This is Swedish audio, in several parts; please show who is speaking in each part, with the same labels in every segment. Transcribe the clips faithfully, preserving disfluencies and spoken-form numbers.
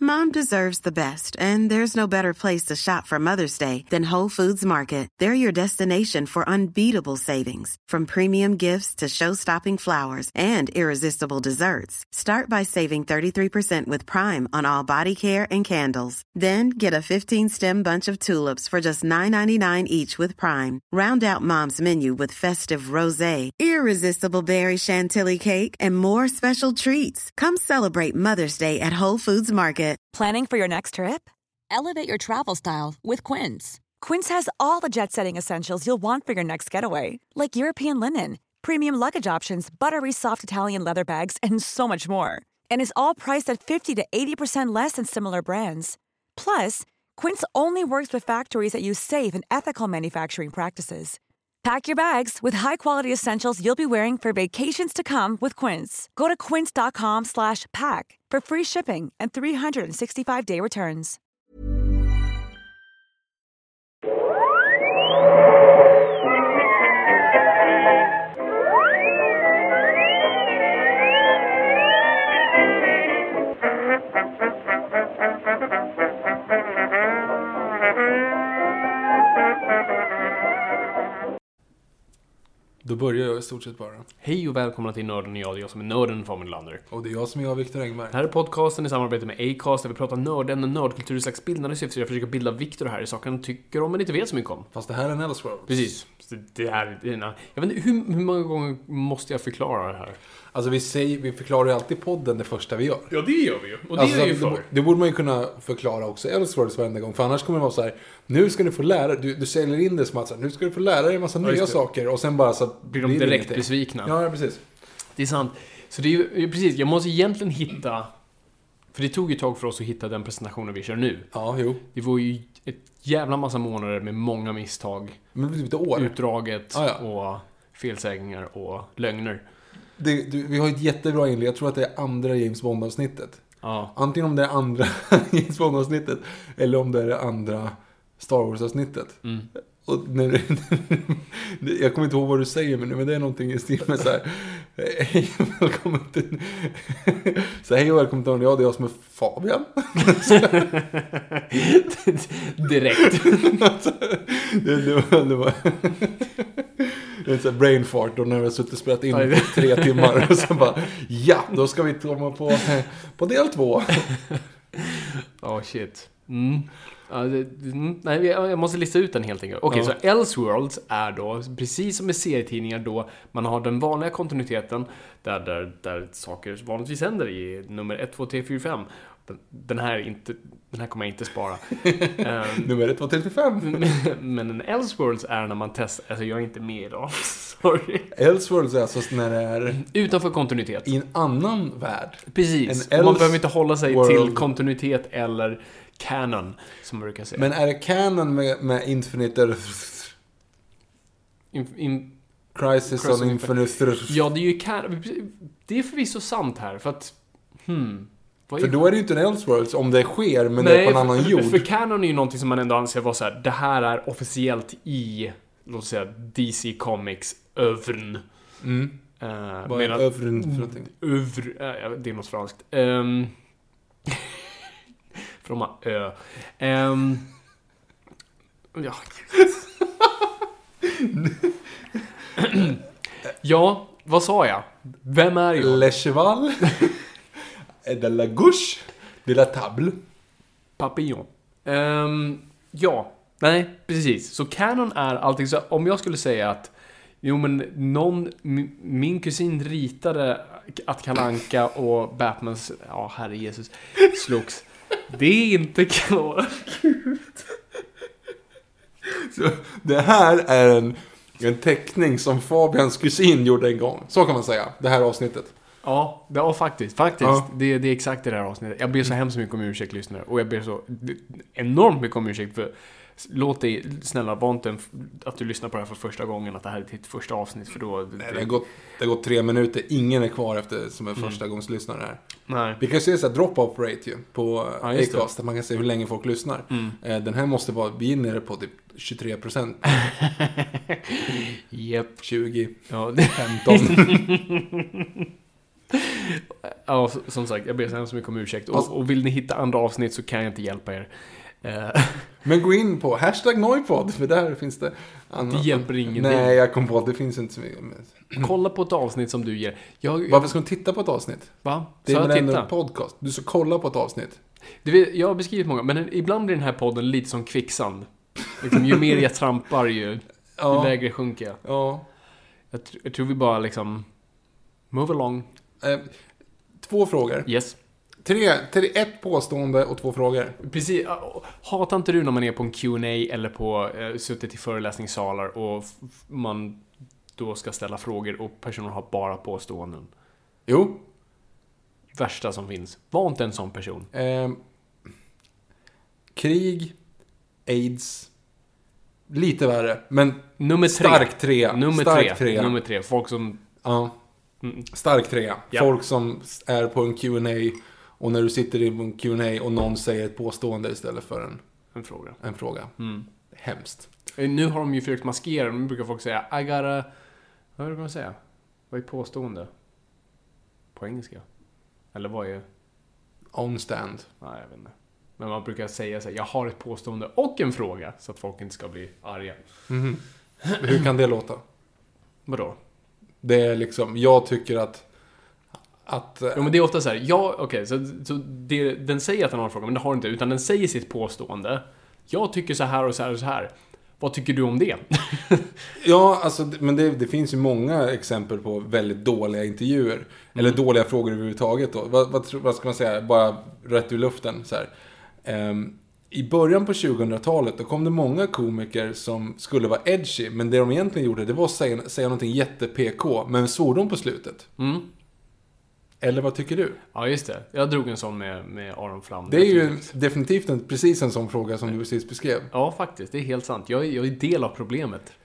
Speaker 1: Mom deserves the best, and there's no better place to shop for Mother's Day than Whole Foods Market. They're your destination for unbeatable savings, from premium gifts to show-stopping flowers and irresistible desserts. Start by saving thirty-three percent with Prime on all body care and candles. Then get a fifteen-stem bunch of tulips for just nine ninety-nine each with Prime. Round out Mom's menu with festive rosé, irresistible berry chantilly cake, and more special treats. Come celebrate Mother's Day at Whole Foods Market.
Speaker 2: Planning for your next trip? Elevate your travel style with Quince. Quince has all the jet-setting essentials you'll want for your next getaway, like European linen, premium luggage options, buttery soft Italian leather bags, and so much more. And is all priced at fifty to eighty percent less than similar brands. Plus, Quince only works with factories that use safe and ethical manufacturing practices. Pack your bags with high-quality essentials you'll be wearing for vacations to come with Quince. Go to quince.com slash pack for free shipping and three sixty-five day returns.
Speaker 3: Då börjar jag i stort sett bara.
Speaker 4: Hej och välkomna till Nörden och jag, det är jag som är nörden Fabian Lander.
Speaker 3: Och det är jag som är jag, Viktor Engberg.
Speaker 4: Det här är podcasten i samarbete med Acast där vi pratar nörden och nördkultur i slags bildande syfte. Jag försöker bilda Viktor här i saker han tycker om men inte vet så mycket om.
Speaker 3: Fast det här är en Elseworlds.
Speaker 4: Precis. Det här, det är, jag vet inte, hur, hur många gånger måste jag förklara det här?
Speaker 3: Alltså vi, säger, vi förklarar ju alltid podden det första vi gör.
Speaker 4: Ja, det gör vi ju. Och det
Speaker 3: alltså,
Speaker 4: är ju för.
Speaker 3: Det, det borde man ju kunna förklara också Elseworlds varenda gång. För annars kommer det vara så här: nu ska du få lära du, du säljer in det som att så här, nu ska du få lära dig en massa ja, nya saker. Och sen bara så att
Speaker 4: blir de direkt blir besvikna.
Speaker 3: Ja, precis.
Speaker 4: Det är sant. Så det är ju precis, jag måste egentligen hitta. För det tog ju ett tag för oss att hitta den presentationen vi kör nu.
Speaker 3: Ja, jo.
Speaker 4: Det var ju ett jävla massa månader med många misstag.
Speaker 3: Men typ ett år.
Speaker 4: Utdraget
Speaker 3: ah, ja.
Speaker 4: och felsägningar och lögner.
Speaker 3: Det, du, vi har ett jättebra inlägg. Jag tror att det är andra James Bond-avsnittet.
Speaker 4: Ja.
Speaker 3: Antingen om det är andra James Bond-avsnittet eller om det är det andra Star Wars-avsnittet.
Speaker 4: Mm.
Speaker 3: Och när, jag kommer inte ihåg vad du säger, men det är någonting i stil med så här: hej och välkommen till så hej och välkommen till ja, det är jag som är Fabian.
Speaker 4: Direkt.
Speaker 3: det, det var, det var en sån här brain fart och när vi har suttit och spelat in i tre timmar och så bara, ja, då ska vi komma på, på del två.
Speaker 4: Oh shit. Mm. Ja, det, mm, nej, jag måste lista ut den helt enkelt. Okej, okay, ja. Så Elseworlds är då, precis som med serietidningar då, man har den vanliga kontinuiteten där, där, där saker vanligtvis händer i nummer ett, två, tre, fyra, fem. Den här, inte, den här kommer jag inte spara. um,
Speaker 3: nummer ett, två, tre, fyra, fem.
Speaker 4: Men, men en Elseworlds är när man testar, alltså jag är inte med idag. Sorry.
Speaker 3: Elseworlds är alltså när det är
Speaker 4: utanför kontinuitet.
Speaker 3: I en annan värld.
Speaker 4: Precis. En man behöver inte hålla sig world. Till kontinuitet eller canon, som man brukar säga.
Speaker 3: Men är det canon med, med Infinite
Speaker 4: in, in,
Speaker 3: Crisis on Infinite?
Speaker 4: Ja, det är ju canon. Det är förvisso sant här, för att hmm,
Speaker 3: för då är det ju inte en Elseworlds om det sker, men
Speaker 4: nej,
Speaker 3: det är på en annan jord.
Speaker 4: För canon är ju någonting som man ändå anser vara så här: det här är officiellt i, låt oss säga, D C Comics övern.
Speaker 3: Mm.
Speaker 4: Uh,
Speaker 3: Vad är övern för någonting?
Speaker 4: Övr, uh, det är något franskt. Um, Från ö. Um, ja. Ja, vad sa jag? Vem är jag?
Speaker 3: Le cheval de la gauche de la table.
Speaker 4: Papillon. Um, ja, nej, precis. Så canon är allting så. Om jag skulle säga att jo, men någon, min kusin ritade att Kalle Anka och Batmans, ja, herre Jesus, slogs. Det är inte klart.
Speaker 3: Så det här är en, en teckning som Fabians kusin gjorde en gång. Så kan man säga, det här avsnittet.
Speaker 4: Ja, det var faktiskt. Faktiskt,
Speaker 3: ja.
Speaker 4: det, det är exakt det här avsnittet. Jag ber så hemskt mycket om ursäkt, lyssnare. Och jag ber så enormt mycket om ursäkt för... Låt dig, snälla, var inte att du lyssnar på det här för första gången, att det här är ditt första avsnitt, för då...
Speaker 3: Nej, det har gått, det har gått tre minuter, ingen är kvar efter som är första mm. gångs lyssnare här.
Speaker 4: Nej.
Speaker 3: Vi kan se så här drop-off rate ju på
Speaker 4: ja,
Speaker 3: Acast, där man kan se hur länge folk lyssnar. Mm. Den här måste vara, vi är nere på typ tjugotre procent.
Speaker 4: Japp.
Speaker 3: tjugo.
Speaker 4: Ja.
Speaker 3: femton.
Speaker 4: ja, som sagt, jag ber så hemskt mycket om ursäkt. Och, och vill ni hitta andra avsnitt så kan jag inte hjälpa er.
Speaker 3: Men gå in på hashtag Noipod, för där finns det annat.
Speaker 4: Det hjälper ingenting.
Speaker 3: Nej, jag kom på att det finns inte så mycket.
Speaker 4: Kolla på ett avsnitt som du ger. Jag,
Speaker 3: Varför ska du titta på ett avsnitt?
Speaker 4: Va?
Speaker 3: Det är
Speaker 4: så
Speaker 3: väl
Speaker 4: jag
Speaker 3: ändå en podcast. Du ska kolla på ett avsnitt.
Speaker 4: Du vet, jag har beskrivit många, men ibland blir den här podden lite som kvicksand. Liksom, ju mer jag trampar, ju,
Speaker 3: Ja.
Speaker 4: ju lägre sjunker jag.
Speaker 3: Ja.
Speaker 4: Jag, tr- jag tror vi bara liksom move along.
Speaker 3: Eh, två frågor.
Speaker 4: Yes.
Speaker 3: Tre, tre, ett påstående och två frågor.
Speaker 4: Precis. Hatar inte du när man är på en Q and A eller på eh, suttit i föreläsningssalar och f- man då ska ställa frågor och personen har bara påståenden?
Speaker 3: Jo.
Speaker 4: Värsta som finns. Var inte en sån person.
Speaker 3: Eh, krig, AIDS, lite värre, men
Speaker 4: Nummer tre.
Speaker 3: stark trea.
Speaker 4: Nummer
Speaker 3: stark
Speaker 4: tre.
Speaker 3: trea.
Speaker 4: Nummer tre. Folk som...
Speaker 3: Ja.
Speaker 4: Mm.
Speaker 3: Stark trea.
Speaker 4: Ja.
Speaker 3: Folk som är på en Q and A och när du sitter i en Q and A och någon säger ett påstående istället för en,
Speaker 4: En fråga.
Speaker 3: en fråga.
Speaker 4: Mm.
Speaker 3: Hemskt.
Speaker 4: Nu har de ju försökt maskera. Nu brukar folk säga I gotta... Vad brukar man säga? Vad är påstående? På engelska? Eller vad är...
Speaker 3: On stand.
Speaker 4: Nej, jag vet inte. Men man brukar säga så här, jag har ett påstående och en fråga. Så att folk inte ska bli arga.
Speaker 3: Mhm. Hur kan det låta?
Speaker 4: Vadå?
Speaker 3: Det är liksom, jag tycker att att
Speaker 4: Jo, men det är ofta så här, ja, okej, okay, så, så det, den säger att den har en fråga, men det har inte, utan den säger sitt påstående. Jag tycker så här och så här och så här. Vad tycker du om det?
Speaker 3: ja, alltså, men det, det finns ju många exempel på väldigt dåliga intervjuer. Mm. Eller dåliga frågor överhuvudtaget då. Vad, vad, vad ska man säga? Bara rätt ur luften så här. Um, I början på tjugohundratalet då kom det många komiker som skulle vara edgy, men det de egentligen gjorde, det var att säga, säga någonting jätte-P K, men svordom på slutet.
Speaker 4: Mm.
Speaker 3: Eller vad tycker du?
Speaker 4: Ja, just det. Jag drog en sån med, med Aron Flam.
Speaker 3: Det är ju definitivt en, precis en sån fråga som du precis beskrev.
Speaker 4: Ja, faktiskt. Det är helt sant. Jag, är- jag är del av problemet.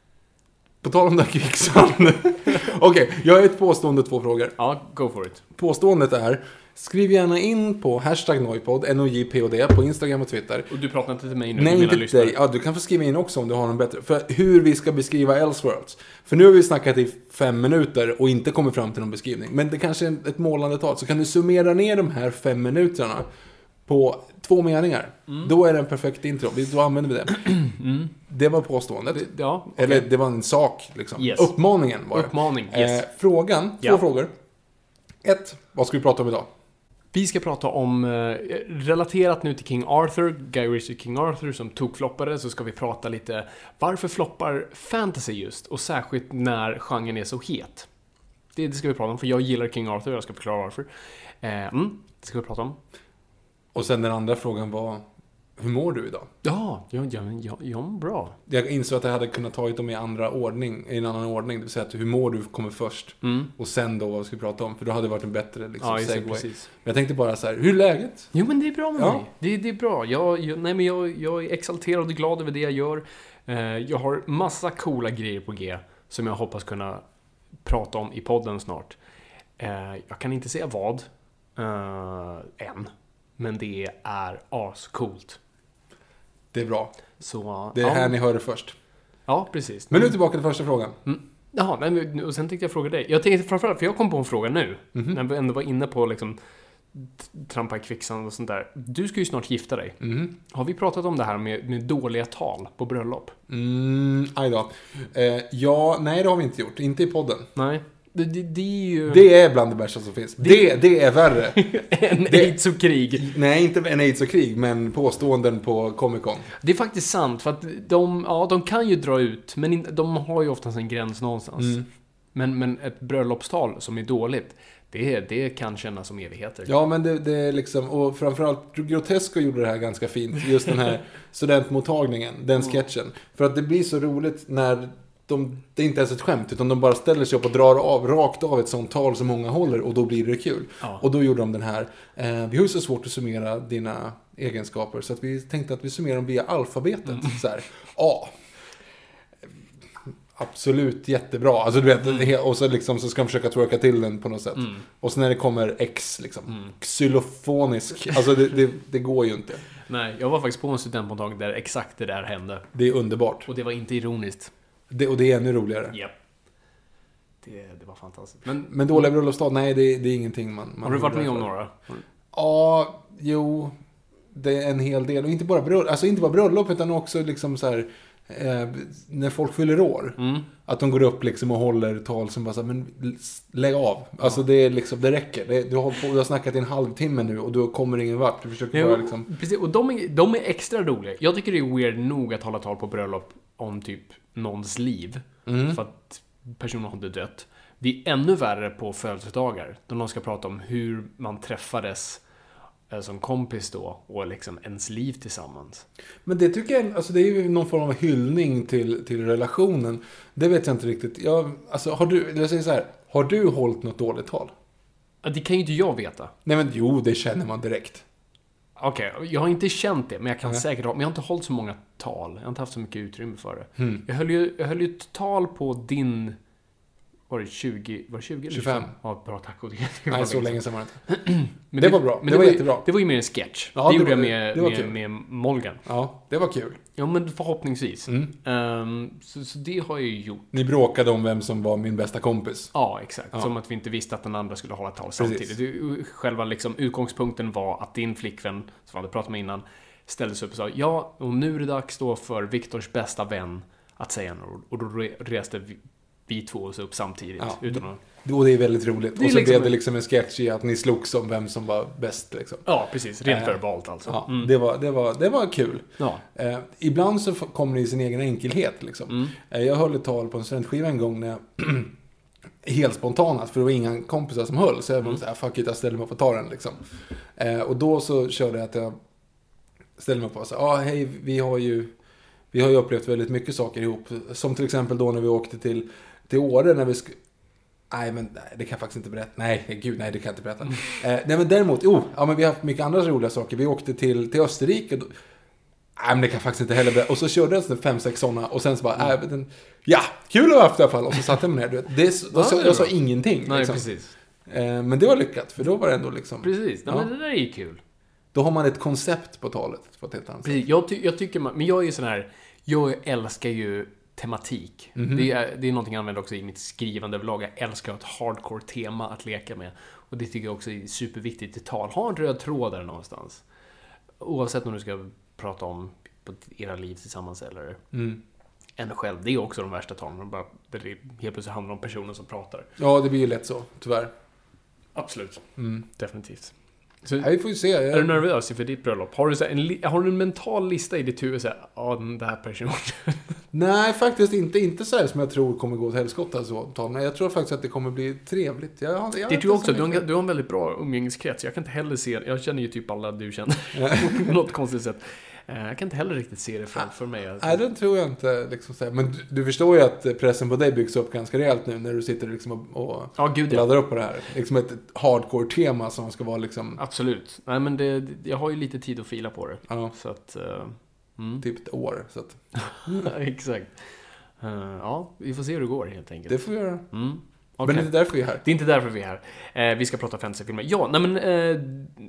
Speaker 3: På tal om det här kvicksand. Okej, okay, jag har ett påstående och två frågor.
Speaker 4: Ja, go for it.
Speaker 3: Påståendet är: skriv gärna in på hashtag Noipod, N O J P O D, på Instagram och Twitter.
Speaker 4: Och du pratar inte till mig nu,
Speaker 3: Nej,
Speaker 4: mina
Speaker 3: inte
Speaker 4: lyssnare.
Speaker 3: dig. Ja, du kan få skriva in också om du har någon bättre. För hur vi ska beskriva Elseworlds. För nu har vi snackat i fem minuter och inte kommit fram till någon beskrivning. Men det kanske är ett målande tal. Så kan du summera ner de här fem minuterna på två meningar. Mm. Då är det en perfekt intro. Då använder vi det. Mm. Det var påståendet.
Speaker 4: Det, ja, okay.
Speaker 3: Eller det var en sak liksom.
Speaker 4: Yes.
Speaker 3: Uppmaningen var det.
Speaker 4: Uppmaning, yes.
Speaker 3: Eh, frågan, två
Speaker 4: Ja.
Speaker 3: frågor. Ett, vad ska vi prata om idag?
Speaker 4: Vi ska prata om, eh, relaterat nu till King Arthur, Guy Ritchie King Arthur som tog floppade, så ska vi prata lite varför floppar fantasy just, och särskilt när genren är så het. Det, det ska vi prata om, för jag gillar King Arthur, jag ska förklara varför. Eh, mm, det ska vi prata om.
Speaker 3: Och sen den andra frågan var: hur mår du idag?
Speaker 4: Ja, ja, ja, ja, ja bra.
Speaker 3: Jag insåg att jag hade kunnat ta dem i andra ordning, i en annan ordning. Det vill säga att hur mår du kommer först.
Speaker 4: Mm.
Speaker 3: Och sen då vad ska vi prata om. För då hade det varit en bättre liksom,
Speaker 4: Ja, just det,
Speaker 3: segway.
Speaker 4: precis.
Speaker 3: Men jag tänkte bara så här: hur är läget?
Speaker 4: Jo, men det är bra med
Speaker 3: Ja.
Speaker 4: mig. Det, det är bra. Jag, jag, nej, men jag, jag är exalterad och glad över det jag gör. Eh, jag har massa coola grejer på G som jag hoppas kunna prata om i podden snart. Eh, jag kan inte säga vad eh, än, men det är ascoolt.
Speaker 3: Det är bra.
Speaker 4: Så,
Speaker 3: Det är
Speaker 4: ja.
Speaker 3: här ni hör det först.
Speaker 4: Ja, precis.
Speaker 3: Men nu tillbaka till första frågan.
Speaker 4: Mm. Jaha, nej, men- och sen tänkte jag fråga dig. Jag tänkte framförallt, för jag kom på en fråga nu.
Speaker 3: Mhm.
Speaker 4: När vi ändå var inne på liksom t- trampa i kvicksand och sånt där. Du ska ju snart gifta dig.
Speaker 3: Mm.
Speaker 4: Har vi pratat om det här med, med dåliga tal på bröllop?
Speaker 3: Mm, aj då. Eh, ja, nej det har vi inte gjort. Inte i podden.
Speaker 4: Nej. Det, det, det är ju...
Speaker 3: Det är bland det värsta som finns. Det, det är värre.
Speaker 4: en
Speaker 3: det-
Speaker 4: aids och krig.
Speaker 3: Nej, inte en aids och krig, men påståenden på Comic Con.
Speaker 4: Det är faktiskt sant, för att de, ja, de kan ju dra ut, men in, de har ju oftast en gräns någonstans.
Speaker 3: Mm.
Speaker 4: Men, men ett bröllopstal som är dåligt, det, det kan kännas som evigheter.
Speaker 3: Ja, men det, det är liksom, och framförallt Grotesco gjorde det här ganska fint. Just den här studentmottagningen, den sketchen. För att det blir så roligt när de, det är inte ens ett skämt, utan de bara ställer sig upp och drar av, rakt av ett sånt tal som många håller, och då blir det kul.
Speaker 4: Ja.
Speaker 3: Och då gjorde de den här, eh, vi har ju så svårt att summera dina egenskaper, så att vi tänkte att vi summerar dem via alfabetet.
Speaker 4: Mm.
Speaker 3: Så här, A. Absolut jättebra. Alltså du vet,
Speaker 4: Mm.
Speaker 3: och så liksom så ska de försöka twerka till den på något sätt.
Speaker 4: Mm.
Speaker 3: Och sen när det kommer X liksom,
Speaker 4: Mm.
Speaker 3: xylofonisk. Alltså det, det, det går ju inte.
Speaker 4: Nej, jag var faktiskt på en studentmottagning där exakt det där hände.
Speaker 3: Det är underbart.
Speaker 4: Och det var inte ironiskt.
Speaker 3: Det, och det är ännu roligare.
Speaker 4: Yep. det, det var fantastiskt. Men,
Speaker 3: Men dåliga bröllopstal, nej det, det är ingenting man... man
Speaker 4: har du varit med om
Speaker 3: för.
Speaker 4: några?
Speaker 3: Ja, jo. Det är en hel del. Och inte bara bröllop, alltså inte bara bröllop utan också liksom så här... Eh, när folk fyller år.
Speaker 4: Mm.
Speaker 3: Att de går upp liksom och håller tal som bara så här, men lägg av. Alltså det är liksom, det räcker. Det, du, har på, du har snackat i en halvtimme nu och du kommer ingen vart. Du försöker
Speaker 4: Jo,
Speaker 3: bara liksom...
Speaker 4: Precis, och de är, de är extra roliga. Jag tycker det är weird nog att hålla tal på bröllop om typ någons liv.
Speaker 3: Mm.
Speaker 4: För att personen har inte dött. Det är ännu värre på födelsedagar. Då någon ska prata om hur man träffades som kompis då och liksom ens liv tillsammans.
Speaker 3: Men det tycker jag, alltså det är ju någon form av hyllning till, till relationen. Det vet jag inte riktigt. Jag, alltså har du, jag säger så här, har du hållit något dåligt tal?
Speaker 4: Det kan ju inte jag veta.
Speaker 3: Nej men jo, det känner man direkt.
Speaker 4: Okej, okay, jag har inte känt det, men jag kan
Speaker 3: Nej.
Speaker 4: säkert ha, men jag har inte hållit så många tal. Jag har inte haft så mycket utrymme för det.
Speaker 3: Mm.
Speaker 4: Jag höll ju, jag höll ju ett tal på din... Var det tjugo? Var det tjugo eller
Speaker 3: tjugofem?
Speaker 4: Ja, bra, tack. Och det,
Speaker 3: det Nej, så länge sedan var det
Speaker 4: inte.
Speaker 3: Men det var bra.
Speaker 4: Men
Speaker 3: det,
Speaker 4: det
Speaker 3: var
Speaker 4: var
Speaker 3: jättebra.
Speaker 4: Det var ju mer en sketch.
Speaker 3: Ja,
Speaker 4: det,
Speaker 3: det
Speaker 4: gjorde
Speaker 3: var-
Speaker 4: jag med,
Speaker 3: det var
Speaker 4: med,
Speaker 3: kul.
Speaker 4: med Molgan.
Speaker 3: Ja, det var kul.
Speaker 4: Ja, men förhoppningsvis.
Speaker 3: Mm.
Speaker 4: Ehm, så, så det har jag ju gjort.
Speaker 3: Ni bråkade om vem som var min bästa kompis.
Speaker 4: Ja, exakt.
Speaker 3: Ja.
Speaker 4: Som att vi inte visste att den andra skulle hålla tal
Speaker 3: Precis.
Speaker 4: samtidigt. Det- Själva liksom, utgångspunkten var att din flickvän, som vi hade pratat med innan, ställde sig upp och sa ja, och nu är det dags då för Viktors bästa vän att säga något. Och då re- reste vi, vi två oss upp samtidigt.
Speaker 3: Ja.
Speaker 4: Utan att...
Speaker 3: Och det är väldigt roligt.
Speaker 4: Det är
Speaker 3: och så
Speaker 4: liksom
Speaker 3: blev det
Speaker 4: en-
Speaker 3: liksom en sketch i att ni slogs om vem som var bäst liksom.
Speaker 4: Ja, precis. Rent
Speaker 3: Eh,
Speaker 4: verbalt alltså.
Speaker 3: Ja,
Speaker 4: Mm.
Speaker 3: det, var, det, var, det var kul.
Speaker 4: Ja.
Speaker 3: Eh, ibland så f- kommer det i sin egen enkelhet liksom.
Speaker 4: Mm.
Speaker 3: Eh, jag höll ett tal på en studentskiva en gång när jag helt spontant, för det var inga kompisar som höll. Så jag var
Speaker 4: Mm.
Speaker 3: så här, fuck it, jag ställer mig upp och tar den liksom. Eh, och då så körde jag att jag ställde mig upp och sa, ja ah, hej, vi har ju vi har ju upplevt väldigt mycket saker ihop. Som till exempel då när vi åkte till, till Åre när vi sk- Nej, men nej, det kan jag faktiskt inte berätta. Nej, gud, nej, det kan jag inte berätta. eh, nej, men däremot, oh, ja, men vi har haft mycket andra roliga saker. Vi åkte till, till Österrike. Då, nej, men det kan jag faktiskt inte heller berätta. Och så körde jag sådär fem, sex sådana. Och sen så bara, nej, men den, ja, kul att ha haft i alla fall. Och så satte jag mig ner. Du vet, det, då,
Speaker 4: Ja,
Speaker 3: så,
Speaker 4: det är
Speaker 3: jag sa
Speaker 4: bra.
Speaker 3: ingenting.
Speaker 4: Nej,
Speaker 3: liksom.
Speaker 4: precis.
Speaker 3: Eh, men det var lyckat, för då var det ändå liksom...
Speaker 4: Precis. Ja,
Speaker 3: Ja.
Speaker 4: men det där är ju kul.
Speaker 3: Då har man ett koncept på talet på ett helt annat sätt.
Speaker 4: Precis. Jag, ty- jag tycker man, men jag är ju sån här, jag älskar ju tematik.
Speaker 3: Mhm.
Speaker 4: Det, är, det är någonting jag använder också i mitt skrivande överlag. Jag älskar ett hardcore tema att leka med. Och det tycker jag också är superviktigt i tal. Ha en röd tråd där någonstans. Oavsett om du ska prata om på era liv tillsammans eller
Speaker 3: Mm.
Speaker 4: en själv. Det är också de värsta talen. Bara, där det helt plötsligt handlar om personen som pratar.
Speaker 3: Ja, det blir ju lätt så, tyvärr.
Speaker 4: Absolut.
Speaker 3: Mm.
Speaker 4: Definitivt. Så,
Speaker 3: Nej, vi får ju se. Jag...
Speaker 4: är du nervös inför ditt bröllop? Har du, så här en, li- har du en mental lista i ditt huvud? Så här, ja, den där personen.
Speaker 3: Nej, faktiskt inte. Inte så här som jag tror kommer gå åt helskott. Alltså, men jag tror faktiskt att det kommer bli trevligt. Jag, jag
Speaker 4: Det
Speaker 3: vet
Speaker 4: tror jag
Speaker 3: inte så
Speaker 4: också. Du har,
Speaker 3: mycket.
Speaker 4: en, du har en väldigt bra umgängeskrets. Jag kan inte heller se... Jag känner ju typ alla du känner. På något konstigt sätt. Eh, Jag kan inte heller riktigt se det framför mig. Alltså.
Speaker 3: Nej, den tror jag inte. Liksom, så här. Men du, du förstår ju att pressen på dig byggs upp ganska rejält nu när du sitter liksom och, och
Speaker 4: Ja, gud ja.
Speaker 3: laddar upp på det här. Liksom ett hardcore-tema som ska vara liksom,
Speaker 4: Absolut. Nej, men det, jag har ju lite tid att fila på det.
Speaker 3: ja,
Speaker 4: Så att... eh, mm.
Speaker 3: typ ett år. Så att,
Speaker 4: Exakt. Eh, Ja, vi får se hur det går helt enkelt.
Speaker 3: det får vi göra.
Speaker 4: Mm.
Speaker 3: Men
Speaker 4: Okej.
Speaker 3: det är inte därför vi är här.
Speaker 4: Det är inte därför vi är här. Eh, vi ska prata fantasyfilmer. Ja, nej men eh,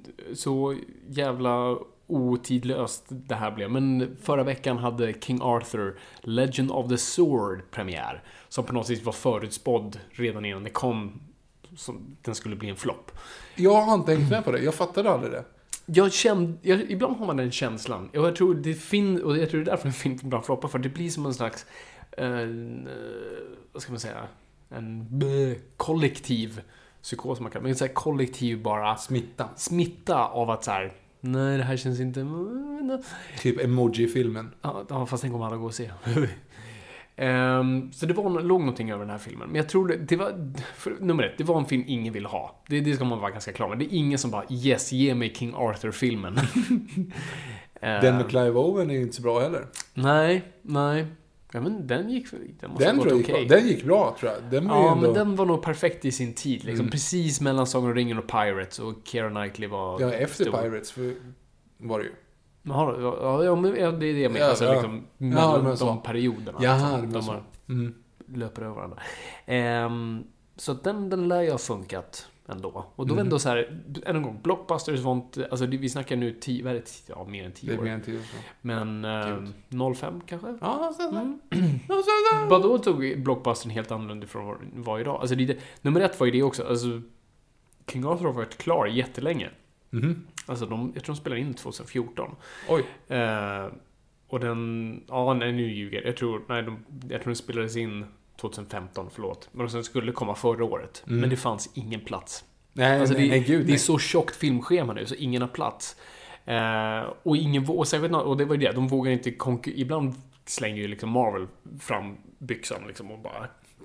Speaker 4: så jävla otidlöst det här blev. Men förra veckan hade King Arthur Legend of the Sword premiär. Som på något sätt var förutspådd redan innan det kom. Som den skulle bli en flopp.
Speaker 3: Jag har inte hängt med på det. Jag fattade aldrig det.
Speaker 4: Jag kände, jag, ibland har man den känslan. Och jag tror det fin, och jag tror det är därför den finns ibland floppar. För det blir som en slags, eh, vad ska man säga, en bleh, kollektiv psykos man kan, men så här kollektiv bara
Speaker 3: Smitta.
Speaker 4: smitta av att så här, nej det här känns inte,
Speaker 3: Typ emoji-filmen.
Speaker 4: ja fast den kommer alla gå och se. Um, så det var, låg någonting över den här filmen. Men jag tror det, det var, för, nummer ett, det var en film ingen vill ha. Det, det ska man vara ganska klar med. Det är ingen som bara, yes, ge mig King Arthur-filmen.
Speaker 3: Den med Clive Owen är ju inte så bra heller.
Speaker 4: Nej, nej. Ja, men den gick, den måste
Speaker 3: Den,
Speaker 4: ha
Speaker 3: tror
Speaker 4: gått
Speaker 3: jag
Speaker 4: okej.
Speaker 3: gick bra. Den gick bra, tror jag. Den var ju
Speaker 4: Ja,
Speaker 3: ändå...
Speaker 4: men den var nog perfekt i sin tid. Liksom.
Speaker 3: Mm.
Speaker 4: Precis mellan Sagan om ringen och Pirates. Och Keira Knightley var...
Speaker 3: Ja, efter
Speaker 4: stor.
Speaker 3: Pirates för... var det ju.
Speaker 4: Jaha, ja, ja, men ja, det är det jag menar.
Speaker 3: Ja,
Speaker 4: alltså,
Speaker 3: ja.
Speaker 4: liksom,
Speaker 3: Ja,
Speaker 4: mellan
Speaker 3: men
Speaker 4: de
Speaker 3: så.
Speaker 4: perioderna.
Speaker 3: Jaha,
Speaker 4: alltså,
Speaker 3: det var
Speaker 4: de
Speaker 3: så.
Speaker 4: har,
Speaker 3: Mm.
Speaker 4: löper över varandra. Ehm, så att den, den lär ju ha funkat. ändå. Och då
Speaker 3: Mm.
Speaker 4: ändå så här, än en gång, blockbusters var inte, alltså vi snackar nu tio, vad är det, ja, mer än tio år.
Speaker 3: Det är mer än tio år.
Speaker 4: Men eh, noll fem kanske?
Speaker 3: Ja, så
Speaker 4: Mm. Vad då tog blockbustern helt annorlunda från vad det var idag? Alltså det, nummer ett var ju det också, alltså King Arthur har varit klar jättelänge.
Speaker 3: Mhm.
Speaker 4: Alltså de, jag tror de spelade in tjugo fjorton.
Speaker 3: Oj.
Speaker 4: Eh, och den, ja nej nu ljuger jag. tror, nej de, jag tror den spelades in tjugo femton, förlåt. Men sen skulle komma förra året.
Speaker 3: Mm.
Speaker 4: Men det fanns ingen plats.
Speaker 3: Nej,
Speaker 4: Alltså
Speaker 3: nej,
Speaker 4: det,
Speaker 3: nej, gud,
Speaker 4: det är
Speaker 3: nej.
Speaker 4: så tjockt filmschema nu så ingen har plats. Eh, och ingen vå- och, särskilt, och det var ju det, de vågar inte konkur- ibland slänger ju liksom Marvel fram byxan liksom och bara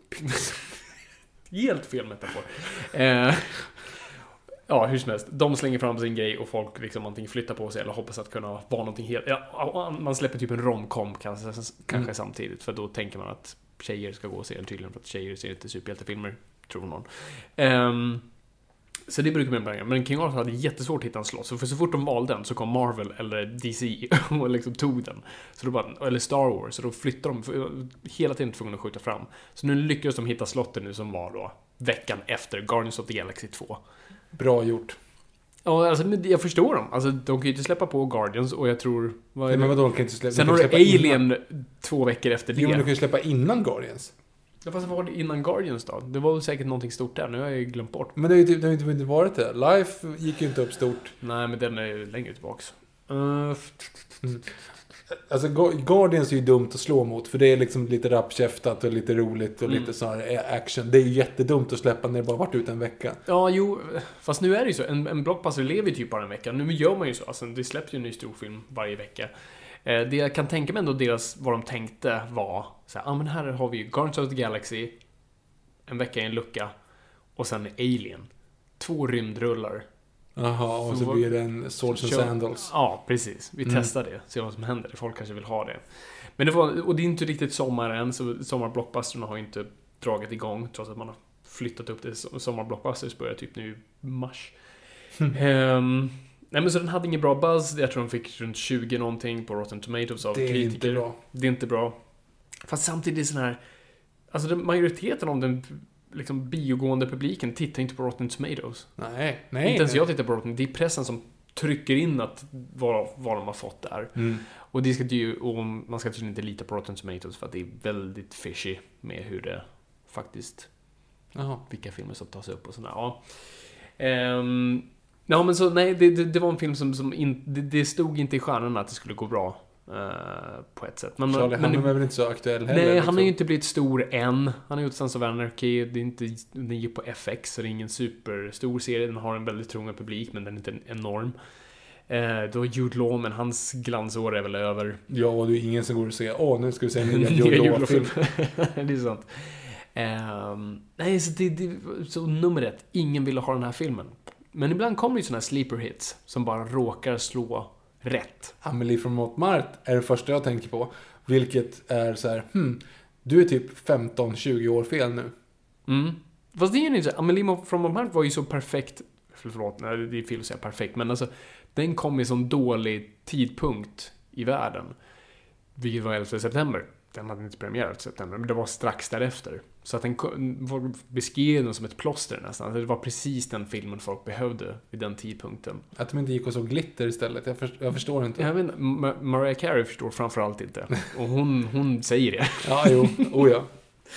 Speaker 4: helt fel metafor. Eh, ja, hur som helst. De slänger fram sin grej och folk liksom antingen flyttar på sig eller hoppas att kunna vara någonting helt... Ja, man släpper typ en romcom kanske, kanske
Speaker 3: Mm.
Speaker 4: samtidigt för då tänker man att tjejer ska gå och se den tydligen för att tjejer ser inte superhjältefilmer, tror någon. Um, så det brukar man börja. Men King Arthur hade jättesvårt att hitta en slott. Så för så fort de valde den så kom Marvel eller D C och liksom tog den. Så då bara, eller Star Wars. Så då flyttade de hela tiden tvungna att skjuta fram. Så nu lyckades de hitta slotten nu som var då veckan efter Guardians of the Galaxy två.
Speaker 3: Bra gjort.
Speaker 4: Ja, alltså, men jag förstår dem. Alltså, de kan ju inte släppa på Guardians och jag tror... Vad är
Speaker 3: Nej,
Speaker 4: det?
Speaker 3: men vadå, de kan inte släppa,
Speaker 4: Sen
Speaker 3: de
Speaker 4: har
Speaker 3: kan
Speaker 4: du
Speaker 3: släppa
Speaker 4: Alien
Speaker 3: innan.
Speaker 4: två veckor efter det.
Speaker 3: Jo, men du kan ju släppa innan Guardians.
Speaker 4: Ja, fast vad var det innan Guardians då? Det var väl säkert någonting stort där. Nu har jag ju glömt bort.
Speaker 3: Men det har ju typ, det har ju typ inte varit det. Life gick ju inte upp stort.
Speaker 4: Nej, men den är ju längre tillbaks. Uh,
Speaker 3: Alltså Gu- Guardians är ju dumt att slå mot. För det är liksom lite rappkäftat och lite roligt och
Speaker 4: Mm.
Speaker 3: lite sån här action. Det är ju jättedumt att släppa när det bara varit ut en vecka.
Speaker 4: ja, jo. Fast nu är det ju så. En, en blockbuster lever ju typ bara en vecka. Nu gör man ju så. Alltså, det släpps ju en ny storfilm varje vecka. Eh, det jag kan tänka mig ändå deras, vad de tänkte var så här, ah, men här har vi ju Guardians of the Galaxy, en vecka i en lucka, och sen Alien. Två rymdrullar.
Speaker 3: Jaha, och så
Speaker 4: Så-
Speaker 3: blir det en Swords and
Speaker 4: Kör-
Speaker 3: Sandals.
Speaker 4: Ja, precis. Vi
Speaker 3: Mm.
Speaker 4: testar det. Ser vad som händer. Folk kanske vill ha det. Men det var, och det är inte riktigt sommar än, så sommarblockbusterna har ju inte dragit igång, trots att man har flyttat upp det. Sommarblockbusters börjar typ nu i mars. Ehm, nej, men så den hade ingen bra buzz. Jag tror de fick runt tjugo någonting på Rotten Tomatoes av
Speaker 3: Det är
Speaker 4: kritiker.
Speaker 3: inte bra.
Speaker 4: Det är inte bra. Fast samtidigt är det sån här... Alltså den, majoriteten av den liksom biogående publiken tittar inte på Rotten Tomatoes.
Speaker 3: Nej, nej.
Speaker 4: Inte ens
Speaker 3: nej.
Speaker 4: jag tittar på Rotten. Det är pressen som trycker in att vad, vad de har fått där.
Speaker 3: Mm.
Speaker 4: Och, det ska ju, och man ska tydligen inte lita på Rotten Tomatoes för att det är väldigt fishy med hur det faktiskt...
Speaker 3: Jaha.
Speaker 4: Vilka filmer som tas upp och sådär. Ja. Ehm, ja, men så nej, det, det, det var en film som, som in, det, det stod inte i stjärnorna att det skulle gå bra. Uh, på ett sätt. Men,
Speaker 3: Charlie
Speaker 4: men,
Speaker 3: Hunnam är väl inte så aktuell heller?
Speaker 4: nej,
Speaker 3: liksom.
Speaker 4: han har ju inte blivit stor än. Han har gjort Sons of Anarchy. Det är inte, den gick på F X, så det är ingen superstor serie. Den har en väldigt trogen publik, men den är inte enorm. Uh, då Jude Law, men hans glansår är väl över.
Speaker 3: Ja, och det är ingen som går och säger åh, nu ska vi se en ny
Speaker 4: Nya
Speaker 3: Jude
Speaker 4: Jude
Speaker 3: Law-film.
Speaker 4: Det är sant. Um, nej, så, det, det, så nummer ett, ingen ville ha den här filmen. Men ibland kommer ju såna här sleeper hits som bara råkar slå rätt.
Speaker 3: Amelie från Montmartre är det första jag tänker på. Vilket är så här, hmm, du är typ femton tjugo år fel nu.
Speaker 4: Mm. Fast det är ju inte så. Amelie från Montmartre var ju så perfekt. Förlåt, nej, det är fel att säga perfekt. Men alltså, den kom i sån dålig tidpunkt i världen. Vilket var elfte september. Den hade inte premiär i september, men det var strax därefter. Så att den folk beskrev den som ett plåster nästan. Det var precis den filmen folk behövde vid den tidpunkten.
Speaker 3: Att de inte gick och så glitter istället. Jag, för, jag förstår inte.
Speaker 4: Jag vet inte, Ma- Mariah Carey förstår framförallt inte. Och hon, hon säger det.
Speaker 3: Ja, jo. Oh, ja.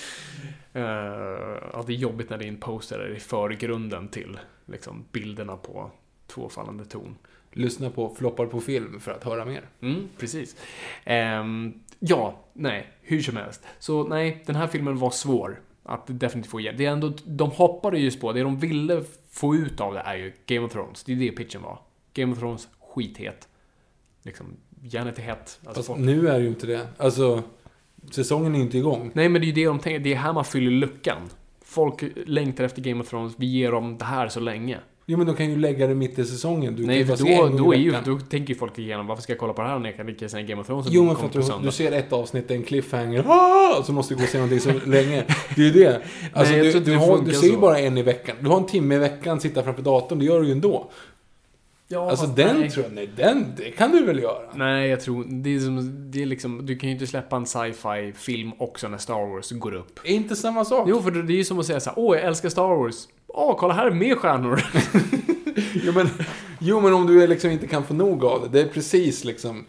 Speaker 4: Uh, ja, det är jobbigt när det är en poster där i förgrunden till liksom, bilderna på tvåfallande ton.
Speaker 3: Lyssna på Floppar på film för att höra mer.
Speaker 4: Mm, precis. Um, ja, nej, hur som helst. Så nej, den här filmen var svår att definitivt få igen. Det är ändå, de hoppade just på, det de ville få ut av det är ju Game of Thrones. Det är det pitchen var. Game of Thrones, skithet. Liksom, järnet är hett. Alltså,
Speaker 3: Fast
Speaker 4: folk...
Speaker 3: nu är det ju inte det. Alltså, säsongen är inte igång.
Speaker 4: Nej, men det är ju det de tänker. Det är här man fyller luckan. Folk längtar efter Game of Thrones. Vi ger dem det här så länge.
Speaker 3: Jo, men de kan ju lägga det mitt i säsongen. Du
Speaker 4: Nej,
Speaker 3: kan
Speaker 4: för
Speaker 3: bara se en
Speaker 4: då,
Speaker 3: gång
Speaker 4: då,
Speaker 3: i
Speaker 4: är ju,
Speaker 3: veckan.
Speaker 4: då tänker ju folk igenom, varför ska jag kolla på det här när jag kan lika säga Game of Thrones?
Speaker 3: Jo, men för
Speaker 4: kommer
Speaker 3: att
Speaker 4: på
Speaker 3: du,
Speaker 4: söndag?
Speaker 3: du ser ett avsnitt, en cliffhanger, ah! Så måste du gå och se någonting så länge. Det är ju det. Alltså,
Speaker 4: Nej, jag
Speaker 3: du,
Speaker 4: tror inte
Speaker 3: du,
Speaker 4: det
Speaker 3: har,
Speaker 4: funkar
Speaker 3: du ser ju
Speaker 4: så.
Speaker 3: bara en i veckan. Du har en timme i veckan, sitta framför datorn, det gör du ju ändå.
Speaker 4: Ja,
Speaker 3: Alltså
Speaker 4: fast
Speaker 3: den
Speaker 4: nej.
Speaker 3: tror jag, nej, den, det kan du väl göra?
Speaker 4: Nej, jag tror, det är som, det är liksom, du kan ju inte släppa en sci-fi film också när Star Wars går upp.
Speaker 3: Det är inte samma sak.
Speaker 4: Jo, för det är ju som att säga så här, åh, jag älskar Star Wars. Åh, kolla här är mer stjärnor.
Speaker 3: jo, men, jo, men om du liksom inte kan få nog av det. Det är precis liksom...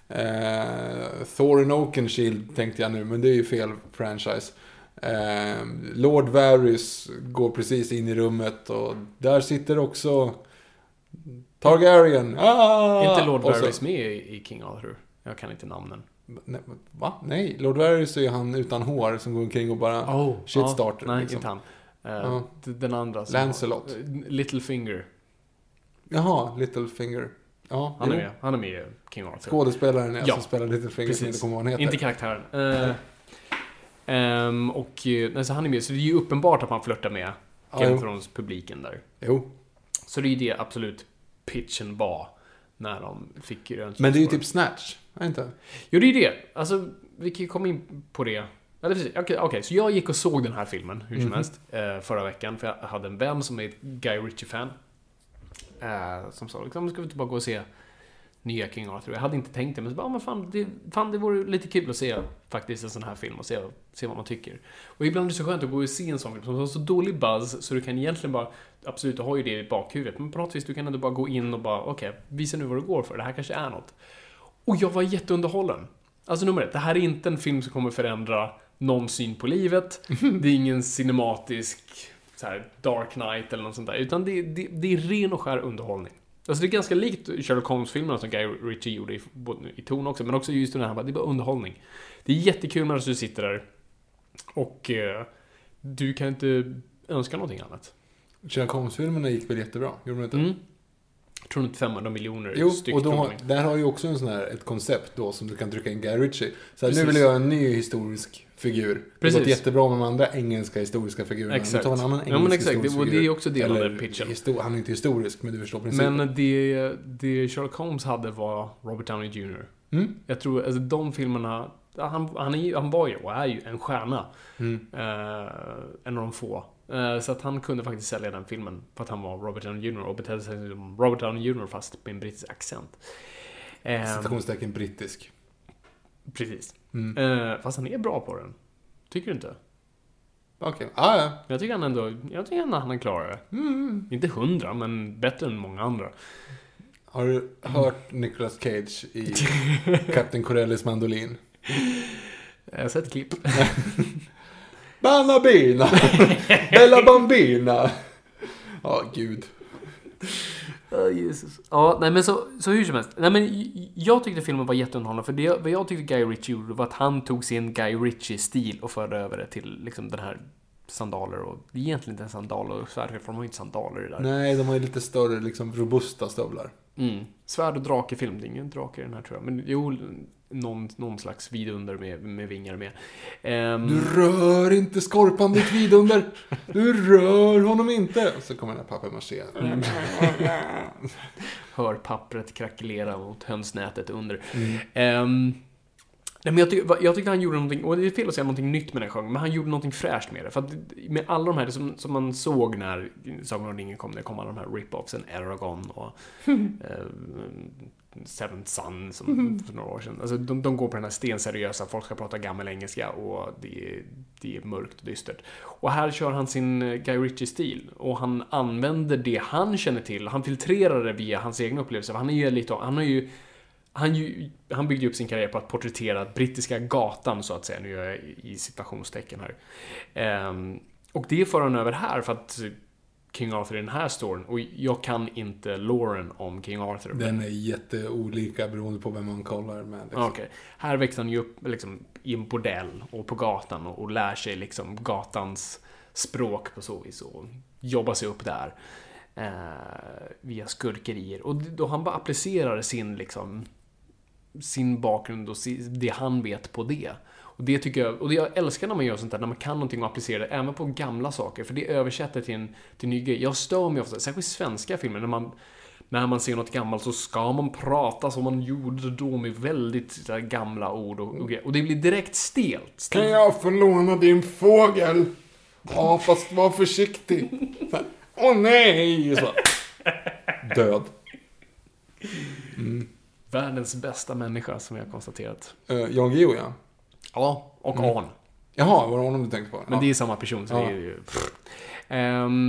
Speaker 3: Eh, Thor and Oakenshield tänkte jag nu, men det är ju fel franchise. Eh, Lord Varys går precis in i rummet och där sitter också Targaryen. Ah!
Speaker 4: Är inte Lord
Speaker 3: Och så-
Speaker 4: Varys med i King Arthur? Jag kan inte namnen.
Speaker 3: Nej, va? Nej, Lord Varys är ju han utan hår som går omkring och bara
Speaker 4: Oh,
Speaker 3: shitstarter.
Speaker 4: ja, nej,
Speaker 3: liksom.
Speaker 4: inte han. Uh,
Speaker 3: Ja.
Speaker 4: Den andra. som-
Speaker 3: Lancelot.
Speaker 4: Uh, Littlefinger.
Speaker 3: Jaha, Littlefinger. Ja,
Speaker 4: Han är
Speaker 3: jo.
Speaker 4: med. Han är med i King Arthur.
Speaker 3: Skådespelaren är
Speaker 4: Ja.
Speaker 3: som spelar Littlefinger som inte kommer ihåg vad han heter.
Speaker 4: Inte karaktären. Uh, um, och uh, nej, så han är med. Så det är ju uppenbart att man flörtar med
Speaker 3: Ja,
Speaker 4: Game
Speaker 3: jo.
Speaker 4: of Thrones-publiken där.
Speaker 3: Jo.
Speaker 4: Så det är ju det absolut pitchen var när de fick grönt
Speaker 3: Men det är ju
Speaker 4: ljus på
Speaker 3: typ Snatch, är det inte?
Speaker 4: Jo, det är ju det. Alltså, vi kan ju komma in på det. Eller precis. Okej, okay, så jag gick och såg den här filmen, hur som
Speaker 3: Mhm.
Speaker 4: helst, eh, förra veckan. För jag hade en vän som är ett Guy Ritchie-fan. Eh, som sa, liksom, ska vi inte bara gå och se nya King Arthur? Jag hade inte tänkt det, men så bara, ah, men fan det, fan, det vore lite kul att se faktiskt en sån här film och se, se vad man tycker. Och ibland är det så skönt att gå och se en sån film som har så dålig buzz, så du kan egentligen bara, absolut, du har ju det i bakhuvudet, men på något vis du kan ändå bara gå in och bara, okej, okay, visa nu vad det går för, det här kanske är något. Och jag var jätteunderhållen. Alltså nummer ett, det här är inte en film som kommer förändra någon syn på livet. Det är ingen cinematisk så här, Dark Knight eller något sånt där. Utan det, det, det är ren och skär underhållning. Alltså det är ganska likt Sherlock Holmes-filmerna som Guy Ritchie gjorde i, i ton också. Men också just den här, det är bara underhållning. Det är jättekul när du sitter där. Och eh, du kan inte önska någonting annat.
Speaker 3: Sherlock Holmes-filmerna gick väl jättebra, gjorde de inte?
Speaker 4: Mm. Jag tror inte femhundra miljoner
Speaker 3: Jo,
Speaker 4: styck.
Speaker 3: och de har,
Speaker 4: tror jag.
Speaker 3: där har ju också en sån här, ett koncept då som du kan trycka in Guy Ritchie. Så här, nu
Speaker 4: Precis.
Speaker 3: vill jag göra en ny historisk figur. Det har
Speaker 4: Precis.
Speaker 3: gått jättebra med de andra engelska historiska figurerna.
Speaker 4: Exakt.
Speaker 3: Nu tar vi en annan engelsk
Speaker 4: Ja, men exakt.
Speaker 3: historisk
Speaker 4: Det- och det
Speaker 3: figur.
Speaker 4: är också del av
Speaker 3: Eller
Speaker 4: den pitchen.
Speaker 3: Histor- han är inte historisk, men du förstår principen.
Speaker 4: Men det, det Sherlock Holmes hade var Robert Downey junior
Speaker 3: Mm?
Speaker 4: Jag tror, alltså de filmerna, han, han, är, ju- han var ju och är ju en stjärna.
Speaker 3: Mm.
Speaker 4: Eh, en av de få. Eh, så att han kunde faktiskt sälja den filmen för att han var Robert Downey junior och betedde sig som Robert Downey junior fast med en brittisk accent. Eh,
Speaker 3: Citationstecken brittisk.
Speaker 4: precis.
Speaker 3: Mm.
Speaker 4: Eh, fast han är bra på den. Tycker du inte?
Speaker 3: Okej, ah, ja.
Speaker 4: Jag tycker han ändå, jag tycker ändå han klarar det.
Speaker 3: Mm.
Speaker 4: Inte hundra, men bättre än många andra.
Speaker 3: Har du hört Nicolas Cage i Captain Corellis mandolin?
Speaker 4: Jag har sett klipp.
Speaker 3: Bannabina! Bella Bambina! Ja, gud.
Speaker 4: Oh, Jesus. Ja, nej men så, så hur som helst. Nej men j- jag tyckte filmen var jätteunderhållande för det, vad jag tyckte Guy Ritchie gjorde var att han tog sin Guy Ritchie-stil och förde över det till liksom den här sandaler och det är egentligen inte en sandal och svärd för de har ju inte sandaler i det där.
Speaker 3: Nej, de har ju lite större, liksom robusta stövlar.
Speaker 4: Mm. Svärd och drakefilm, det är ingen drake i den här tror jag. Men jo, någon, någon slags vidunder med, med vingar med. Ehm,
Speaker 3: Du rör inte skorpan ditt vidunder. Du rör honom inte. Och så kommer den här papier-maché.
Speaker 4: Mm. Hör pappret krackelera mot hönsnätet under.
Speaker 3: Mm.
Speaker 4: Ehm, nej, men jag, tycker, jag tycker han gjorde någonting, och det är fel att säga någonting nytt med den genren, men han gjorde någonting fräscht med det. För att med alla de här, det som, som man såg när Sagan om ringen kom, det kom alla de här rip-offsen, Eragon och eh, Seventh Son som för några år sedan. Alltså, de, de går på den här stenseriösa, folk ska prata gammal engelska och det är, det är mörkt och dystert. Och här kör han sin Guy Ritchie-stil och han använder det han känner till, han filtrerar det via hans egna upplevelser. Han är ju lite, han har ju Han, ju, han byggde upp sin karriär på att porträttera brittiska gatan så att säga, nu är jag i citationstecken här. Ehm, och det för han över här för att King Arthur är den här storyn och jag kan inte loren om King Arthur.
Speaker 3: Den är jätteolika beroende på vem man kollar med. Liksom.
Speaker 4: Okay. Här växer han ju upp liksom, i en bordell och på gatan och, och lär sig liksom, gatans språk på så vis och jobbar sig upp där eh, via skurkerier. Och då han bara applicerar sin liksom, sin bakgrund och det han vet på det. Och det tycker jag, och det jag älskar när man gör sånt där, när man kan någonting och applicerar det även på gamla saker, för det översätter till en till ny grej. Jag stör mig ofta, särskilt i svenska filmer, när man när man ser något gammalt så ska man prata som man gjorde då med väldigt så här, gamla ord och, och, och det blir direkt stelt.
Speaker 3: Kan jag få låna din fågel? Ja, fast var försiktig. Åh oh, nej! Så. Död. Mm.
Speaker 4: Världens bästa människa som jag har konstaterat.
Speaker 3: Uh, Jan Guillou, ja.
Speaker 4: Ja, och
Speaker 3: Mm.
Speaker 4: Arn.
Speaker 3: Jaha, var det honom du tänkte på?
Speaker 4: Men
Speaker 3: ja.
Speaker 4: det är samma person så
Speaker 3: Ja.
Speaker 4: det är ju... Um,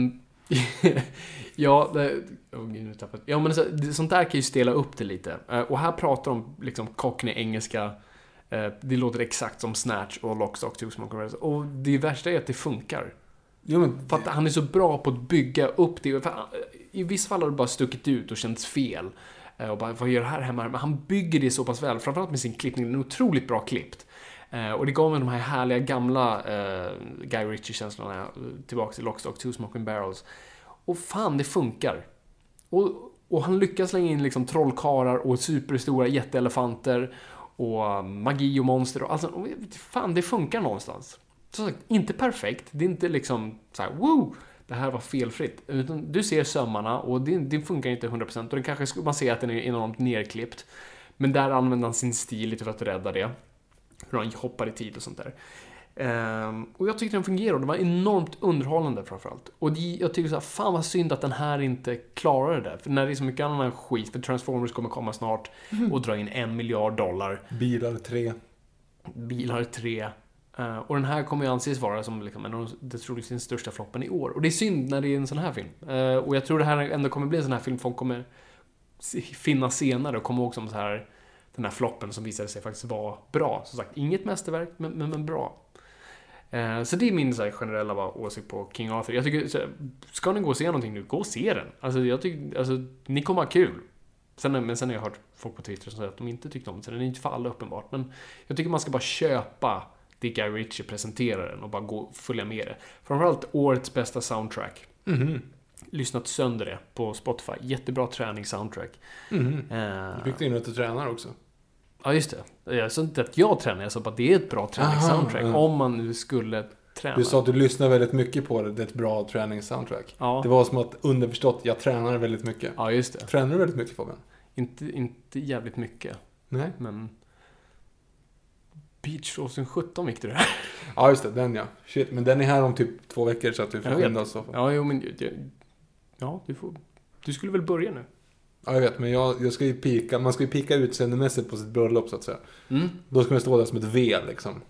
Speaker 4: Ja, det, oh, nu tappade. Ja, men så, det, sånt där kan ju stela upp det lite. Uh, och här pratar de liksom cockney engelska. Uh, det låter exakt som Snatch och Lock, Stock, Two Smoking Barrels. Och det värsta är att det funkar.
Speaker 3: Jo, men...
Speaker 4: För att han är så bra på att bygga upp det. För, uh, I vissa fall har det bara stuckit ut och känts fel. Uh, och bara, vad gör det här hemma? Men han bygger det så pass väl. Framförallt med sin klippning. Den är otroligt bra klippt. Uh, och det gav mig de här härliga gamla uh, Guy Ritchie-känslorna tillbaka till Lock, Stock, Two Smoking Barrels. Och fan, det funkar. Och, och han lyckas slänga in liksom trollkarlar och superstora jätteelefanter och magi och monster och alltså, och fan, det funkar någonstans. Så sagt, inte perfekt. Det är inte liksom så här, wow, det här var felfritt. Utan du ser sömmarna och det, det funkar inte hundra procent. Och den kanske man ser att den är enormt nerklippt. Men där använder han sin stil lite för att rädda det. Hur han hoppar i tid och sånt där. Um, och jag tyckte den fungerade och det var enormt underhållande framförallt. Och det, jag tycker så här, fan vad synd att den här inte klarar det. För när det är så mycket annan skit, för Transformers kommer komma snart och dra in en miljard dollar.
Speaker 3: Bilar tre.
Speaker 4: Bilar tre. Uh, och den här kommer ju anses vara som liksom en av de troligtvis största floppen i år. Och det är synd när det är en sån här film. Uh, och jag tror det här ändå kommer bli en sån här film folk kommer finna senare och komma ihåg som så här, den här floppen som visade sig faktiskt vara bra. Som sagt, inget mästerverk, men, men, men bra. Uh, så det är min så här, generella bara, åsikt på King Arthur. Jag tycker, så här, ska ni gå och se någonting nu, gå och se den. Alltså, jag tycker, alltså, ni kommer ha kul. Sen, men sen har jag hört folk på Twitter som säger att de inte tyckte om det. Så den är inte för alla uppenbart. Men jag tycker man ska bara köpa det Guy Ritchie presenterar den och bara gå och följa med det. Framförallt årets bästa soundtrack.
Speaker 3: Mm-hmm.
Speaker 4: Lyssnat sönder det på Spotify. Jättebra träningssoundtrack.
Speaker 3: Mm-hmm. Uh, du fick du in att du tränar också.
Speaker 4: Ja, just det. Jag sa inte att jag tränar, jag sa bara att det är ett bra träningssoundtrack.
Speaker 3: Aha,
Speaker 4: om man nu skulle träna.
Speaker 3: Du sa att du lyssnar väldigt mycket på det. Det är ett bra träningssoundtrack. Ja. Det var som att underförstått, jag tränar väldigt mycket.
Speaker 4: Ja, just det.
Speaker 3: Tränar du väldigt mycket, Fabian?
Speaker 4: Inte, inte jävligt mycket.
Speaker 3: Nej.
Speaker 4: Men Beach tjugohundrasjutton, gick det där?
Speaker 3: Ja, just det. Den, ja. Shit, men den är här om typ två veckor så att du får skynda oss.
Speaker 4: Ja, jo, men ja, du får. Du skulle väl börja nu?
Speaker 3: Ja, jag vet, men jag, jag ska ju pika. Man ska ju pika utseendemässigt på sitt bröllop, så att säga.
Speaker 4: Mm.
Speaker 3: Då ska man stå där som ett V, liksom.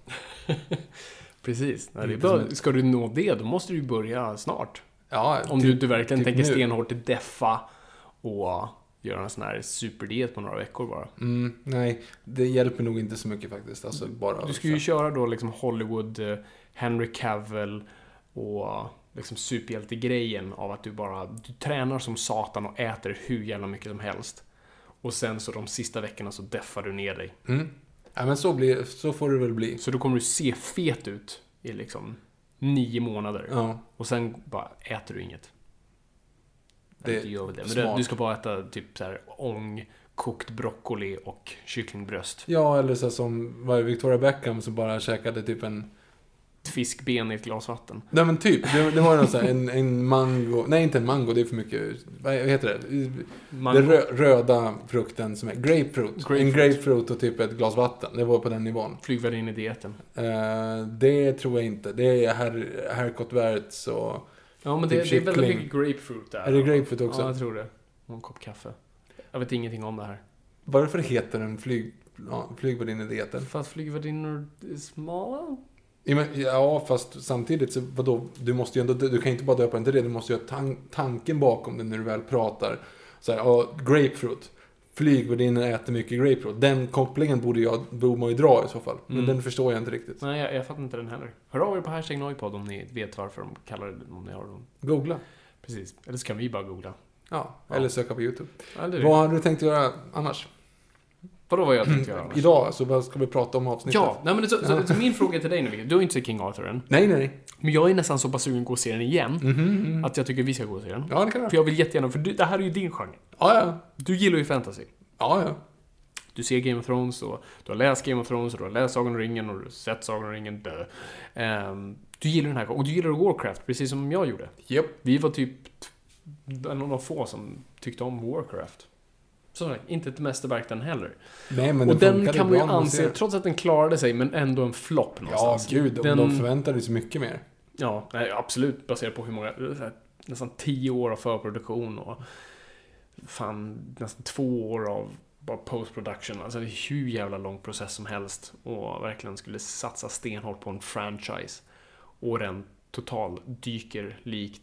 Speaker 4: Precis. Nej, det är bara, ska du nå det, då måste du ju börja snart.
Speaker 3: Ja,
Speaker 4: om
Speaker 3: typ,
Speaker 4: du, du verkligen
Speaker 3: typ
Speaker 4: tänker
Speaker 3: nu.
Speaker 4: stenhårt till deffa och göra en sån här superdiet på några veckor bara.
Speaker 3: Mm, nej, det hjälper nog inte så mycket faktiskt. Alltså, bara
Speaker 4: du ska ju köra då liksom Hollywood, Henry Cavill och liksom superhjältegrejen av att du bara du tränar som satan och äter hur jävla mycket som helst. Och sen så de sista veckorna så deffar du ner dig.
Speaker 3: Mm. Ja, men så, blir, så får det väl bli.
Speaker 4: Så då kommer du se fet ut i liksom nio månader.
Speaker 3: Ja.
Speaker 4: Och sen bara äter du inget.
Speaker 3: Det
Speaker 4: gör väl det. Men du, du ska bara äta typ så här ång, kokt broccoli och kycklingbröst.
Speaker 3: Ja, eller så som var Victoria Beckham som bara käkade typ en
Speaker 4: fiskben i ett glas vatten.
Speaker 3: Nej, men typ, det, det var någon så här, en, en mango, nej inte en mango, det är för mycket, vad heter det? Den rö, röda frukten som är grapefruit. grapefruit. En grapefruit och typ ett glas vatten, det var på den nivån.
Speaker 4: Flygvärdin i dieten.
Speaker 3: Uh, det tror jag inte, det är här, Hercott Wertz och
Speaker 4: ja, men
Speaker 3: typ
Speaker 4: det, det är väldigt mycket grapefruit där.
Speaker 3: Är det grapefruit också?
Speaker 4: Ja, jag tror det. Och en kopp kaffe. Jag vet ingenting om det här.
Speaker 3: Varför heter den flyg, ja, flygvärdin i dieten?
Speaker 4: För att flygvärdinnor är smala.
Speaker 3: Ja, men, ja, fast samtidigt så vadå, du måste ju ändå, du kan inte bara döpa inte det, du måste ju ha tan- tanken bakom det när du väl pratar. Så här, ja, grapefruit. Flygvärdinnor äter mycket grapefruit. Den kopplingen borde, jag, borde man ju dra i så fall. Men mm. den förstår jag inte riktigt.
Speaker 4: Nej, jag, jag fattar inte den heller. Hör av er på hashtag Noipod om ni vet varför de kallar det, om ni har dem.
Speaker 3: Googla.
Speaker 4: Precis, eller så kan vi bara googla.
Speaker 3: Ja, ja. Eller söka på YouTube.
Speaker 4: Ja, det
Speaker 3: vad har du tänkt göra annars?
Speaker 4: Vadå vad jag tänkte göra annars?
Speaker 3: Idag, så vad ska vi prata om avsnittet?
Speaker 4: Ja, nej, men så, så, så min fråga till dig nu, du har inte sett King Arthur än.
Speaker 3: Nej, nej.
Speaker 4: Men jag är nästan så pass sugen att gå och se den igen.
Speaker 3: Mm-hmm, mm.
Speaker 4: Att jag tycker vi ska gå och se den.
Speaker 3: Ja, det kan jag.
Speaker 4: För jag vill jättegärna, för du, det här är ju din genre.
Speaker 3: Ja, ja.
Speaker 4: Du gillar ju fantasy.
Speaker 3: Ja, ja.
Speaker 4: Du ser Game of Thrones och du har läst Game of Thrones och du har läst Sagan om ringen och du har sett Sagan om ringen. Dö. Um, du gillar den här och du gillar Warcraft, precis som jag gjorde.
Speaker 3: Yep.
Speaker 4: Vi var typ en av de få som tyckte om Warcraft. Så inte ett mästerverk den heller.
Speaker 3: Nej, men
Speaker 4: och den kan man ju
Speaker 3: bra,
Speaker 4: anse, trots att den klarade sig, men ändå en flopp någonstans.
Speaker 3: Ja, gud,
Speaker 4: den,
Speaker 3: de förväntade sig mycket mer.
Speaker 4: Ja, nej, absolut, baserat på hur många, nästan tio år av förproduktion och fan, nästan två år av bara post-production. Alltså det är hur jävla lång process som helst och verkligen skulle satsa stenhårt på en franchise och den total dyker likt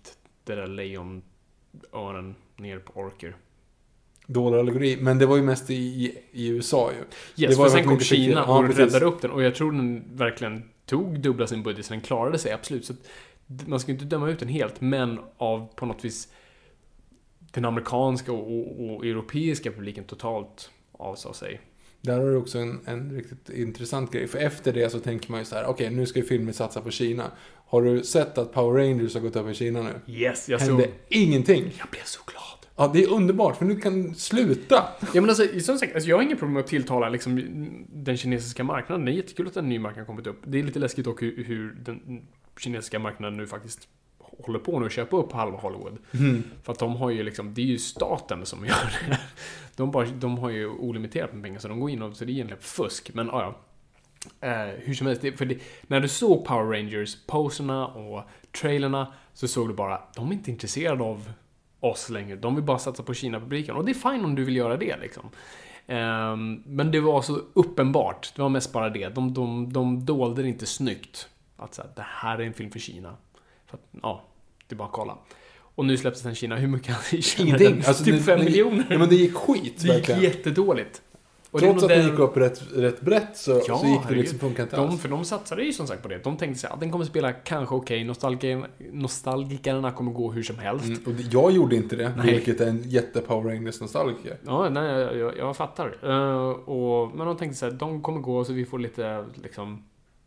Speaker 4: det där lejonören ner på orker.
Speaker 3: Dålig allegori, men det var ju mest i, i U S A ju.
Speaker 4: Yes,
Speaker 3: det var
Speaker 4: för sen kom Kina och
Speaker 3: ja,
Speaker 4: räddade upp den. Och jag tror den verkligen tog dubbla sin budget, så den klarade sig absolut. Så man ska inte döma ut den helt, men av på något vis den amerikanska och, och, och europeiska publiken totalt avsade sig.
Speaker 3: Där har du också en, en riktigt intressant grej. För efter det så tänker man ju så här: okej, okay, nu ska ju filmen satsa på Kina. Har du sett att Power Rangers har gått över i Kina nu?
Speaker 4: Yes, jag
Speaker 3: Hände
Speaker 4: såg.
Speaker 3: ingenting.
Speaker 4: Jag blev så glad.
Speaker 3: Ja, det är underbart, för nu kan sluta.
Speaker 4: Ja, men alltså, som sagt, alltså, jag har ingen problem med att tilltala liksom, den kinesiska marknaden. Det är jättekul att en ny marknad kommit upp. Det är lite läskigt dock hur, hur den kinesiska marknaden nu faktiskt håller på nu att köpa upp halva Hollywood.
Speaker 3: Mm.
Speaker 4: För att de har ju liksom, det är ju staten som gör det. De, bara, de har ju olimiterat med pengar, så de går in och så det är egentligen fusk. Men ja, eh, hur som helst, det, för det, när du såg Power Rangers, poserna och trailerna, så såg du bara, de är inte intresserade av oss längre. De vill bara satsa på Kina-publiken. Och det är fine om du vill göra det liksom. Um, men det var så uppenbart. Det var mest bara det. De, de, de dolde det inte snyggt. Att så här, det här är en film för Kina. För att, ja, det är bara att kolla. Och nu släpptes den i Kina. Hur mycket hade Kina?
Speaker 3: Ingenting. Alltså,
Speaker 4: typ
Speaker 3: det,
Speaker 4: fem
Speaker 3: det,
Speaker 4: miljoner.
Speaker 3: Ja, men det gick skit,
Speaker 4: det gick
Speaker 3: verkligen.
Speaker 4: jättedåligt. Och
Speaker 3: trots
Speaker 4: det
Speaker 3: att det
Speaker 4: där...
Speaker 3: gick upp rätt, rätt brett så,
Speaker 4: ja,
Speaker 3: så gick det liksom funkar inte
Speaker 4: de,
Speaker 3: alls.
Speaker 4: För de satsade ju som sagt på det. De tänkte sig att den kommer spela kanske okej. Nostalgi- nostalgikerna kommer gå hur som helst.
Speaker 3: Mm, och jag gjorde inte det,
Speaker 4: Nej.
Speaker 3: vilket är en jätte Power Rangers nostalgiker.
Speaker 4: Ja, nej, jag, jag, jag fattar. Uh, och, men de tänkte så här, de kommer gå så vi får lite liksom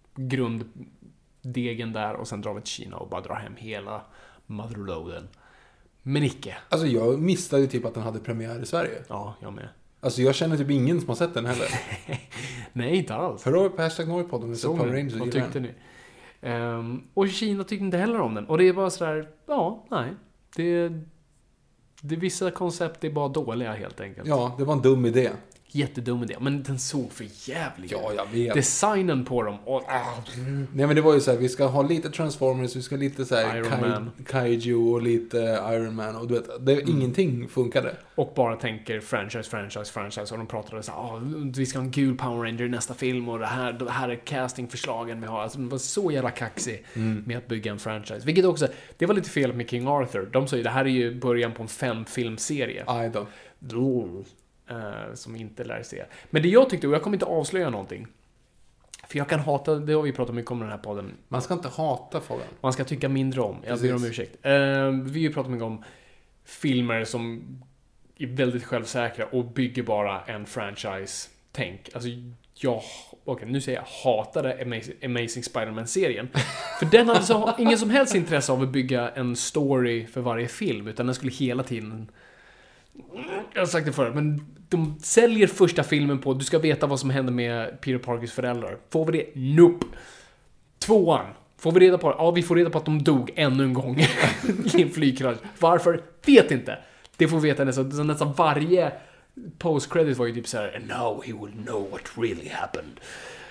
Speaker 4: grunddegen där och sen drar vi till Kina och bara drar hem hela motherloaden. Men icke.
Speaker 3: Alltså jag missade ju typ att den hade premiär i Sverige.
Speaker 4: Ja, jag med.
Speaker 3: Alltså jag känner typ ingen som har sett den heller.
Speaker 4: Nej, inte alls.
Speaker 3: Hör av er på hashtag Norrpodden om ni sett Power Rangers.
Speaker 4: Vad tyckte ni? Um, och Kina tyckte inte heller om den. Och det är bara sådär, ja, nej. Det, det är vissa koncept är bara dåliga helt enkelt.
Speaker 3: Ja, det var en dum idé.
Speaker 4: Jättedum idé. Men den såg för jävligt.
Speaker 3: Ja, jag vet.
Speaker 4: Designen på dem. Och, ah.
Speaker 3: Nej, men det var ju så här, vi ska ha lite Transformers, vi ska ha lite så här
Speaker 4: Iron
Speaker 3: kai,
Speaker 4: Man.
Speaker 3: Kaiju och lite Iron Man. Och du vet, det, mm. ingenting funkade.
Speaker 4: Och bara tänker franchise, franchise, franchise. Och de pratade så här, ah, vi ska ha en gul Power Ranger i nästa film. Och det här, det här är castingförslagen vi har. Alltså, de var så jävla kaxig mm. med att bygga en franchise. Vilket också, det var lite fel med King Arthur. De sa ju, det här är ju början på en fem-filmserie.
Speaker 3: Aj då.
Speaker 4: Uh, som inte lär se. Men det jag tyckte, och jag kommer inte avslöja någonting. För jag kan hata, det har vi pratat mycket om i den här podden.
Speaker 3: Man ska inte hata Fabian.
Speaker 4: Man ska tycka mindre om. Jag ber om ursäkt. Uh, vi har ju pratat mycket om filmer som är väldigt självsäkra och bygger bara en franchise-tänk. Alltså, jag, okay, nu säger jag hatade Amazing, Amazing Spider-Man-serien. För den hade så, ingen som helst intresse av att bygga en story för varje film, utan den skulle hela tiden... Jag har sagt det förut, men de säljer första filmen på du ska veta vad som händer med Peter Parkers föräldrar. Får vi det? Nope. Tvåan. Får vi reda på det? Ja, vi får reda på att de dog ännu en gång i en flygkrasch. Varför? Vet inte. Det får vi veta nästan, så nästan varje post-credit var ju typ så här: and now he will know what really happened.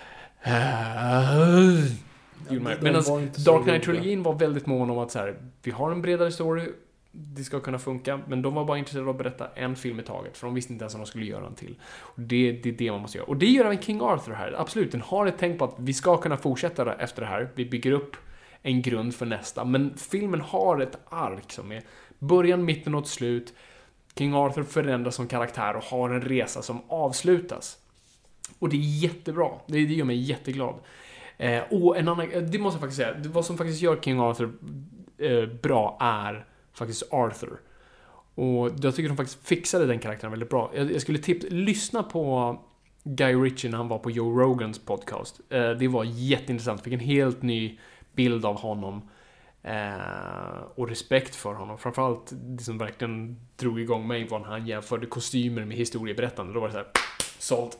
Speaker 4: Uh, ja, medan Dark Knight-trilogin var väldigt mån om att så här, vi har en bredare story, det ska kunna funka, men de var bara intresserade av att berätta en film i taget, för de visste inte ens om de skulle göra en till. Och det, det är det man måste göra. Och det gör även King Arthur här. Absolut, den har ett tänk på att vi ska kunna fortsätta efter det här. Vi bygger upp en grund för nästa. Men filmen har ett ark som är början, mitten och ett slut. King Arthur förändras som karaktär och har en resa som avslutas. Och det är jättebra. Det, det gör mig jätteglad. Eh, och en annan, det måste jag faktiskt säga. Vad som faktiskt gör King Arthur eh, bra är faktiskt Arthur. Och jag tycker de faktiskt fixade den karaktären väldigt bra. Jag, jag skulle tipsa, lyssna på Guy Ritchie när han var på Joe Rogans podcast. Eh, det var jätteintressant. Fick en helt ny bild av honom. Eh, och respekt för honom. Framförallt det som verkligen drog igång mig var när han jämförde kostymer med historieberättande. Då var det så här, sålt.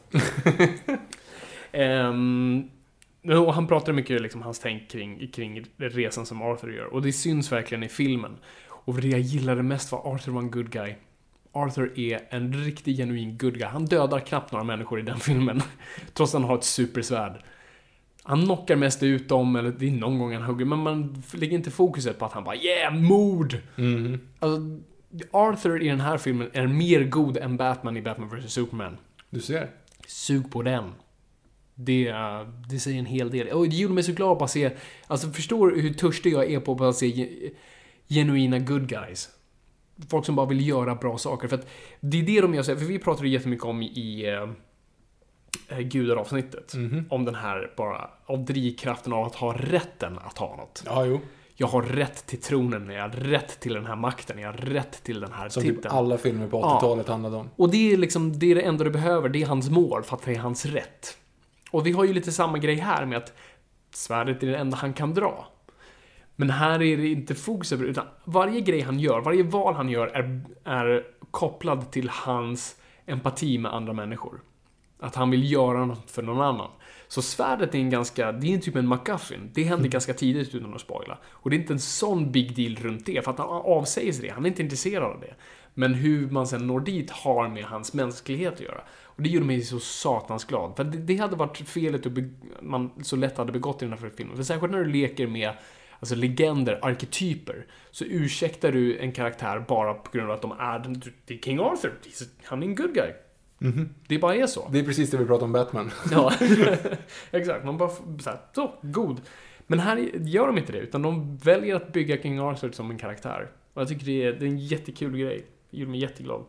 Speaker 4: um, och han pratade mycket liksom hans tänk kring, kring resan som Arthur gör. Och det syns verkligen i filmen. Och det jag gillade mest var Arthur var en good guy. Arthur är en riktig genuin good guy. Han dödar knappt några människor i den filmen. Trots att han har ett supersvärd. Han knockar mest ut dem, eller det är någon gång han hugger, men man lägger inte fokuset på att han bara, yeah, mord! Mm. Alltså, Arthur i den här filmen är mer god än Batman i Batman versus. Superman.
Speaker 3: Du ser.
Speaker 4: Sug på den. Det, det säger en hel del. Och det gjorde mig så glad på att se, alltså förstår hur törstig jag är på att se genuina good guys. Folk som bara vill göra bra saker. För att det är det de gör. För vi pratade jättemycket om i äh, Gudar-avsnittet. Mm-hmm. Om den här bara, av drivkraften av att ha rätten att ha något.
Speaker 3: Ja, jo.
Speaker 4: Jag har rätt till tronen, jag har rätt till den här makten, jag har rätt till den här
Speaker 3: som
Speaker 4: titeln.
Speaker 3: Som typ alla filmer på åttiotalet ja. handlade om.
Speaker 4: Och det är liksom det, är det enda du behöver, det är hans mål för att det är hans rätt. Och vi har ju lite samma grej här med att svärdet är det enda han kan dra. Men här är det inte fokus över, utan varje grej han gör, varje val han gör är, är kopplad till hans empati med andra människor. Att han vill göra något för någon annan. Så svärdet är en ganska, det är en typ en MacGuffin. Det händer mm. ganska tidigt utan att spoila. Och det är inte en sån big deal runt det, för att han avsäger sig det. Han är inte intresserad av det. Men hur man sen når dit har med hans mänsklighet att göra. Och det gjorde mig så satans glad. För det, det hade varit felet att be, man så lätt hade begått i den här filmen. För särskilt när du leker med alltså legender, arketyper, så ursäktar du en karaktär bara på grund av att de är, det är King Arthur. Han är en good guy. Mm-hmm. Det bara är så.
Speaker 3: Det är precis det vi pratar om Batman.
Speaker 4: Ja, exakt. Man bara så, här, så, god. Men här gör de inte det, utan de väljer att bygga King Arthur som en karaktär. Och jag tycker det är, det är en jättekul grej. Det gjorde mig jätteglad.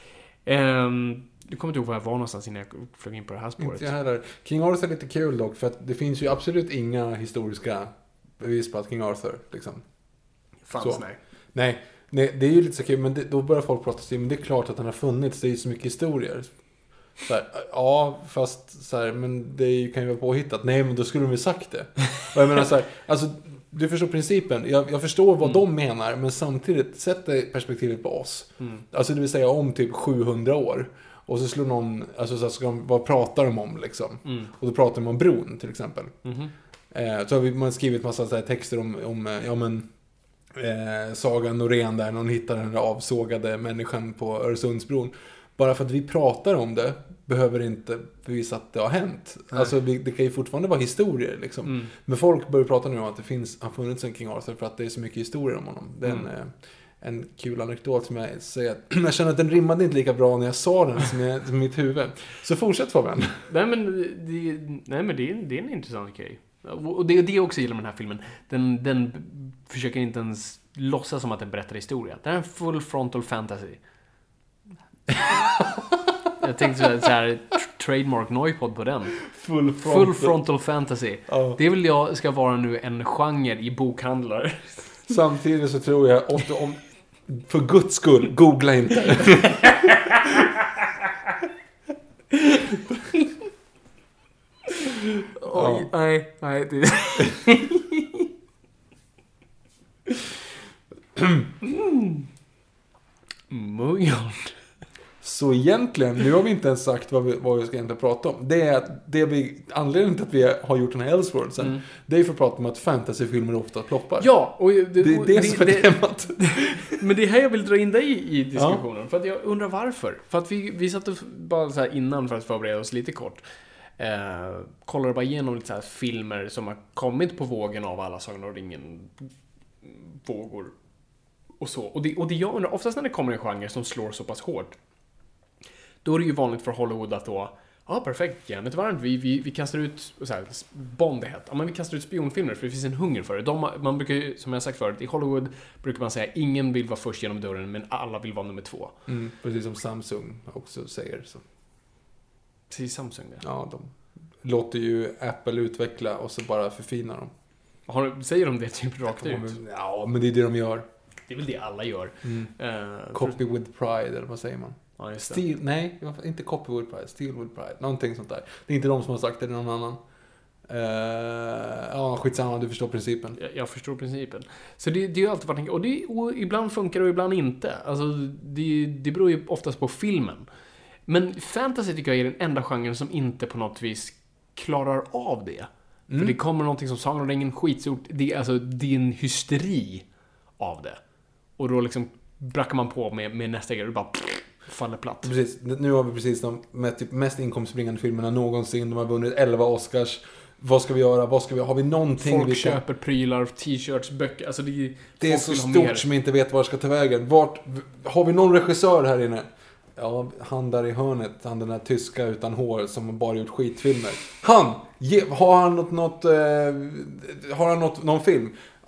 Speaker 4: Um, du kommer inte ihåg var jag var någonstans innan jag flög in på det här spåret.
Speaker 3: Inte jag heller. King Arthur är lite kul dock, för att det finns ju absolut inga historiska bevis på att King Arthur liksom.
Speaker 4: Fanns, så. nej.
Speaker 3: Nej. Nej, det är ju lite så kul, men det, då börjar folk prata sig, men det är klart att den har funnits, det är ju så mycket historier. Så här, ja, fast så här, men det kan ju vara påhittat. Nej, men då skulle de ju sagt det. Och jag menar så här, alltså, du förstår principen. Jag, jag förstår vad mm. de menar, men samtidigt, sätt det perspektivet på oss. Mm. Alltså det vill säga om typ sjuhundra år. Och så slår någon, alltså så här, ska de, vad pratar de om liksom? Mm. Och då pratar de om bron till exempel. Mm. Eh, så har vi, man skrivit massa så här, texter om, om, ja men... Eh, Saga Norén där någon hittar den där avsågade människan på Öresundsbron. Bara för att vi pratar om det behöver inte bevisa att det har hänt. Nej. Alltså det, det kan ju fortfarande vara historier liksom. Mm. Men folk börjar prata nu om att det finns, har funnits en King Arthur för att det är så mycket historier om honom. Det är en, mm. eh, en kul anekdot som jag säger. Jag känner att den rimmade inte lika bra när jag sa den som i, som i mitt huvud. Så fortsätt Fabian.
Speaker 4: Nej men, det, nej, men det, är, det är en intressant grej. Och det är det jag också gillar med den här filmen. Den, den försöker inte ens låtsas som att den berättar historia. Det är en full frontal fantasy. Jag tänkte så här, så här trademark Noipod på den.
Speaker 3: Full frontal,
Speaker 4: full frontal fantasy. Oh. Det vill jag ska vara nu en genre i bokhandlar.
Speaker 3: Samtidigt så tror jag att om, för guds skull, googla inte.
Speaker 4: Oj, ja. nej, nej. Det... mm. Moving on.
Speaker 3: Så egentligen, nu har vi inte ens sagt vad vi, vad vi ska egentligen prata om. Det är att det vi, anledningen till att vi har gjort den här Elseworld sen, mm. det är för att prata om att fantasyfilmer ofta ploppar.
Speaker 4: Ja, och det,
Speaker 3: det är det, det som är det, temat.
Speaker 4: Men det är här jag vill dra in dig i diskussionen. Ja. För att jag undrar varför. För att vi, vi satt bara så här innan för att förbereda oss lite kort. Eh, kollade bara igenom lite så här filmer som har kommit på vågen av alla Sagan om ringen vågor och så. Och det, och det jag undrar, oftast när det kommer en genre som slår så pass hårt, då är det ju vanligt för Hollywood att då, ja ah, perfekt, järnet varmt, vi, vi, vi kastar ut så här, Bond är hett, ja men vi kastar ut spionfilmer för det finns en hunger för det. De, man brukar ju, som jag sagt förut, i Hollywood brukar man säga ingen vill vara först genom dörren, men alla vill vara nummer två.
Speaker 3: Mm, precis som Samsung också säger så.
Speaker 4: Precis Samsung, ja.
Speaker 3: Ja, de låter ju Apple utveckla och så bara förfina dem.
Speaker 4: Har, säger de det typ rakt ut?
Speaker 3: Ja, men det är det de gör.
Speaker 4: Det är väl det alla gör. Mm.
Speaker 3: Uh, Copy för... with pride, eller vad säger man?
Speaker 4: Ja, just det.
Speaker 3: Steal, nej, inte copy with pride, steal with pride. Någonting sånt där. Det är inte de som har sagt det, det är någon annan. Uh, ja, skitsamma, du förstår principen.
Speaker 4: Jag, jag förstår principen. Så det, det är ju alltid varit, och, det, och ibland funkar det och ibland inte. Alltså, det, det beror ju oftast på filmen. Men fantasy tycker jag är den enda genren som inte på något vis klarar av det. Mm. För det kommer någonting som Sagan om ringen skitsort. Det är alltså det är en hysteri av det. Och då liksom brackar man på med, med nästa grej och bara pff, faller platt.
Speaker 3: Precis. Nu har vi precis de mest, typ, mest inkomstbringande filmerna någonsin. De har vunnit elva Oscars. Vad ska vi göra? Vad ska vi Har vi någonting
Speaker 4: folk
Speaker 3: vi
Speaker 4: kan... köper prylar, t-shirts, böcker. Alltså det,
Speaker 3: det är så stort som inte vet var det ska ta vägen. Vart, har vi någon regissör här inne? Ja, han där i hörnet, han den där tyska utan hår som bara gjort skitfilmer. Han! Ge, har han något, något eh, har han något, någon film?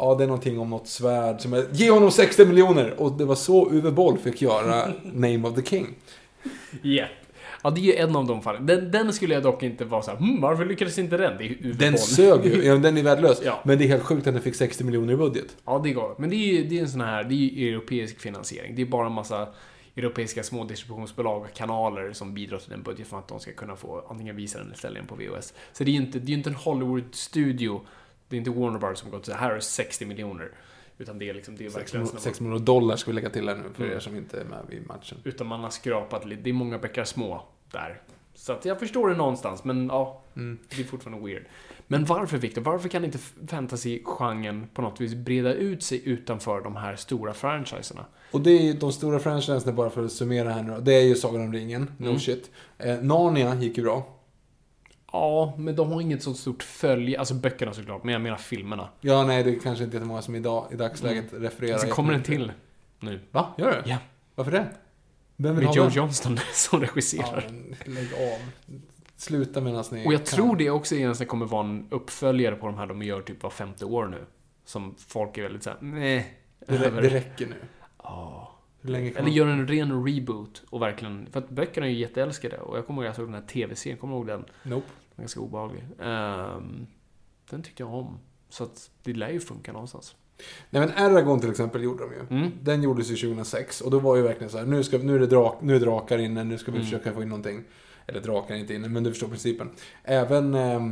Speaker 3: ja, det är någonting om något svärd som är, ge honom sextio miljoner! Och det var så Uwe Boll fick göra Name of the King.
Speaker 4: Yeah. Ja, det är ju en av de fallen. Den, den skulle jag dock inte vara så här, hm, varför lyckades inte den? Det är Uwe
Speaker 3: Den
Speaker 4: Boll.
Speaker 3: sög ju, ja, den är värdelös.
Speaker 4: Ja.
Speaker 3: Men det är helt sjukt att den fick sextio miljoner i budget.
Speaker 4: Ja, det går. Men det är ju det är en sån här, det är ju europeisk finansiering. Det är bara en massa europeiska små distributionsbolag och kanaler som bidrar till den budget för att de ska kunna få antingen visa den eller sälja den på V H S. Så det är ju inte, det är ju inte en Hollywood-studio. Det är inte Warner Bros som gått så här är sextio miljoner. Utan det är liksom, det är verkligen
Speaker 3: sex miljoner dollar ska vi lägga till här nu för
Speaker 4: mm.
Speaker 3: er som inte är med vid matchen.
Speaker 4: Utan man har skrapat lite, det är många bäckar små där. Så att jag förstår det någonstans, men ja, mm. det är fortfarande weird. Men varför, Victor? Varför kan inte fantasy-genren på något vis breda ut sig utanför de här stora franchiserna?
Speaker 3: Och det är ju de stora franchiserna, bara för att summera här nu då. Det är ju Sagan om ringen, no mm. shit. Eh, Narnia gick ju bra.
Speaker 4: Ja, men de har inget så stort följe, alltså böckerna såklart, men jag menar filmerna.
Speaker 3: Ja, nej, det är kanske inte är många som idag, i dagsläget mm. refererar.
Speaker 4: Så kommer den till nu.
Speaker 3: Va? Gör det?
Speaker 4: Ja.
Speaker 3: Varför det?
Speaker 4: Vem vill Med Joe den? Johnston som regisserar.
Speaker 3: Ja, men lägg av. Sluta medan ni
Speaker 4: Och jag
Speaker 3: kan.
Speaker 4: tror det också egentligen kommer vara en uppföljare på de här de gör typ var femte år nu. Som folk är väldigt såhär, nej.
Speaker 3: Det, det räcker nu.
Speaker 4: Ja.
Speaker 3: Hur länge kan
Speaker 4: Eller
Speaker 3: man...
Speaker 4: gör en ren reboot och verkligen, för att böckerna är ju jätteälskade. Och jag kommer ihåg att jag såg den här tv-serien, kommer ihåg den?
Speaker 3: Nope.
Speaker 4: Den är ganska obehaglig. Um, den tyckte jag om. Så att det lär ju funka någonstans.
Speaker 3: Nej, men Eragon till exempel gjorde de ju. Mm. Den gjordes ju tjugohundrasex. Och då var ju verkligen så här, nu, ska, nu, är, det drak, nu är det drakar inne, nu ska vi mm. försöka få in någonting. Eller drakar inte inne, men du förstår principen. Även... Eh,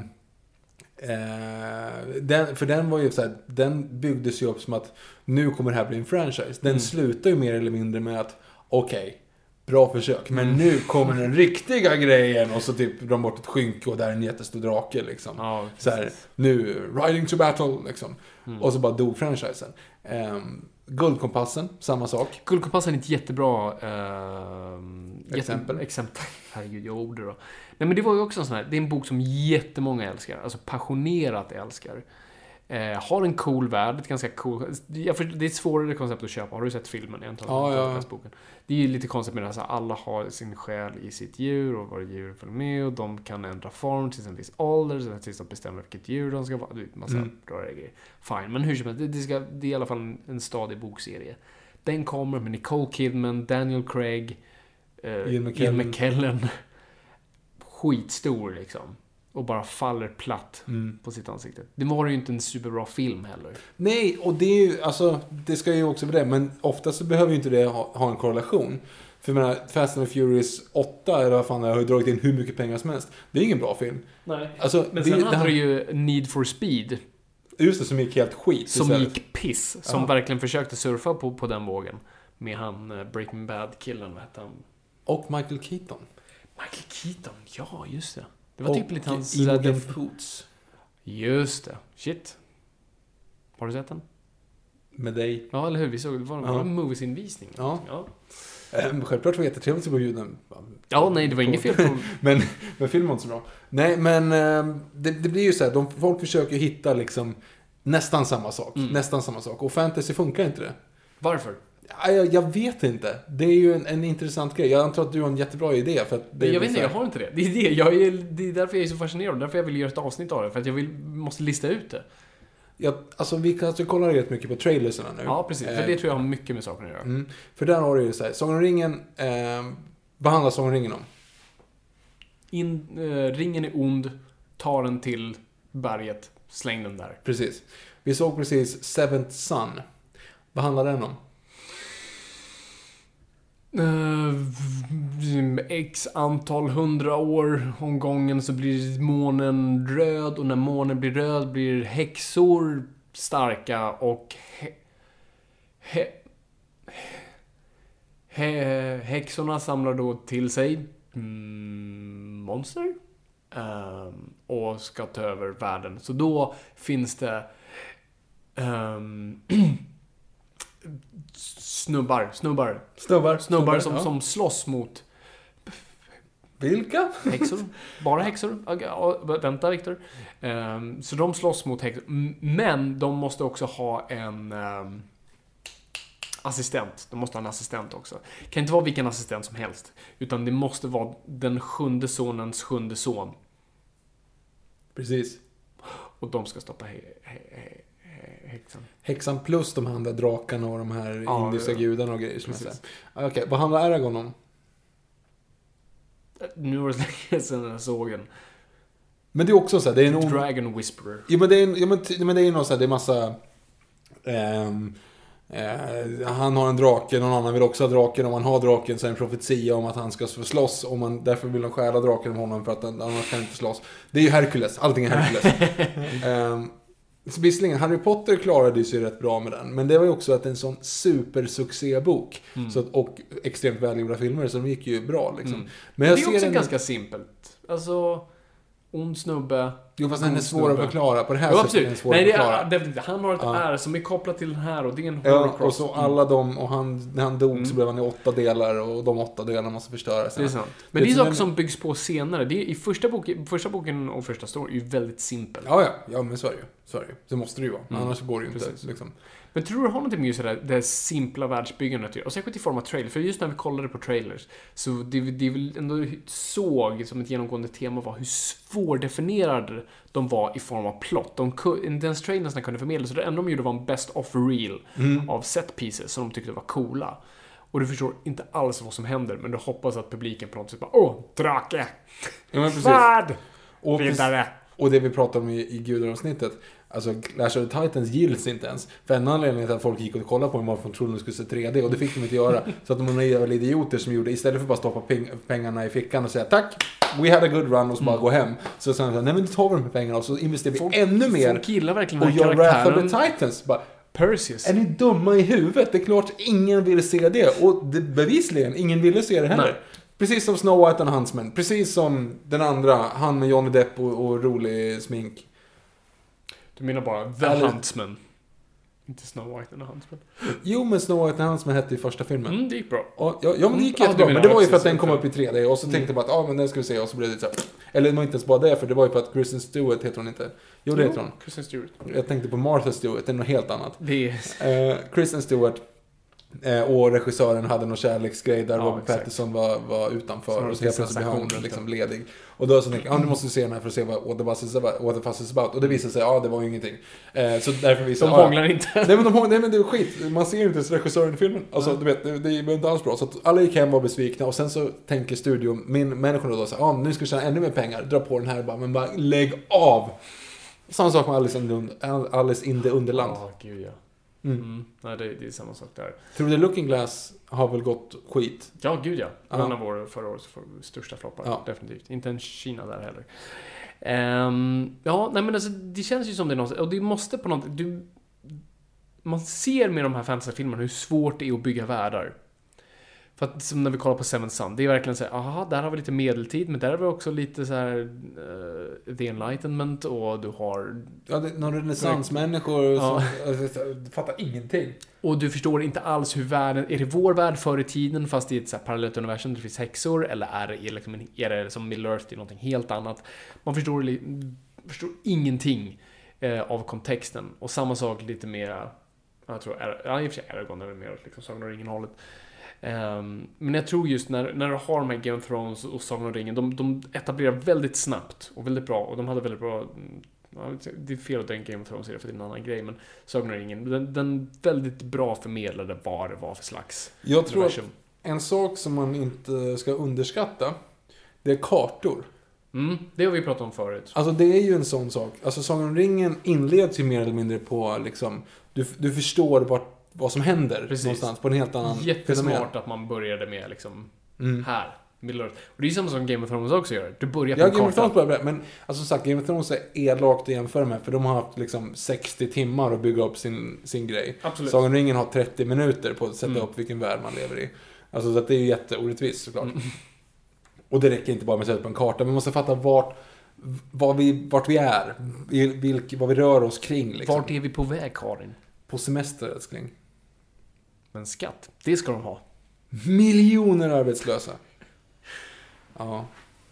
Speaker 3: eh, den, för den var ju så här, den byggdes ju upp som att nu kommer det här bli en franchise. Den mm. slutar ju mer eller mindre med att, okej, okay, bra försök. Men mm. nu kommer den riktiga grejen. Och så typ drar de bort ett skynke och där är en jättestor drake liksom. Ja, så här, nu, riding to battle liksom. Mm. Och så bara dog franchisen. Um, Guldkompassen, samma sak.
Speaker 4: Guldkompassen är ett jättebra uh,
Speaker 3: exempel.
Speaker 4: Jätte, exempel. Herregud, jag ord då. Nej, men det var ju också en sån här, det är en bok som jättemånga älskar. Alltså passionerat älskar. Eh, har en cool värld, ett ganska cool... Jag för, det är ett svårare koncept att köpa. Har du sett filmen? Jag
Speaker 3: ja, ja.
Speaker 4: Boken. Det är ju lite konstigt med det här. Alla har sin själ i sitt djur och varje djur följer med och de kan ändra form till en viss ålder så att tills de bestämmer vilket djur de ska vara. Det är massa mm. bra grejer. Fine, men hur som helst, det, det, ska, det är i alla fall en, en stadig bokserie. Den kommer med Nicole Kidman, Daniel Craig, eh, Ian McKellen. Ian McKellen. Skitstor liksom. Och bara faller platt mm. på sitt ansikte. Det var ju inte en superbra film heller.
Speaker 3: Nej, och det är ju, alltså, det ska ju också vara det. Men ofta så behöver ju inte det ha, ha en korrelation. För jag menar, Fast and Furious åtta, eller vad fan, jag har ju dragit in hur mycket pengar som helst. Det är ingen bra film.
Speaker 4: Nej,
Speaker 3: alltså,
Speaker 4: men
Speaker 3: det,
Speaker 4: sen
Speaker 3: det
Speaker 4: hade
Speaker 3: här...
Speaker 4: du ju Need for Speed.
Speaker 3: Just det, som gick helt skit.
Speaker 4: Som gick piss. Som
Speaker 3: ja.
Speaker 4: verkligen försökte surfa på, på den vågen. Med han uh, Breaking Bad-killen, vad hette han?
Speaker 3: Och Michael Keaton.
Speaker 4: Michael Keaton, ja just det. Det var typ lite hans...
Speaker 3: Imogen Poots.
Speaker 4: Just det. Shit. Har du sett den?
Speaker 3: Med dig.
Speaker 4: Ja, eller hur? Vi såg det var en ja. Movies-invisning.
Speaker 3: Ja. ja. Ähm, självklart var det jättetrevligt att gå ljuden.
Speaker 4: Ja, nej, det var inget fel på...
Speaker 3: men, men filmen var inte så bra. Nej, men ähm, det, det blir ju så här. De, folk försöker hitta liksom nästan samma sak. Mm. Nästan samma sak. Och fantasy funkar inte det.
Speaker 4: Varför?
Speaker 3: Jag, jag vet inte. Det är ju en, en intressant grej. Jag antar att du har en jättebra idé. För att det
Speaker 4: jag vet inte, jag har inte det. Det är, det. Jag är, det är därför jag är så fascinerad. Därför jag vill göra ett avsnitt av det. För att jag vill, måste lista ut det.
Speaker 3: Ja, alltså vi kan alltså kolla rätt mycket på trailersarna nu.
Speaker 4: Ja, precis. För det tror jag har mycket med saken att göra.
Speaker 3: Mm. För där har du ju så här. Sagan om ringen. Eh, vad handlar Sagan om ringen om?
Speaker 4: In, eh, ringen är ond. Ta den till berget. Släng den där.
Speaker 3: Precis. Vi såg precis Seventh Son. Vad handlar den om?
Speaker 4: Uh, x antal hundra år om gången så blir månen röd och när månen blir röd blir häxor starka och he, he, he, häxorna samlar då till sig mm, monster um, och ska ta över världen. Så då finns det um, Snubbar, snubbar.
Speaker 3: Snubbar,
Speaker 4: snubbar som, ja. som slåss mot...
Speaker 3: Vilka?
Speaker 4: Häxor. Bara häxor. Vänta, Victor. Um, så de slåss mot häxor. Men de måste också ha en um, assistent. De måste ha en assistent också. Det kan inte vara vilken assistent som helst. Utan det måste vara den sjunde sonens sjunde son.
Speaker 3: Precis.
Speaker 4: Och de ska stoppa he- he- he- häxan.
Speaker 3: Häxan plus de andra drakarna och de här ja, indiska gudarna och grejer som jag säger. Okej, okay, vad handlar Aragorn om?
Speaker 4: Nu var det så länge sedan jag såg den.
Speaker 3: Men det är också så här, det är en on...
Speaker 4: Dragon Whisperer.
Speaker 3: Ja, men det är, ja, men, men det är nog så här, det är massa... Ehm, eh, han har en drake, någon annan vill också ha draken. Om man har draken så är det en profetia om att han ska slåss. Och man, därför vill de stjäla draken av honom för att annars kan inte slåss. Det är ju Hercules, allting är Hercules. ehm, Visserligen, Harry Potter klarade sig rätt bra med den. Men det var ju också att en sån supersuccébok mm. så att, och extremt välgjorda filmer, så de gick ju bra liksom.
Speaker 4: Mm.
Speaker 3: Men
Speaker 4: jag
Speaker 3: det är
Speaker 4: ser också
Speaker 3: en...
Speaker 4: ganska simpelt. Alltså, ond snubbe.
Speaker 3: Jo, fast den är svår att förklara. På det här
Speaker 4: jo,
Speaker 3: sättet är den svår
Speaker 4: Nej,
Speaker 3: att förklara.
Speaker 4: Det är, det, han har ett ja. är som är kopplat till den här och det är en
Speaker 3: ja, och så alla de, och han, när han dog mm. så blev han i åtta delar och de åtta delarna måste förstöras.
Speaker 4: Det är sant. Men det, det är saker som byggs på senare. Det är, i första boken, första boken och första storyn är ju väldigt simpel.
Speaker 3: Ja, ja, ja, men så är det ju. Så är det ju. Det måste det ju vara. Mm. Annars går det ju inte. Liksom.
Speaker 4: Men tror du det har någonting med just det, där, det simpla världsbyggandet? Och särskilt i form av trailer. För just när vi kollade på trailers så det, det väl ändå såg som ett genomgående tema var hur svårdefinierade de var i form av plott. De, den trailern kunde förmedla, så det enda de gjorde var en best of real mm. av set pieces som de tyckte var coola. Och du förstår inte alls vad som händer, men du hoppas att publiken på något sätt bara, åh, drake!
Speaker 3: Ja,
Speaker 4: Svärd! Och,
Speaker 3: och det vi pratade om i, i gudaravsnittet, alltså Clash of the Titans gills inte ens. För en anledning till att folk gick och kollade på dem var för att de trodde de skulle se tre D, och det fick de inte göra. Så att de var jävla idioter som gjorde, istället för bara stoppa peng, pengarna i fickan och säga tack, we had a good run och så bara mm. gå hem. Så sa de, nej men då tar vi de här pengarna och så investerar vi folk, ännu mer.
Speaker 4: Folk gillar verkligen
Speaker 3: och gör Wrath of the Titans. Bara,
Speaker 4: Perseus.
Speaker 3: Är ni dumma i huvudet? Det är klart ingen vill se det. Och det, bevisligen, ingen ville se det heller. Nej. Precis som Snow White and Huntsman. Precis som den andra, han med Johnny Depp och, och rolig smink.
Speaker 4: Du menar bara The Eller... Huntsman. Inte Snow White and Huntsman.
Speaker 3: Jo, men Snow White and Huntsman hette i första filmen.
Speaker 4: Mm, det gick bra.
Speaker 3: Och, ja, ja, men det gick jättebra. Mm. Men det var ju för att den kom upp i tre D. Och så mm. tänkte jag bara att, ja, ah, men den ska vi se. Och så blev det så här. Eller det var inte ens bara det, för det var ju för att Kristen Stewart heter hon inte. Jo, det heter hon.
Speaker 4: Kristen Stewart.
Speaker 3: Jag tänkte på Martha Stewart, det är något helt annat.
Speaker 4: Det är...
Speaker 3: Uh, Kristen Stewart eh, och regissören hade någon kärleksgrej där ja, Robert exakt. Pattinson var, var utanför. Så och så helt plötsligt blev hon liksom ledig. Och då så tänkte jag, ah, du måste se den här för att se vad What the Fuss is about. What the fuss is about. Och det visade sig, ja, ah, det var ju ingenting. Eh, så därför visade,
Speaker 4: de hånglar ah, inte.
Speaker 3: Nej men, de hånglar, nej, men det är skit. Man ser ju inte ens regissören i filmen. Alltså, mm. du vet, det, det är inte alls bra. Så att alla gick hem och var besvikna. Och sen så tänker studion, min människorna då, så ah, nu ska vi tjäna ännu mer pengar. Dra på den här bara, men bara lägg av. Samma sak med Alice in the, Alice in the Underland.
Speaker 4: Ja, oh, gud ja.
Speaker 3: Mm.
Speaker 4: Mm. Nej, det, det är samma sak där.
Speaker 3: Tror du The Looking Glass har väl gått skit?
Speaker 4: Ja, gud ja. En
Speaker 3: ja.
Speaker 4: av våra förra årets största floppar.
Speaker 3: Ja.
Speaker 4: Definitivt. Inte en Kina där heller. Um, ja, nej men alltså, det känns ju som det är något, och det måste på något, du, man ser med de här fantasyfilmerna hur svårt det är att bygga världar. För att som när vi kollar på Seven Sun, det är verkligen så här, aha, där har vi lite medeltid, men där har vi också lite så här uh, The Enlightenment, och du har...
Speaker 3: Ja, det, några renässansmänniskor ja. som alltså, fattar ingenting.
Speaker 4: Och du förstår inte alls hur världen, är det vår värld förr i tiden fast i ett så här parallellt universum där det finns häxor, eller är det, liksom, är det som Middle Earth, det är någonting helt annat. Man förstår, förstår ingenting eh, av kontexten. Och samma sak lite mer, jag tror, ja, i och för sig Aragorn är det mer liksom Sagan om ringen-hållet. Um, men jag tror just när, när du har de här Game of Thrones och Sagan om ringen, de, de etablerar väldigt snabbt och väldigt bra, och de hade väldigt bra, ja, det är fel att den Game of Thrones är det, för det är en annan grej, men Sagan om ringen, den, den väldigt bra förmedlade vad det var för slags
Speaker 3: jag tror universum. Att en sak som man inte ska underskatta, det är kartor.
Speaker 4: Mm, det har vi pratat om förut.
Speaker 3: Alltså det är ju en sån sak, alltså Sagan om ringen inleds ju mer eller mindre på liksom, du, du förstår vart vad som händer. Precis. Någonstans på en helt annan
Speaker 4: jättesmart
Speaker 3: fenomen.
Speaker 4: Att man började med liksom
Speaker 3: mm.
Speaker 4: här, Middle Earth. Och det är samma som Game of Thrones också gör. Du börjar på
Speaker 3: ja,
Speaker 4: en
Speaker 3: Game of Thrones börjar, men alltså sagt, Game of Thrones är elakt att jämföra med, för de har haft liksom sextio timmar att bygga upp sin, sin grej.
Speaker 4: Absolut.
Speaker 3: Sagan om ringen har trettio minuter på att sätta
Speaker 4: mm.
Speaker 3: upp vilken värld man lever i. Alltså så att det är ju jätteorättvist såklart.
Speaker 4: Mm.
Speaker 3: Och det räcker inte bara med att sätta upp en karta, vi måste fatta vart var vi, vart vi är, vilk, vad vi rör oss kring liksom.
Speaker 4: Vart är vi på väg, Karin?
Speaker 3: På semester, älskling.
Speaker 4: Men skatt, det ska de ha.
Speaker 3: Miljoner arbetslösa. Ja.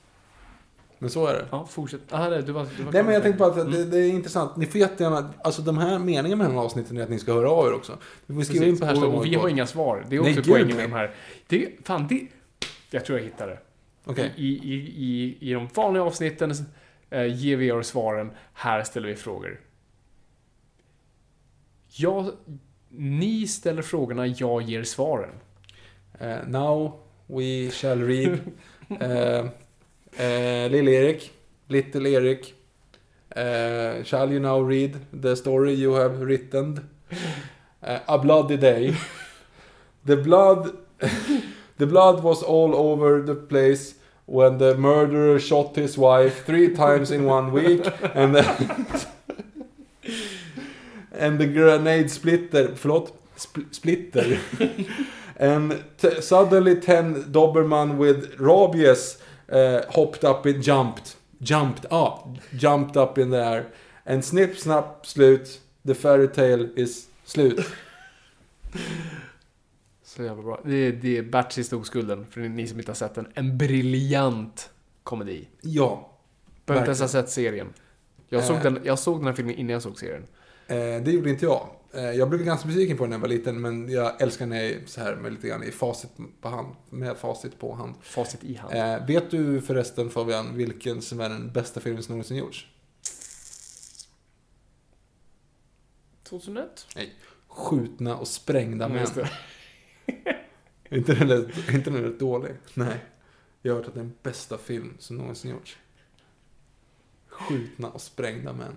Speaker 3: Men så är det.
Speaker 4: Ja, fortsätt. Ah, det, du var, du var
Speaker 3: Nej, men jag tänkte bara att det, det är intressant. Ni får jättegärna, alltså de här meningarna med den här avsnitten är att ni ska höra av er också. Vi får skriva in på hashtag.
Speaker 4: Och, och vi har inga svar. Det är också nej, poängen med de här. Det, fan, det, jag tror jag hittar det.
Speaker 3: Okay.
Speaker 4: I, i, i, I de vanliga avsnitten eh, ger vi er svaren. Här ställer vi frågor. Jag, ni ställer frågorna, jag ger svaren.
Speaker 3: Uh, now we shall read uh, uh, Little Erik. Little Erik. Uh, shall you now read the story you have written? Uh, a bloody day. The blood The blood was all over the place when the murderer shot his wife three times in one week and the, and the grenade splitter förlåt spl- splitter and t- suddenly ten Doberman with rabies uh, hopped up and jumped jumped up jumped up in the air and snip snap slut, the fairy tale is slut.
Speaker 4: Så jävla bra. Det är, det är Bert sista oskulden, för ni som inte har sett den. En briljant komedi.
Speaker 3: Ja.
Speaker 4: Behöver inte ens ha sett serien. Jag såg,
Speaker 3: Eh.
Speaker 4: den, jag såg den här filmen innan jag såg serien.
Speaker 3: Eh, det gjorde inte jag. Eh, jag blev ganska besviken på den när jag var liten, men jag älskar när jag är så här med lite grann i facit på hand, med facit på hand.
Speaker 4: Facit i hand.
Speaker 3: Eh, vet du förresten, Fabian, vilken som är den bästa filmen som någonsin gjorts?
Speaker 4: tjugohundraett?
Speaker 3: Nej. Skjutna och sprängda män.
Speaker 4: Just det.
Speaker 3: inte den är inte den är dålig. Nej. Jag har hört att det är den bästa film som någonsin gjorts. Skjutna och sprängda män.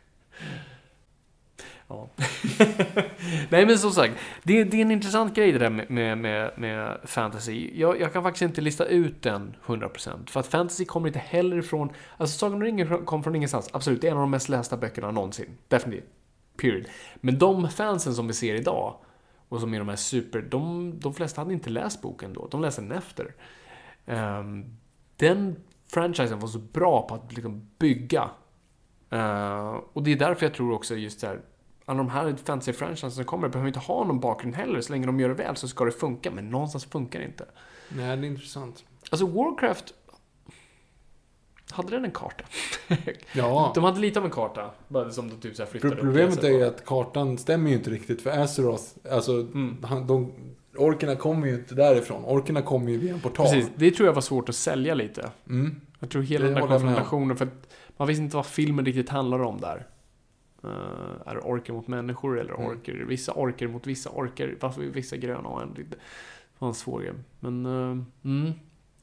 Speaker 4: Ja. Nej, men som sagt, det, det är en intressant grej det där med, med, med, med fantasy. Jag, jag kan faktiskt inte lista ut den hundra procent. För att fantasy kommer inte heller ifrån... Alltså Sagan om ringen kom från ingenstans. Absolut, det är en av de mest lästa böckerna någonsin. Definitivt. Period. Men de fansen som vi ser idag, och som är de här super... De, de flesta hade inte läst boken då. De läste den efter. Um, den franchisen var så bra på att liksom bygga. Uh, och det är därför jag tror också just där, alla de här fantasy-franchises som kommer behöver inte ha någon bakgrund heller. Så länge de gör det väl så ska det funka. Men någonstans funkar det inte.
Speaker 3: Nej, det är intressant.
Speaker 4: Alltså Warcraft, hade den en karta?
Speaker 3: Ja.
Speaker 4: De hade lite av en karta, bara som de typ så här flyttade.
Speaker 3: Problemet är ju att kartan stämmer ju inte riktigt för Azeroth. Alltså,
Speaker 4: Mm.
Speaker 3: han, de, orkerna kommer ju inte därifrån. Orkerna kommer ju via en portal.
Speaker 4: Precis, det tror jag var svårt att sälja lite.
Speaker 3: Mm.
Speaker 4: Jag tror hela
Speaker 3: Det
Speaker 4: den här
Speaker 3: håller jag med om.
Speaker 4: konfrontationen, för att man visste inte vad filmen riktigt handlar om där. Uh, är det orker mot människor eller
Speaker 3: Mm.
Speaker 4: orker? Vissa orker mot vissa orker. Varför är vissa gröna och en lite... Det var en svår grej. Men... Uh, mm.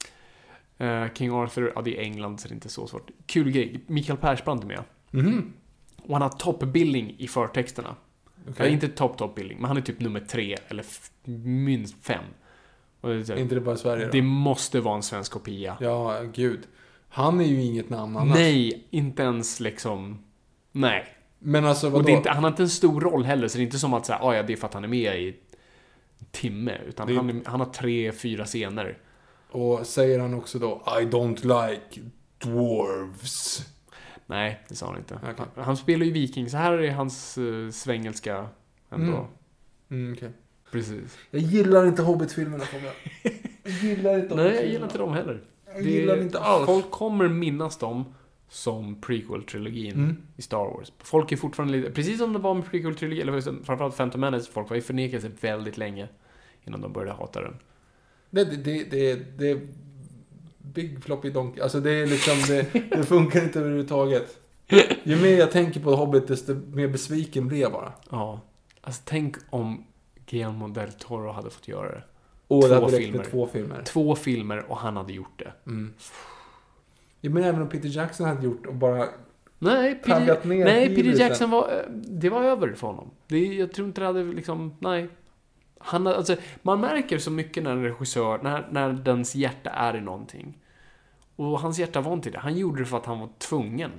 Speaker 4: uh, King Arthur, ja det är England så det är inte så svårt. Kul grej. Mikael Persbrandt är med.
Speaker 3: Mhm.
Speaker 4: Och han har toppbilling i förtexterna.
Speaker 3: Okej.
Speaker 4: Ja, inte topp toppbilling, men han är typ nummer tre eller f- minst fem. Och det, är så här,
Speaker 3: Inte det bara i Sverige då?
Speaker 4: det måste vara en svensk kopia.
Speaker 3: Ja, gud. Han är ju inget namn annars.
Speaker 4: Nej, inte ens liksom... Nej.
Speaker 3: Men alltså vadå?
Speaker 4: Och det är inte, han har inte en stor roll heller, så det är inte som att säga, ah, ja, det är för att han är med i en timme. Utan
Speaker 3: Det är-
Speaker 4: han, är, han har tre, fyra scener.
Speaker 3: Och säger han också då I don't like dwarves.
Speaker 4: Nej, det sa han inte.
Speaker 3: Okej.
Speaker 4: Han, han spelar ju viking, så här är hans uh, svengelska ändå.
Speaker 3: Mm. Mm, okej.
Speaker 4: Precis.
Speaker 3: Jag gillar inte Hobbit-filmerna, Fabian. Jag gillar inte
Speaker 4: Nej, jag
Speaker 3: Hobbit-filmerna.
Speaker 4: gillar inte dem heller.
Speaker 3: Jag gillar inte alls.
Speaker 4: Folk kommer minnas dem som prequel-trilogin
Speaker 3: Mm.
Speaker 4: i Star Wars. Folk är fortfarande lite... Precis som det var med prequel-trilogin, eller framförallt Phantom Menace, folk var ju förnekade väldigt länge innan de började hata den.
Speaker 3: Det, det, det, det, det är Big Floppy Donkey. Alltså det är liksom, det, det funkar inte överhuvudtaget. Ju mer jag tänker på Hobbit, desto mer besviken blir jag bara.
Speaker 4: Ja. Alltså tänk om Guillermo del Toro hade fått göra det.
Speaker 3: Och det
Speaker 4: Två
Speaker 3: hade räckt
Speaker 4: filmer.
Speaker 3: med två filmer.
Speaker 4: Två filmer och han hade gjort det.
Speaker 3: Mm. Ja, men även om Peter Jackson hade gjort och bara...
Speaker 4: Nej,
Speaker 3: Taggat
Speaker 4: Peter,
Speaker 3: ner
Speaker 4: nej, Peter
Speaker 3: hibrisen.
Speaker 4: Jackson var... Det var över för honom. Det, jag tror inte det hade liksom... Nej. Han, alltså, man märker så mycket när en regissör... När, när dens hjärta är i någonting. Och hans hjärta var inte det. Han gjorde det för att han var tvungen.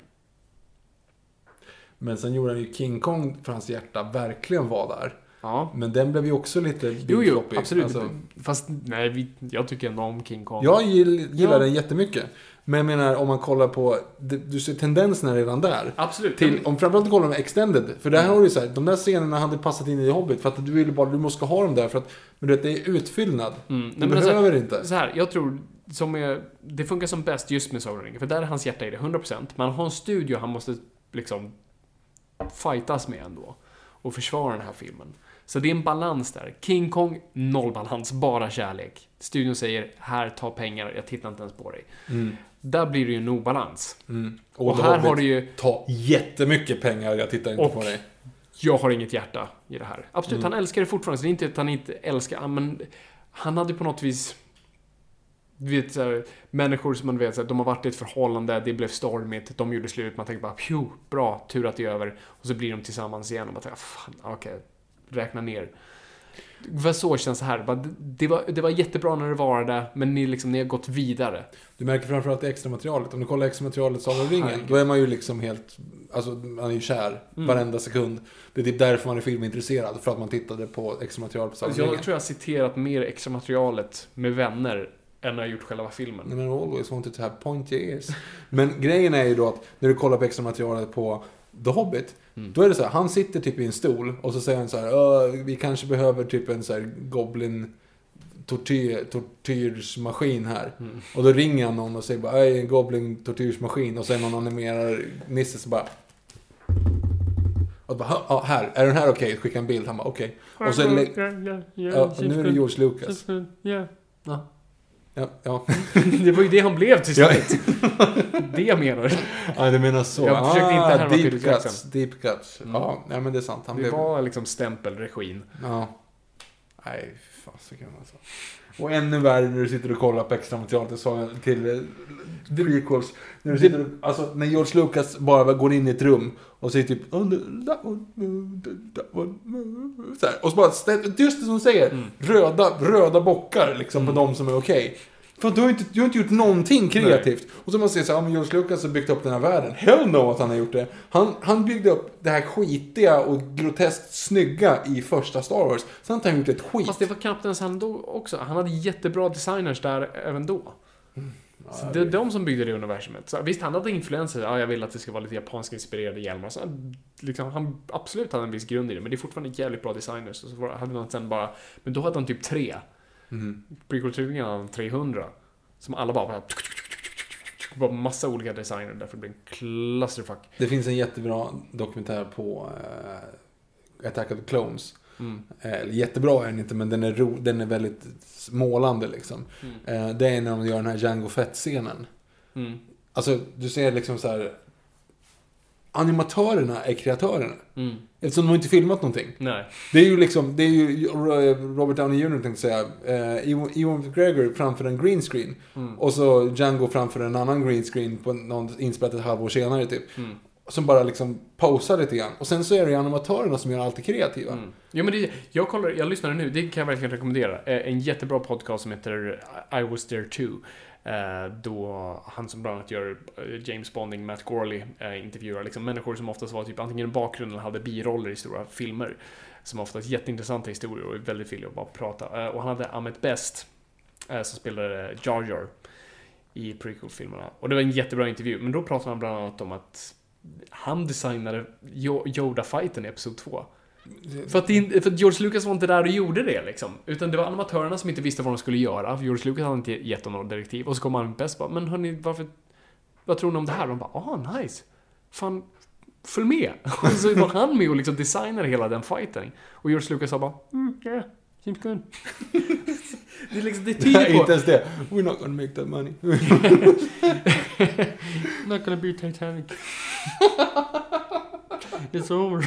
Speaker 3: Men sen gjorde han ju King Kong för hans hjärta verkligen var där.
Speaker 4: Ja.
Speaker 3: Men den blev ju också lite Big
Speaker 4: Jo, jo,
Speaker 3: Floppy.
Speaker 4: absolut.
Speaker 3: Alltså,
Speaker 4: Fast nej, vi, jag tycker ändå om King Kong.
Speaker 3: jag gill, gillar
Speaker 4: Ja.
Speaker 3: den jättemycket. Men jag menar, om man kollar på... det- Du ser tendenserna redan där.
Speaker 4: Absolut.
Speaker 3: Till, om framförallt du kollar med Extended. För där har du ju så här, de där scenerna hade passat in i Hobbit. För att du vill bara, du måste ha dem där. För att, men du vet, det är utfyllnad.
Speaker 4: Mm.
Speaker 3: Du
Speaker 4: Nej, men
Speaker 3: behöver
Speaker 4: så,
Speaker 3: inte.
Speaker 4: Så här, jag tror som är, det funkar som bäst just med Sagan om ringen, för där är hans hjärta i det hundra procent. Man har en studio han måste liksom fightas med ändå och försvara den här filmen. Så det är en balans där. King Kong, noll balans, bara kärlek. Studion säger, här, ta pengar, jag tittar inte ens på dig.
Speaker 3: Mm.
Speaker 4: Där blir det ju en obalans.
Speaker 3: Mm.
Speaker 4: Och
Speaker 3: The
Speaker 4: här
Speaker 3: Hobbit,
Speaker 4: har du ju...
Speaker 3: ta jättemycket pengar, jag tittar inte
Speaker 4: Och-
Speaker 3: på dig.
Speaker 4: jag har inget hjärta i det här. Absolut,
Speaker 3: Mm.
Speaker 4: han älskar det fortfarande. Så det är inte att han inte älskar, men han hade på något vis, du vet, så här, människor som man vet, så här, de har varit i ett förhållande, det blev stormigt, de gjorde slut, man tänkte bara, pju, bra, tur att det är över. Och så blir de tillsammans igen och man tänker, fan, okej, okay, räkna ner. Vad så känns det här. Bara, det, var, det var jättebra när det var det, men ni, liksom, ni har gått vidare.
Speaker 3: Du märker framförallt det extra materialet. Om du kollar extra materialet Sagan om ringen,
Speaker 4: Herregud.
Speaker 3: då är man ju liksom helt, alltså man är ju kär
Speaker 4: Mm.
Speaker 3: varenda sekund. Det är typ därför man är filmintresserad, för att man tittade på extra material på Sagan om
Speaker 4: Alltså, jag
Speaker 3: ringen.
Speaker 4: tror jag har citerat mer extra materialet med vänner än när jag gjort själva filmen.
Speaker 3: Nej, men always wanted to have pointy ears. Men grejen är ju då att när du kollar på extra materialet på The Hobbit,
Speaker 4: Mm.
Speaker 3: då är det så här, han sitter typ i en stol och så säger han så här, "Åh, vi kanske behöver typ en så här goblin tortyr, tortyrsmaskin här."
Speaker 4: Mm.
Speaker 3: Och då ringer han någon och säger bara, "Ej, en goblin tortyrsmaskin", och så är någon animerar Nisse så bara, och bara, "Ja, här, är den här okej? Okay? Skicka en bild." Han bara, okej. Okay. Och så lä- ja, nu är det George Lucas.
Speaker 4: Ja. Ja.
Speaker 3: Ja, ja.
Speaker 4: Det var ju det han blev till slut. Det jag menar.
Speaker 3: Ja, det menar så.
Speaker 4: Jag försökte inte härma
Speaker 3: deep
Speaker 4: Peter Jackson.
Speaker 3: cuts, deep cuts.
Speaker 4: Mm.
Speaker 3: Ja, ja, men det är sant. Han
Speaker 4: Det
Speaker 3: blev...
Speaker 4: var liksom stämpelregin.
Speaker 3: Ja. Nej, fan så kan man säga. Och ännu värre när du sitter och kollar på extra material till, så- till eh, prequels. När du sitter och, alltså när George Lucas bara går in i ett rum och säger typ "Oh, that one, that one", så här, och så bara stä- just det som du säger,
Speaker 4: Mm.
Speaker 3: röda, röda bockar liksom på de som är okej. För du har, inte, du har inte gjort någonting kreativt. Nej. Och så man säger så här, ja, men George Lucas har byggt upp den här världen. Hell no att han har gjort det. Han, han byggde upp det här skitiga och groteskt snygga i första Star Wars. Sen har han gjort ett skit.
Speaker 4: Fast det var knappt ens han då också. Han hade jättebra designers där även då.
Speaker 3: Mm. Ja,
Speaker 4: Så det är de som byggde det universumet. Så visst, han hade influenser. Ja, jag vill att det ska vara lite japanska inspirerade hjälmar. Så liksom, han absolut hade en viss grund i det. Men det är fortfarande jävligt bra designers. Och så var- hade han sen bara... Men då hade han typ tre.
Speaker 3: Mm.
Speaker 4: Prequel-trilogin hade han trehundra. Som alla bara... bara det var massa olika designer. Därför det blev en clusterfuck.
Speaker 3: Det finns en jättebra dokumentär på uh, Attack of the Clones.
Speaker 4: Mm.
Speaker 3: Eller jättebra är den inte, men den är, ro, den är väldigt målande liksom.
Speaker 4: Mm.
Speaker 3: Eh, det är när de gör den här Jango Fett-scenen.
Speaker 4: Mm.
Speaker 3: Alltså, du ser liksom så här. Animatörerna är kreatörerna.
Speaker 4: Mm.
Speaker 3: Eftersom de inte filmat någonting.
Speaker 4: Nej.
Speaker 3: Det är ju liksom, det är ju Robert Downey junior tänkte säga. Eh, Ewan Ewan McGregor framför en green screen.
Speaker 4: Mm.
Speaker 3: Och så Django framför en annan green screen på någon inspelat ett halvår senare typ.
Speaker 4: Mm.
Speaker 3: Som bara liksom pausar lite grann. Och sen så är det ju animatörerna som gör allt det kreativa.
Speaker 4: Mm. Jo, men det, jag kollar, jag lyssnar nu, det kan jag verkligen rekommendera. Eh, En jättebra podcast som heter I was there too. Eh, Då han som bland annat gör eh, James Bonding, Matt Gorley, eh, intervjuar liksom människor som oftast var typ antingen i bakgrunden eller hade biroller i stora filmer. Som oftast jätteintressanta historier och är väldigt villiga att bara prata. Eh, Och han hade Ahmet Best eh, som spelade Jar Jar i prequel-filmerna. Och det var en jättebra intervju, men då pratade han bland annat om att han designade Yo- Yoda-fighten i episod två. För att, det, in- för att George Lucas var inte där och gjorde det liksom. Utan det var animatörerna som inte visste vad de skulle göra. För George Lucas hade inte gett dem några direktiv. Och så kom han bäst bara, men hörni, varför, vad tror ni om det här? Och de bara, ah nice. Fan, följ med. Och så var han med och liksom designade hela den fighten. Och George Lucas sa bara, mm, yeah, seems good. Det är liksom, det tyder
Speaker 3: Nej,
Speaker 4: på...
Speaker 3: inte ens det. We're not gonna make that money.
Speaker 4: Not gonna be Titanic. It's over.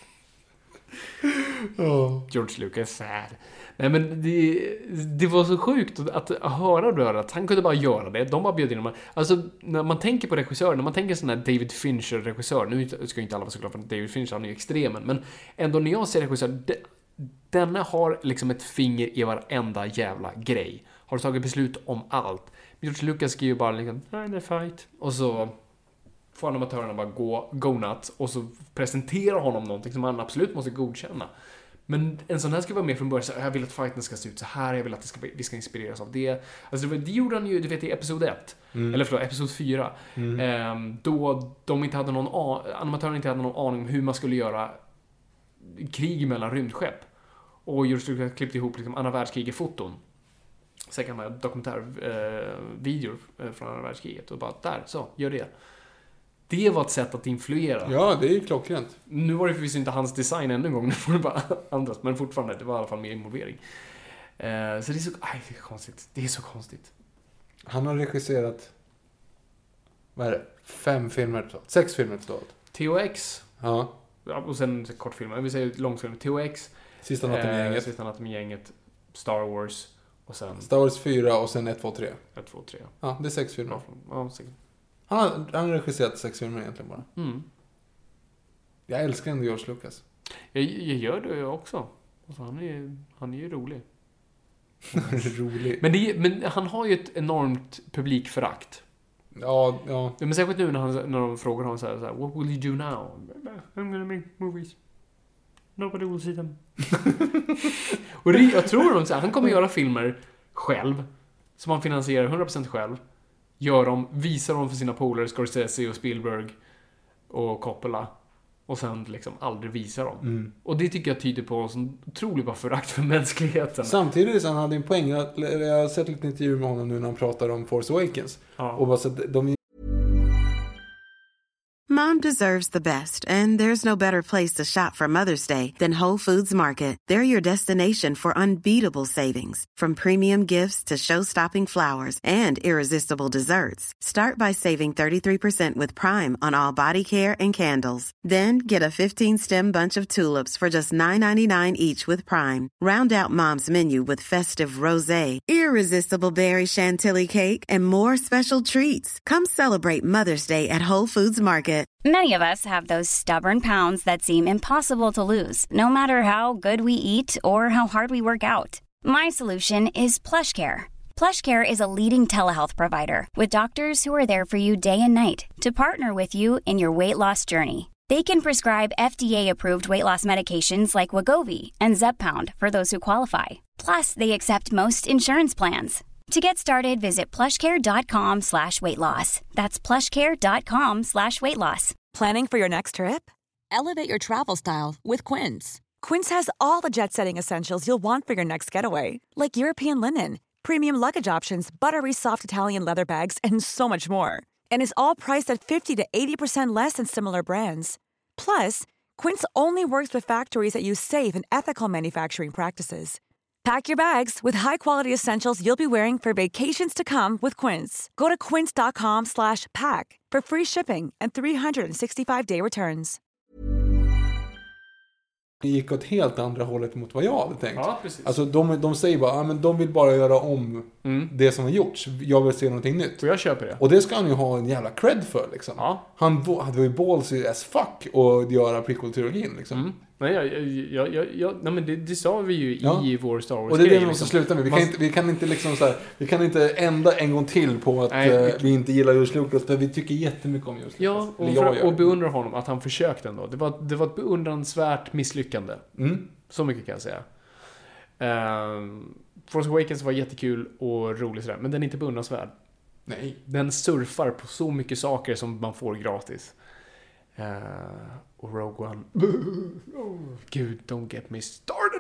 Speaker 3: Oh.
Speaker 4: George Lucas sad. Nej, men det, det var så sjukt att, att höra och röra att han kunde bara göra det. De bara bjöd in honom. Alltså, när man tänker på regissörer, när man tänker sån här David Fincher-regissör, nu ska ju inte alla vara såklart för David Fincher, han är ju extremen, men ändå när jag ser regissör, de, denna har liksom ett finger i varenda jävla grej. Har tagit beslut om allt. George Lucas skriver ju bara liksom, nej, det är fight. Och så får animatörerna bara gå, go nuts, och så presenterar honom någonting som han absolut måste godkänna. Men en sån här ska vara med från början, så jag vill att fighten ska se ut så här, jag vill att det ska, vi ska inspireras av det. Alltså det, det gjorde han ju, du vet, i episod ett.
Speaker 3: Mm.
Speaker 4: Eller förlåt, episod fyra.
Speaker 3: Mm.
Speaker 4: Ehm, då de inte hade någon a- animatörerna inte hade någon aning om hur man skulle göra krig mellan rymdskepp. Och George Lucas klippte ihop liksom andra världskriget-foton. Sen kan man dokumentärvideor eh, från andra världskriget. Och bara, där, så, gör det. Det var ett sätt att influera.
Speaker 3: Ja, det är ju klockrent.
Speaker 4: Nu var det förvisso inte hans design ännu en gång, nu får det bara andras. Men fortfarande, det var i alla fall mer involvering. Eh, så det är så, aj, det är konstigt. Det är så konstigt.
Speaker 3: Han har regisserat, vad är det? Fem filmer totalt. Sex filmer totalt.
Speaker 4: T H X,
Speaker 3: Ja.
Speaker 4: och sen kortfilmer. Vi säger långfilmer. T H X.
Speaker 3: Sista natten med gänget.
Speaker 4: Eh, Sista natten med gänget. Star Wars. Och sen...
Speaker 3: Star Wars fyra och sen ett, två, tre.
Speaker 4: ett, två, tre.
Speaker 3: Ja, det är sex filmer.
Speaker 4: Ja, sex.
Speaker 3: Han har, han har regisserat sex filmer egentligen bara.
Speaker 4: Mm.
Speaker 3: Jag älskar ändå George Lucas.
Speaker 4: Jag, jag gör det också. Alltså, han, är, han är ju rolig.
Speaker 3: Rolig.
Speaker 4: Men, det, men han har ju ett enormt publikförakt.
Speaker 3: Ja, ja.
Speaker 4: Men särskilt nu när, han, när de frågar honom så här, så här, what will you do now? I'm gonna make movies. Nobody will see them. Och det, jag tror att han kommer göra filmer själv. Som han finansierar hundra procent själv. Gör dem, visar dem för sina polare, Scorsese och Spielberg och Coppola. Och sen liksom aldrig visar dem. Mm. Och det tycker jag tyder på en sån otroligt bara förakt för mänskligheten.
Speaker 3: Samtidigt så han hade en poäng. Jag, jag har sett lite intervjuer med honom nu när han pratar om Force Awakens. Ja. Och bara så att de...
Speaker 1: Mom deserves the best, and there's no better place to shop for Mother's Day than Whole Foods Market. They're your destination for unbeatable savings, from premium gifts to show-stopping flowers and irresistible desserts. Start by saving thirty-three percent with Prime on all body care and candles. Then get a fifteen-stem bunch of tulips for just nine ninety-nine each with Prime. Round out Mom's menu with festive rosé, irresistible berry chantilly cake, and more special treats. Come celebrate Mother's Day at Whole Foods Market.
Speaker 5: Many of us have those stubborn pounds that seem impossible to lose, no matter how good we eat or how hard we work out. My solution is PlushCare. PlushCare is a leading telehealth provider with doctors who are there for you day and night to partner with you in your weight loss journey. They can prescribe F D A-approved weight loss medications like Wegovy and Zepbound for those who qualify. Plus, they accept most insurance plans. To get started, visit plushcare.com slash weight loss. That's plushcare.com slash weight loss.
Speaker 2: Planning for your next trip?
Speaker 6: Elevate your travel style with Quince.
Speaker 2: Quince has all the jet-setting essentials you'll want for your next getaway, like European linen, premium luggage options, buttery soft Italian leather bags, and so much more. And is all priced at fifty to eighty percent less than similar brands. Plus, Quince only works with factories that use safe and ethical manufacturing practices. Pack your bags with high-quality essentials you'll be wearing for vacations to come with Quince. Go to quince.com slash pack for free shipping and three sixty-five day returns.
Speaker 3: Det gick åt helt andra hållet mot vad jag hade tänkt.
Speaker 4: Ja, precis.
Speaker 3: Alltså de, de säger bara, ja, men de vill bara göra om mm. det som har gjorts. Jag vill se någonting nytt.
Speaker 4: Och jag köper det.
Speaker 3: Och det ska han ju ha en jävla cred för liksom. Ja. Han hade ju ballsy as fuck att göra prequel-trilogin liksom. Mm.
Speaker 4: Nej, jag, jag, jag, jag, nej, men det, det sa vi ju
Speaker 3: ja.
Speaker 4: i vår Star Wars.
Speaker 3: Och det är det vi måste
Speaker 4: liksom.
Speaker 3: sluta nu. Vi kan, inte, vi kan inte liksom så här, vi kan inte ända en gång till på att nej, vi, uh, vi inte gillar George Lucas, för vi tycker jättemycket om George Lucas.
Speaker 4: Ja, och, för, och beundrar honom att han försökte ändå. Det var, det var ett beundransvärt misslyckande. Mm. Så mycket kan jag säga. Uh, Force Awakens var jättekul och rolig sådär, men den är inte beundransvärd.
Speaker 3: Nej.
Speaker 4: Den surfar på så mycket saker som man får gratis. Uh, och Rogue One. Oh, Gud, don't get me started.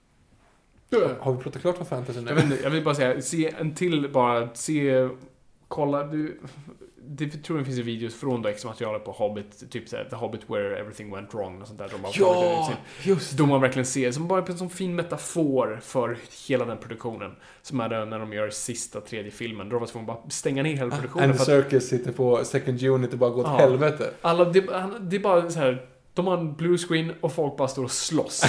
Speaker 3: Uh. Har vi pratat klart om fantasy nu?
Speaker 4: Jag, vet, jag vill bara säga, se en till bara, se, kolla, du, det tror jag finns videos från då extra-materialet på Hobbit, typ såhär, The Hobbit Where Everything Went Wrong och sånt där. De bara
Speaker 3: ja, just
Speaker 4: de man verkligen ser, som bara en sån fin metafor för hela den produktionen, som är det när de gör sista tredje filmen. Då var de tvungna bara stänga ner hela produktionen.
Speaker 3: And Circus sitter på second unit och bara går åt ja. helvete.
Speaker 4: Alla, det, det är bara så här. De har en blue screen och folk bara står och slåss.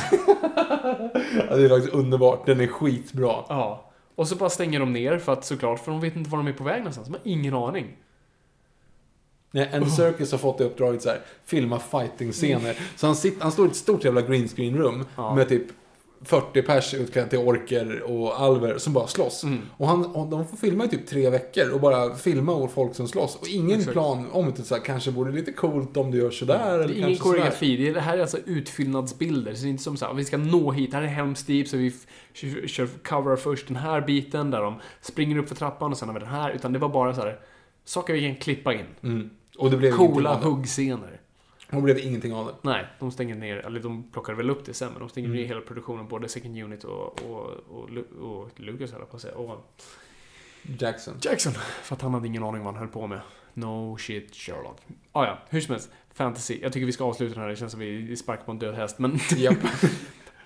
Speaker 3: Ja, det är faktiskt underbart. Den är skitbra.
Speaker 4: Ja. Och så bara stänger de ner för att såklart, för de vet inte var de är på väg någonstans. De har ingen aning.
Speaker 3: Nej, And Circus har fått i uppdraget så här, filma fighting-scener. Mm. Så han, sitter, han står i ett stort jävla green screen-rum ja. med typ fyrtio pers utklädda till orker och alver som bara slåss. Mm. Och, han, och de får filma i typ tre veckor och bara filma åt folk som slåss. Och ingen Exakt. plan om det så här, kanske vore lite coolt om du gör sådär. Mm.
Speaker 4: Eller det är ingen koreografi. Det, det här är alltså utfyllnadsbilder. Så det är inte som så här, vi ska nå hit. Här är Helm's Deep, så vi kör cover först den här biten där de springer upp för trappan och sen har vi den här. Utan det var bara så här, saker vi kan klippa in.
Speaker 3: Mm. Och det blev
Speaker 4: coola huggscener.
Speaker 3: Och blev ingenting av det.
Speaker 4: Nej, de stänger ner, eller de plockar väl upp det sen, men de stänger mm. ner hela produktionen, både Second Unit och, och, och, och Lucas höll på att säga. Och
Speaker 3: Jackson.
Speaker 4: Jackson, för att han hade ingen aning vad han höll på med. No shit, Sherlock. Ah, ja, hur som helst, fantasy. Jag tycker vi ska avsluta den här, det känns som vi sparkar på en död häst, men...
Speaker 3: Yep.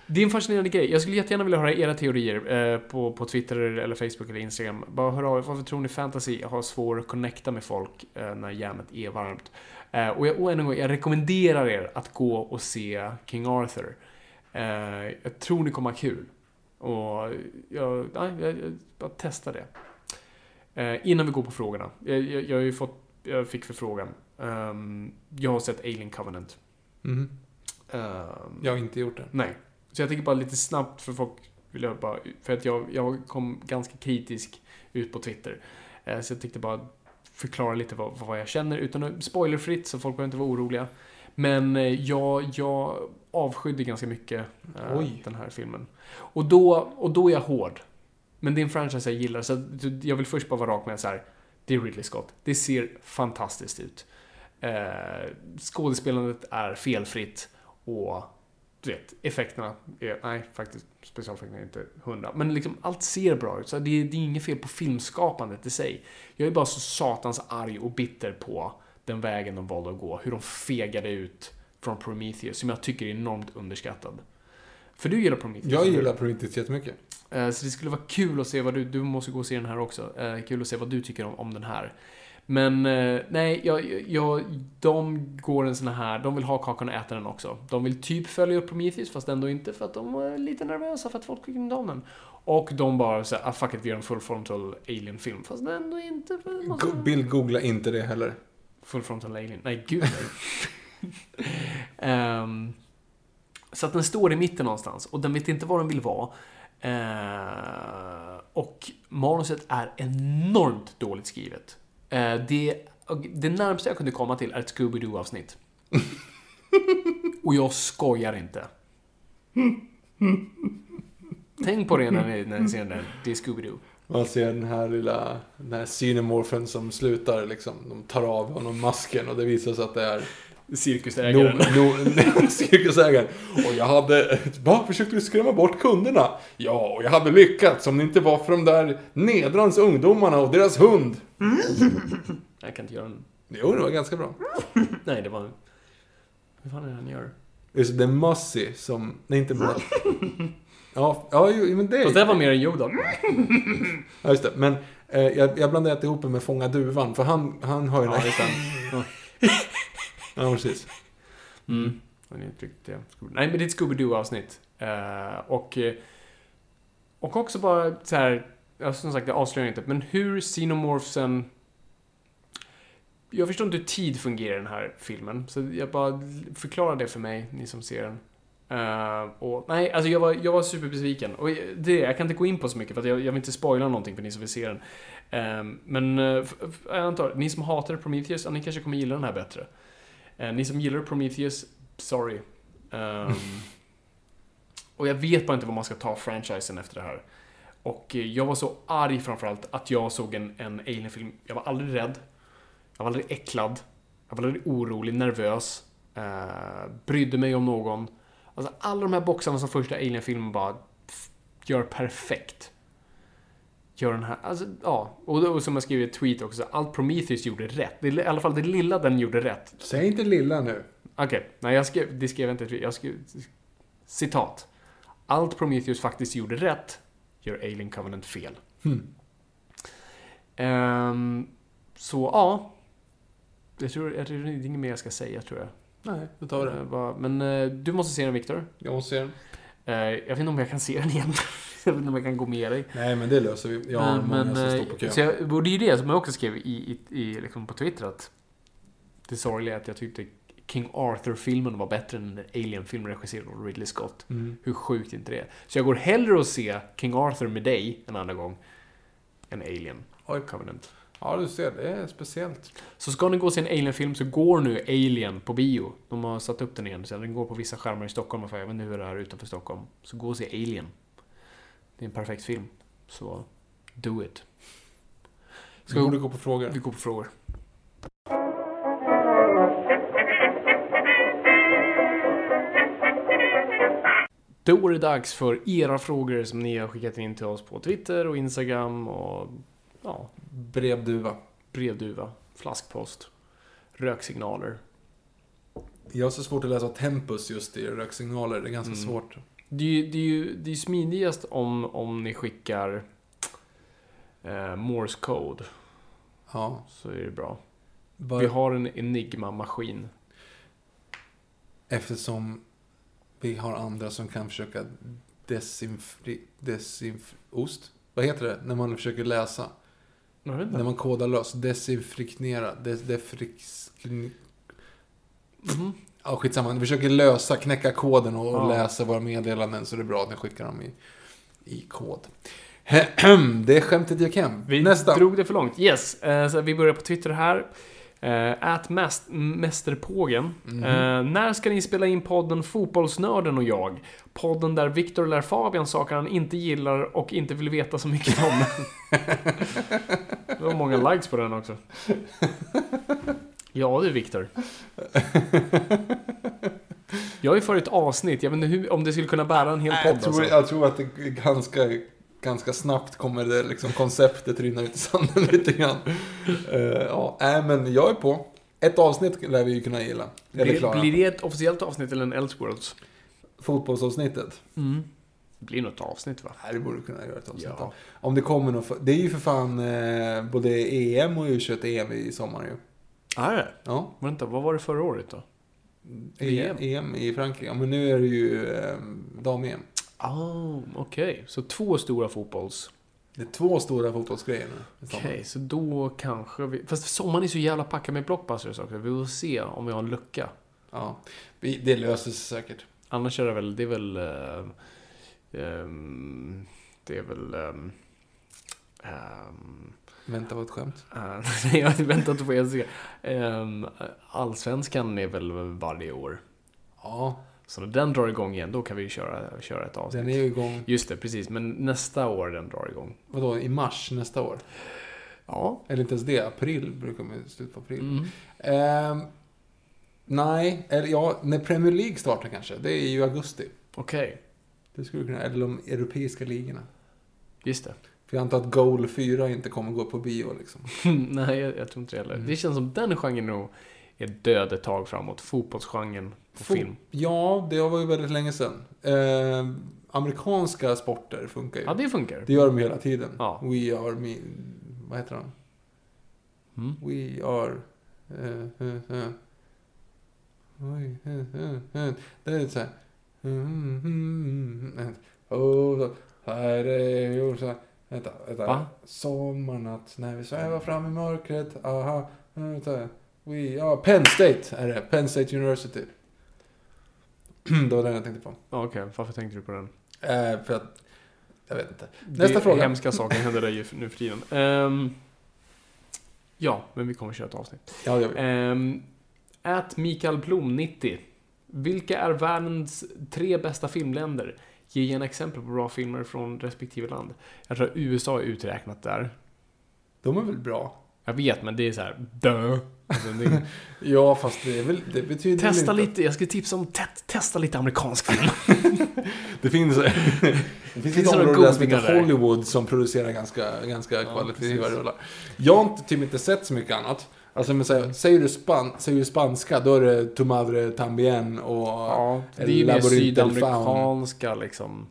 Speaker 4: Det är en fascinerande grej. Jag skulle jättegärna vilja höra era teorier eh, på, på Twitter eller Facebook eller Instagram. Bara hör av er, varför tror ni fantasy har svårt att connecta med folk eh, när järnet är varmt? Eh, och, jag, och en gång, jag rekommenderar er att gå och se King Arthur. Eh, jag tror ni kommer ha kul. Och jag, nej, jag, jag bara testa det. Eh, innan vi går på frågorna. Jag, jag, jag har ju fått, jag fick förfrågan. Um, jag har sett Alien Covenant.
Speaker 3: Mm.
Speaker 4: Um,
Speaker 3: jag har inte gjort det.
Speaker 4: Nej. Så jag tänker bara lite snabbt för folk vill jag bara, för att jag, jag kom ganska kritisk ut på Twitter. Uh, så jag tänkte bara förklara lite vad, vad jag känner utan att spoilerfritt så folk behöver inte vara oroliga. Men uh, jag, jag avskydde ganska mycket uh, den här filmen. Och då, och då är jag hård. Men det är en franchise jag gillar så jag vill först bara vara rak med så här. Det är Ridley Scott. Det ser fantastiskt ut. Eh, skådespelandet är felfritt och du vet, effekterna är, nej faktiskt specialeffekterna är inte hundra. Men liksom allt ser bra ut. Så det är, det är inget fel på filmskapandet i sig. Jag är bara så satans arg och bitter på den vägen de valde att gå. Hur de fegade ut från Prometheus som jag tycker är enormt underskattad. För du gillar Prometheus.
Speaker 3: Jag gillar Prometheus jättemycket.
Speaker 4: Så det skulle vara kul att se vad du... Du måste gå och se den här också. Kul att se vad du tycker om, om den här. Men nej, jag, jag, de går en sån här... De vill ha kakan och äta den också. De vill typ följa upp Prometheus fast ändå inte för att de är lite nervösa för att folk tycker inte om den. Och de bara säger, ah fuck it, vi gör en full frontal alien-film. Fast ändå inte... Måste...
Speaker 3: Bill googla inte det heller.
Speaker 4: Full frontal alien? Nej, gud nej. um, så att den står i mitten någonstans. Och den vet inte vad den vill vara. Uh, och manuset är enormt dåligt skrivet. Uh, det, det närmaste jag kunde komma till är ett Scooby-Doo-avsnitt. Och jag skojar inte. Tänk på det när ni, när ni ser den där. Det är Scooby-Doo. Man
Speaker 3: ser den här lilla den här xenomorfen som slutar liksom. De tar av honom masken och det visar sig att det är
Speaker 4: cirkusägaren.
Speaker 3: No, no, cirkusägaren. Och jag hade bara försökte skrämma bort kunderna. Ja, och jag hade lyckats om det inte var för de där nedrans ungdomarna och deras hund.
Speaker 4: Mm. Jag kan inte göra en...
Speaker 3: Jo, det var ganska bra.
Speaker 4: Nej, det var... Hur fan är det han gör?
Speaker 3: Just det, Mussy som... Nej, inte bra. Ja, ja, men det...
Speaker 4: Fast det var mer än Yoda.
Speaker 3: Ja, just det. Men eh, jag, jag blandade ihop det med Fånga Duvan. För han, han har ju...
Speaker 4: Ja, just det.
Speaker 3: Ja, precis.
Speaker 4: Mm. Nej, men det är ett Scooby-Doo-avsnitt. Uh, och, och också bara så här, jag som sagt, jag avslöjar inte, men hur xenomorphsen... Jag förstår inte hur tid fungerar i den här filmen. Så jag bara förklarar det för mig, ni som ser den. Uh, och, nej, alltså jag var, jag var superbesviken. Och det, jag kan inte gå in på så mycket för att jag, jag vill inte spoila någonting för ni som vill se den. Uh, men uh, jag antar, ni som hatar Prometheus, ni kanske kommer gilla den här bättre. Uh, ni som gillar Prometheus, sorry. Um, och jag vet bara inte vad man ska ta franchisen efter det här. Och uh, jag var så arg framförallt att jag såg en, en Alien-film. Jag var aldrig rädd. Jag var aldrig äcklad. Jag var aldrig orolig, nervös. Uh, brydde mig om någon. Alltså alla de här boxarna som första Alien-filmen bara f- gör perfekt. Gör den här, alltså ja. Och, och som jag skrev i ett tweet också, allt Prometheus gjorde rätt. Det, i alla fall det lilla den gjorde rätt.
Speaker 3: Säg inte lilla nu.
Speaker 4: Okej, okay. Nej jag skrev, det skrev jag inte. Jag skrev, citat. Allt Prometheus faktiskt gjorde rätt gör Alien Covenant fel.
Speaker 3: Hmm.
Speaker 4: Um, så ja. Jag tror, jag tror det är inget mer jag ska säga, tror jag.
Speaker 3: Nej, det tar det.
Speaker 4: Men uh, du måste se den, Victor.
Speaker 3: Jag måste se den.
Speaker 4: Uh, jag vet inte om jag kan se den igen. Jag vet inte om jag kan gå med dig.
Speaker 3: Nej, men det löser vi. Jag har
Speaker 4: men,
Speaker 3: många som står på kö.
Speaker 4: Så jag, och det är ju det som jag också skrev i, i, i, liksom på Twitter. Att det sorgliga är att jag tyckte King Arthur-filmen var bättre än en Alien-film regisserad av Ridley Scott.
Speaker 3: Mm.
Speaker 4: Hur sjukt inte det är. Så jag går hellre att se King Arthur med dig en andra gång än Alien.
Speaker 3: Oj.
Speaker 4: Covenant.
Speaker 3: Ja, du ser, det är speciellt.
Speaker 4: Så ska ni gå och se en Alien-film så går nu Alien på bio. De har satt upp den igen. Så den går på vissa skärmar i Stockholm. Jag vet inte hur det är utanför Stockholm. Så gå och se Alien. Det är en perfekt film. Så do it.
Speaker 3: Ska vi, vi gå på frågor?
Speaker 4: Vi går på frågor. Då är det dags för era frågor som ni har skickat in till oss på Twitter och Instagram och ja,
Speaker 3: brevduva,
Speaker 4: brevduva, flaskpost, röksignaler.
Speaker 3: Jag har så svårt att läsa tempus just i röksignaler, det är ganska mm. svårt.
Speaker 4: Det är ju, det är ju det är smidigast om, om ni skickar eh, Morse code.
Speaker 3: Ja.
Speaker 4: Så är det bra.
Speaker 3: Var...
Speaker 4: Vi har en Enigma-maskin.
Speaker 3: Eftersom vi har andra som kan försöka desinfri... desinf... Ost? Vad heter det? När man försöker läsa.
Speaker 4: Jag vet inte.
Speaker 3: När man kodar lös. Desinfriknera. Des, defrix...
Speaker 4: Mm-hmm.
Speaker 3: Ja, skitsamma. Vi försöker lösa, knäcka koden och, och
Speaker 4: ja.
Speaker 3: läsa våra meddelanden. Så det är bra att ni skickar dem i, i kod. Det är skämtet jag kan.
Speaker 4: Vi
Speaker 3: Nästa.
Speaker 4: drog det för långt. Yes. Uh, så vi börjar på Twitter här. Ät uh, mästerpågen. Mm-hmm. Uh, när ska ni spela in podden Fotbollsnörden och jag? Podden där Viktor lär Fabian saker han inte gillar och inte vill veta så mycket om. Det var många likes på den också. Ja, det är Viktor. Jag är för ett avsnitt. Jag vet inte hur, om det skulle kunna bära en hel podd.
Speaker 3: Jag tror,
Speaker 4: alltså.
Speaker 3: jag tror att det ganska, ganska snabbt kommer det liksom, konceptet rinna ut i sanden lite grann. Uh, ja, äh, men jag är på. Ett avsnitt lär vi ju kunna gilla.
Speaker 4: Blir, blir det ett officiellt avsnitt eller en Elseworlds?
Speaker 3: Fotbollsavsnittet.
Speaker 4: Mm. Det blir något avsnitt, va?
Speaker 3: Nej, det borde kunna göra ett avsnitt.
Speaker 4: Ja.
Speaker 3: Om det kommer något. Det är ju för fan eh, både E M och U tjugoett-E M i sommar ju.
Speaker 4: Ah, är det?
Speaker 3: Ja.
Speaker 4: Vänta, vad var det förra året då?
Speaker 3: E M, E M i Frankrike. Ja, men nu är det ju eh, dam-E M.
Speaker 4: Oh, okej. Okay. Så två stora fotbolls...
Speaker 3: Det är två stora fotbollsgrejer nu.
Speaker 4: Okej, okay, så då kanske vi... Fast sommaren är så jävla packad med blockbusters också. Vi får se om vi har en lucka.
Speaker 3: Ja, vi, det löser sig säkert.
Speaker 4: Annars är det väl... Det är väl... Uh, um, det är väl... Um, um,
Speaker 3: Vänta på ett skämt.
Speaker 4: Uh, jag väntar inte på att um, Allsvenskan är väl varje år.
Speaker 3: Ja.
Speaker 4: Så när den drar igång igen, då kan vi köra, köra ett avsnitt.
Speaker 3: Den är ju igång.
Speaker 4: Just det, precis. Men nästa år den drar igång.
Speaker 3: Vadå, i mars nästa år?
Speaker 4: Ja.
Speaker 3: Eller inte ens det, april brukar man sluta på april.
Speaker 4: Mm.
Speaker 3: Eh, nej, eller ja, när Premier League startar kanske. Det är ju augusti.
Speaker 4: Okej. Okay.
Speaker 3: Det skulle kunna, eller de europeiska ligorna.
Speaker 4: Just det.
Speaker 3: För jag antar att Goal fyra inte kommer gå på bio liksom.
Speaker 4: Nej, jag, jag tror inte det heller.
Speaker 3: Mm.
Speaker 4: Det känns som den genren nog är död ett tag framåt. Fotbollsgenren på Fot- film.
Speaker 3: Ja, det var ju väldigt länge sedan. Eh, amerikanska sporter funkar ju.
Speaker 4: Ja, det funkar.
Speaker 3: Det gör de hela tiden.
Speaker 4: Ja.
Speaker 3: We are me... Vad heter han?
Speaker 4: Mm.
Speaker 3: We are... Uh, uh, uh. Oj, uh, uh, uh. Det är så här... Mm, mm, mm. Oh, här är ju så här... Vänta, vänta.
Speaker 4: Va?
Speaker 3: Sommarnatt när vi svävar fram i mörkret. Aha. Vänta. We are... Penn State är det. Penn State University. Det var den jag tänkte på.
Speaker 4: Okej, okay. Varför tänkte du på den?
Speaker 3: Eh, för att... Jag vet inte. Nästa
Speaker 4: det
Speaker 3: fråga.
Speaker 4: Hemska saker händer där ju nu för tiden. Um, ja, men vi kommer köra ett avsnitt.
Speaker 3: Ja, det gör vi.
Speaker 4: Um, Ät Mikael Blom nittio. Vilka är världens tre bästa filmländer? Ge en exempel på bra filmer från respektive land. Jag tror att U S A är uträknat där.
Speaker 3: De är väl bra?
Speaker 4: Jag vet, men det är så här dö. Alltså, det...
Speaker 3: Ja, fast det är väl det betyder
Speaker 4: testa
Speaker 3: inte.
Speaker 4: lite, jag ska tipsa om te- testa lite amerikansk film.
Speaker 3: Det finns det finns, finns ett område där som heter Hollywood som producerar ganska ganska ja, kvalitativa rullar. Jag har inte typ inte sett så mycket annat. Alltså men säger, säger du span säger du spanska då är det Tu madre tambien och
Speaker 4: ja, det är ju mer sydamerikanska liksom.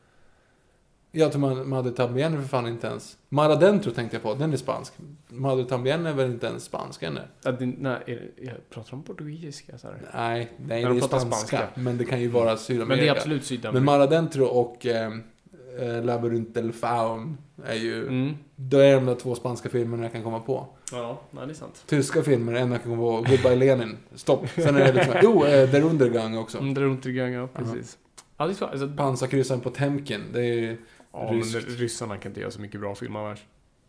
Speaker 3: Ja, Tu madre tambien är för fan inte ens. Mar Dentro tänkte jag på, den är spansk. Madre tambien är väl inte ens spansk än.
Speaker 4: Ja, det, nej, är, jag pratar om portugisiska så här.
Speaker 3: Nej, nej
Speaker 4: de
Speaker 3: det är spanska, spanska, men det kan ju vara Sydamerika.
Speaker 4: Men det är absolut Sydamerika.
Speaker 3: Men Mar Dentro och eh, Labyrinth del Faun är ju
Speaker 4: mm.
Speaker 3: då är de där två spanska filmerna jag kan komma på.
Speaker 4: Ja, nej, det är sant.
Speaker 3: Tyska filmer, en jag kan komma på Goodbye Lenin. Stopp. Sen är det liksom jo, eh, Der Untergang också.
Speaker 4: Mm, Der Untergang, ja, precis. Uh-huh. Ja, det är alltså,
Speaker 3: Pansarkryssaren på Temkin, det är
Speaker 4: ja, ryskt. Men ryssarna kan inte göra så mycket bra filmer annars.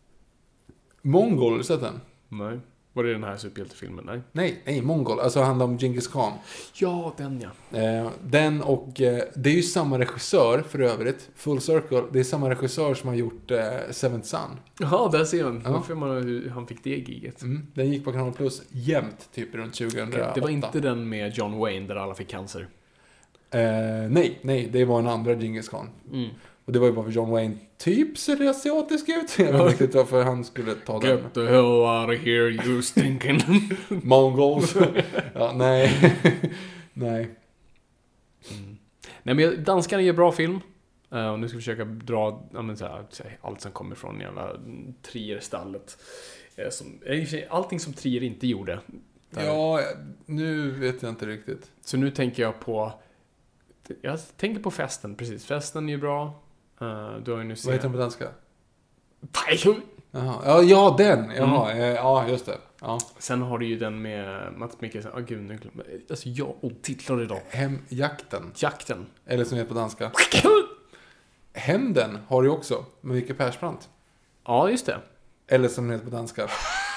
Speaker 3: Mongol, har du sett den?
Speaker 4: Nej. Var det den här superhjältefilmen? Nej.
Speaker 3: Nej, nej, Mongol. Alltså handlar om Genghis Khan.
Speaker 4: Ja, den ja.
Speaker 3: Eh, den och eh, det är ju samma regissör för övrigt. Full Circle. Det är samma regissör som har gjort eh, Seventh Son.
Speaker 4: Ja, där ser man.
Speaker 3: Ja.
Speaker 4: Varför man hur han fick det giget.
Speaker 3: Mm, den gick på Kanal Plus jämt, typ runt tjugohundraåtta.
Speaker 4: Okay, det var inte den med John Wayne där alla fick cancer.
Speaker 3: Eh, nej, nej, det var en andra Genghis Khan.
Speaker 4: Mm.
Speaker 3: Och det var ju bara för John Wayne typ ser det asiatisk ut. Jag vet inte riktigt varför han skulle ta den.
Speaker 4: Get the hell out of here, you stinking
Speaker 3: Mongols. Ja, nej. Nej.
Speaker 4: Mm. Nej, men danskarna gör bra film. Uh, och nu ska vi försöka dra ja, men så här, allt som kommer från jävla Trier-stallet. Uh, som, allting som Trier inte gjorde. Där.
Speaker 3: Ja, nu vet jag inte riktigt.
Speaker 4: Så nu tänker jag på... Jag tänker på Festen, precis. Festen är ju bra. Uh, du har ju nu
Speaker 3: Vad heter den på danska?
Speaker 4: Jaha.
Speaker 3: Ja, ja, den. Jaha,
Speaker 4: Mm.
Speaker 3: ja, just det. Ja.
Speaker 4: Sen har du ju den med Mats Mikkelsen. Åh, gud, nu glömmer jag. Alltså, jag och titlar idag.
Speaker 3: Hemjakten.
Speaker 4: Jakten.
Speaker 3: Eller som heter på danska. Hämnden har du också. Med Micke Persbrandt.
Speaker 4: Ja, just det.
Speaker 3: Eller som heter på danska.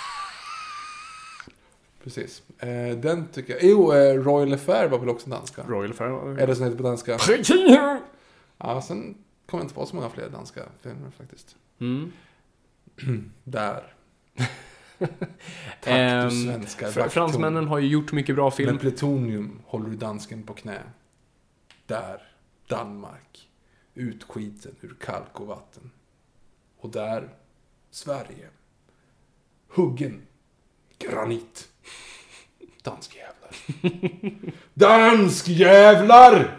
Speaker 3: Precis. Eh, den tycker jag... Jo, eh, Royal Affair var väl också danska.
Speaker 4: Royal Affair.
Speaker 3: Eller som heter på danska. Ja, sen kommer jag inte på så många fler danska filmer faktiskt.
Speaker 4: Mm.
Speaker 3: Där. Tack
Speaker 4: Ehm,
Speaker 3: du svenska.
Speaker 4: fr- fransmännen har ju gjort mycket bra film.
Speaker 3: Med plutonium håller du dansken på knä. Där. Danmark. Utskiten ur kalk och vatten. Och där. Sverige. Huggen. Granit. Danskjävlar. Danskjävlar!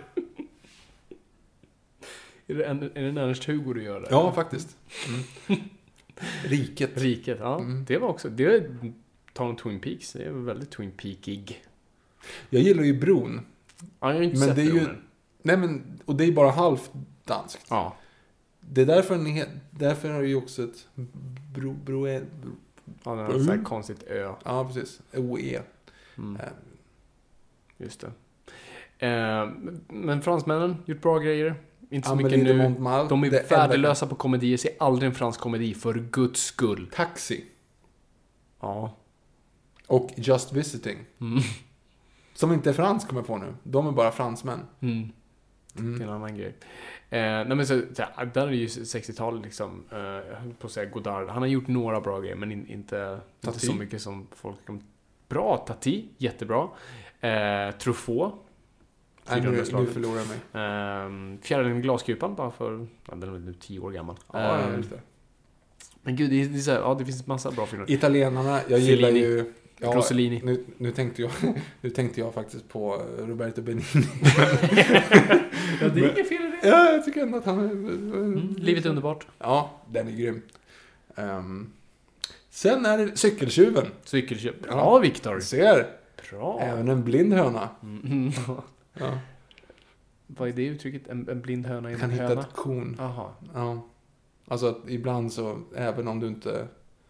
Speaker 4: Är det, en, är det en Ernst-Hugo du gör där?
Speaker 3: Ja, faktiskt. Mm. Riket.
Speaker 4: Riket, ja.
Speaker 3: Mm.
Speaker 4: Det var också... Det är tal Twin Peaks. Det är väldigt Twin Peakig.
Speaker 3: Jag gillar ju Bron.
Speaker 4: Ja, jag har inte
Speaker 3: Men
Speaker 4: sett
Speaker 3: det är ju...
Speaker 4: Bronen.
Speaker 3: Nej, men... Och det är bara halvt danskt.
Speaker 4: Ja.
Speaker 3: Det är därför den är... Därför har det ju också ett... Bro... Bro... bro
Speaker 4: Ja, det är ett så här konstigt ö.
Speaker 3: ja, precis. O E.
Speaker 4: Mm.
Speaker 3: Eh,
Speaker 4: Just det. Eh, men fransmännen gjort bra grejer. Inte så
Speaker 3: Amélie
Speaker 4: mycket
Speaker 3: de
Speaker 4: nu.
Speaker 3: Montmartre.
Speaker 4: De är
Speaker 3: Det
Speaker 4: värdelösa på komedier. Se aldrig en fransk komedi, för Guds skull.
Speaker 3: Taxi.
Speaker 4: Ja.
Speaker 3: Och Just Visiting.
Speaker 4: Mm.
Speaker 3: Som inte är fransk, kommer jag på nu. De är bara fransmän.
Speaker 4: Mm.
Speaker 3: Mm.
Speaker 4: Det är en annan grej. Eh, nej men så, så här, där är ju sextiotalet liksom, eh, jag höll på att säga Godard. Han har gjort några bra grejer, men in, inte, inte så mycket som folk kan. Bra, Tati, jättebra. Eh, Truffaut.
Speaker 3: Nej, nu, nu förlorar jag mig.
Speaker 4: Eh, Fjärilen i glaskupan, bara för, ja, den är nu tio år gammal.
Speaker 3: Ja,
Speaker 4: eh,
Speaker 3: just det.
Speaker 4: Men gud, det, är, det, är så här, ja, det finns massa bra filmer.
Speaker 3: Italienarna, jag gillar
Speaker 4: Fellini.
Speaker 3: ju... Ja,
Speaker 4: Rossellini.
Speaker 3: Nu, nu, tänkte jag, nu tänkte jag faktiskt på Roberto Benigni.
Speaker 4: Ja, det är inget fel i det.
Speaker 3: Ja, jag tycker ändå att han är...
Speaker 4: Mm, livet är underbart.
Speaker 3: Ja, den är grym. Um, sen är det Cykeltjuven.
Speaker 4: Cykelköp. Bra,
Speaker 3: Ja.
Speaker 4: Viktor.
Speaker 3: Du ser,
Speaker 4: Bra.
Speaker 3: även en blind höna.
Speaker 4: Mm.
Speaker 3: Ja.
Speaker 4: Vad är det uttrycket? En, en blind höna i en
Speaker 3: Kan hitta
Speaker 4: höna?
Speaker 3: ett korn.
Speaker 4: Jaha.
Speaker 3: Ja. Alltså att ibland så, även om du inte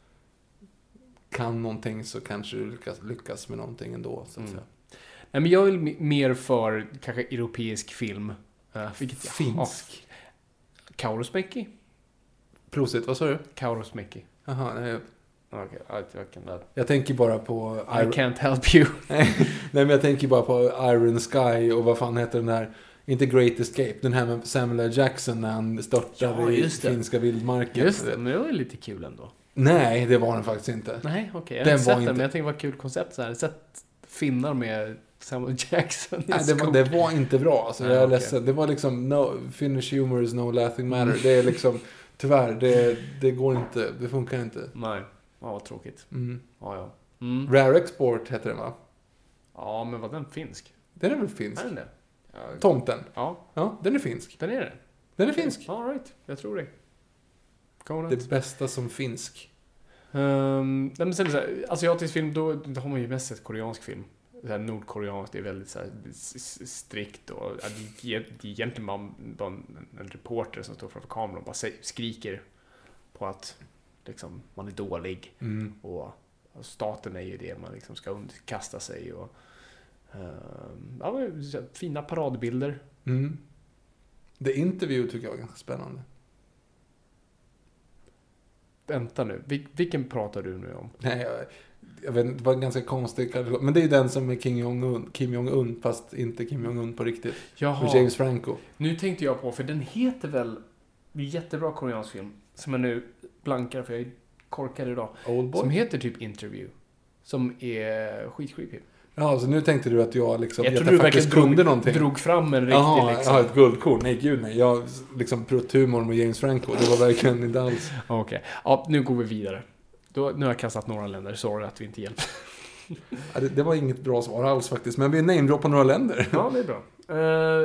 Speaker 3: kan någonting, så kanske du lyckas, lyckas med någonting ändå, så att
Speaker 4: Mm.
Speaker 3: säga.
Speaker 4: Nej, men jag är m- mer för kanske europeisk film. Uh, vilket jag
Speaker 3: Finsk.
Speaker 4: har. Kaurismäki.
Speaker 3: Prosit, vad sa du?
Speaker 4: Kaurismäki.
Speaker 3: Jaha, nej,
Speaker 4: Okej, okay, jag kan det.
Speaker 3: jag tänker bara på...
Speaker 4: I can't help you.
Speaker 3: Nej, men jag tänker bara på Iron Sky och vad fan heter den där... Inte Great Escape, den här med Samuel L. Jackson när han störtar
Speaker 4: Ja,
Speaker 3: i
Speaker 4: just det.
Speaker 3: finska vildmarken.
Speaker 4: Just det, men det var ju lite kul ändå.
Speaker 3: Nej, det var den faktiskt inte.
Speaker 4: Nej, okej. Okay. Jag
Speaker 3: Den
Speaker 4: har inte
Speaker 3: var
Speaker 4: sett den,
Speaker 3: inte-
Speaker 4: men jag tänkte det var ett kul koncept så här. Sett finnar med Samuel Jackson i
Speaker 3: Nej, det, var,
Speaker 4: skog.
Speaker 3: det var inte bra. Alltså,
Speaker 4: Nej,
Speaker 3: jag är
Speaker 4: okej.
Speaker 3: ledsen. Det var liksom no, Finnish humor is no laughing matter. Det är liksom, tyvärr, det, det går inte. Det funkar inte.
Speaker 4: Nej, ja, vad tråkigt.
Speaker 3: Mm.
Speaker 4: Ja, ja. Mm.
Speaker 3: Rare Export heter den, va?
Speaker 4: Ja, men var den finsk?
Speaker 3: Den är väl finsk?
Speaker 4: Är den det? Ja,
Speaker 3: Tomten.
Speaker 4: ja,
Speaker 3: Ja, den är finsk.
Speaker 4: den är det.
Speaker 3: Den är finsk.
Speaker 4: All right, jag tror det. Go
Speaker 3: Det bästa som finsk.
Speaker 4: Um, nej, men sen är det så här, asiatisk film, då, då har man ju mest sett koreansk film. Så här, nordkoreansk, det är väldigt så här, s- s- strikt och ja, det, är, det är egentligen bara, bara en, en reporter som står framför kameran och bara säger, skriker på att liksom, man är dålig.
Speaker 3: Mm.
Speaker 4: Och, och staten är ju det man liksom ska underkasta sig. Och, um, ja, men, så här, fina paradbilder.
Speaker 3: Mm. The Interview tycker jag är ganska spännande.
Speaker 4: Vänta nu, Vil, vilken pratar du nu om?
Speaker 3: Nej, jag, jag vet inte, det var en ganska konstig kalkyl. Men det är den som är Kim Jong-Un, Kim Jong-Un, fast inte Kim Jong-Un på riktigt.
Speaker 4: Jaha.
Speaker 3: Med James Franco.
Speaker 4: Nu tänkte jag på, för den heter väl, det är en jättebra koreansk film, som jag nu blankar för jag är korkad idag.
Speaker 3: Oldboy.
Speaker 4: Som heter typ Interview. Som är skitcreepy.
Speaker 3: Ja, så nu tänkte du att jag liksom...
Speaker 4: Jag
Speaker 3: att
Speaker 4: trodde du verkligen
Speaker 3: kunde
Speaker 4: drog,
Speaker 3: någonting.
Speaker 4: drog fram en riktig
Speaker 3: Jaha,
Speaker 4: liksom.
Speaker 3: jag har ett guldkorn. Nej, gud nej. Jag liksom prutthumor med James Franco. Det var verkligen inte alls.
Speaker 4: Okej, okay. Ja, nu går vi vidare. Då, nu har jag kastat några länder, sorry att vi inte hjälper.
Speaker 3: Ja, det, det var inget bra svar alls faktiskt. Men vi namedroppar några länder.
Speaker 4: Ja, det är bra. Uh,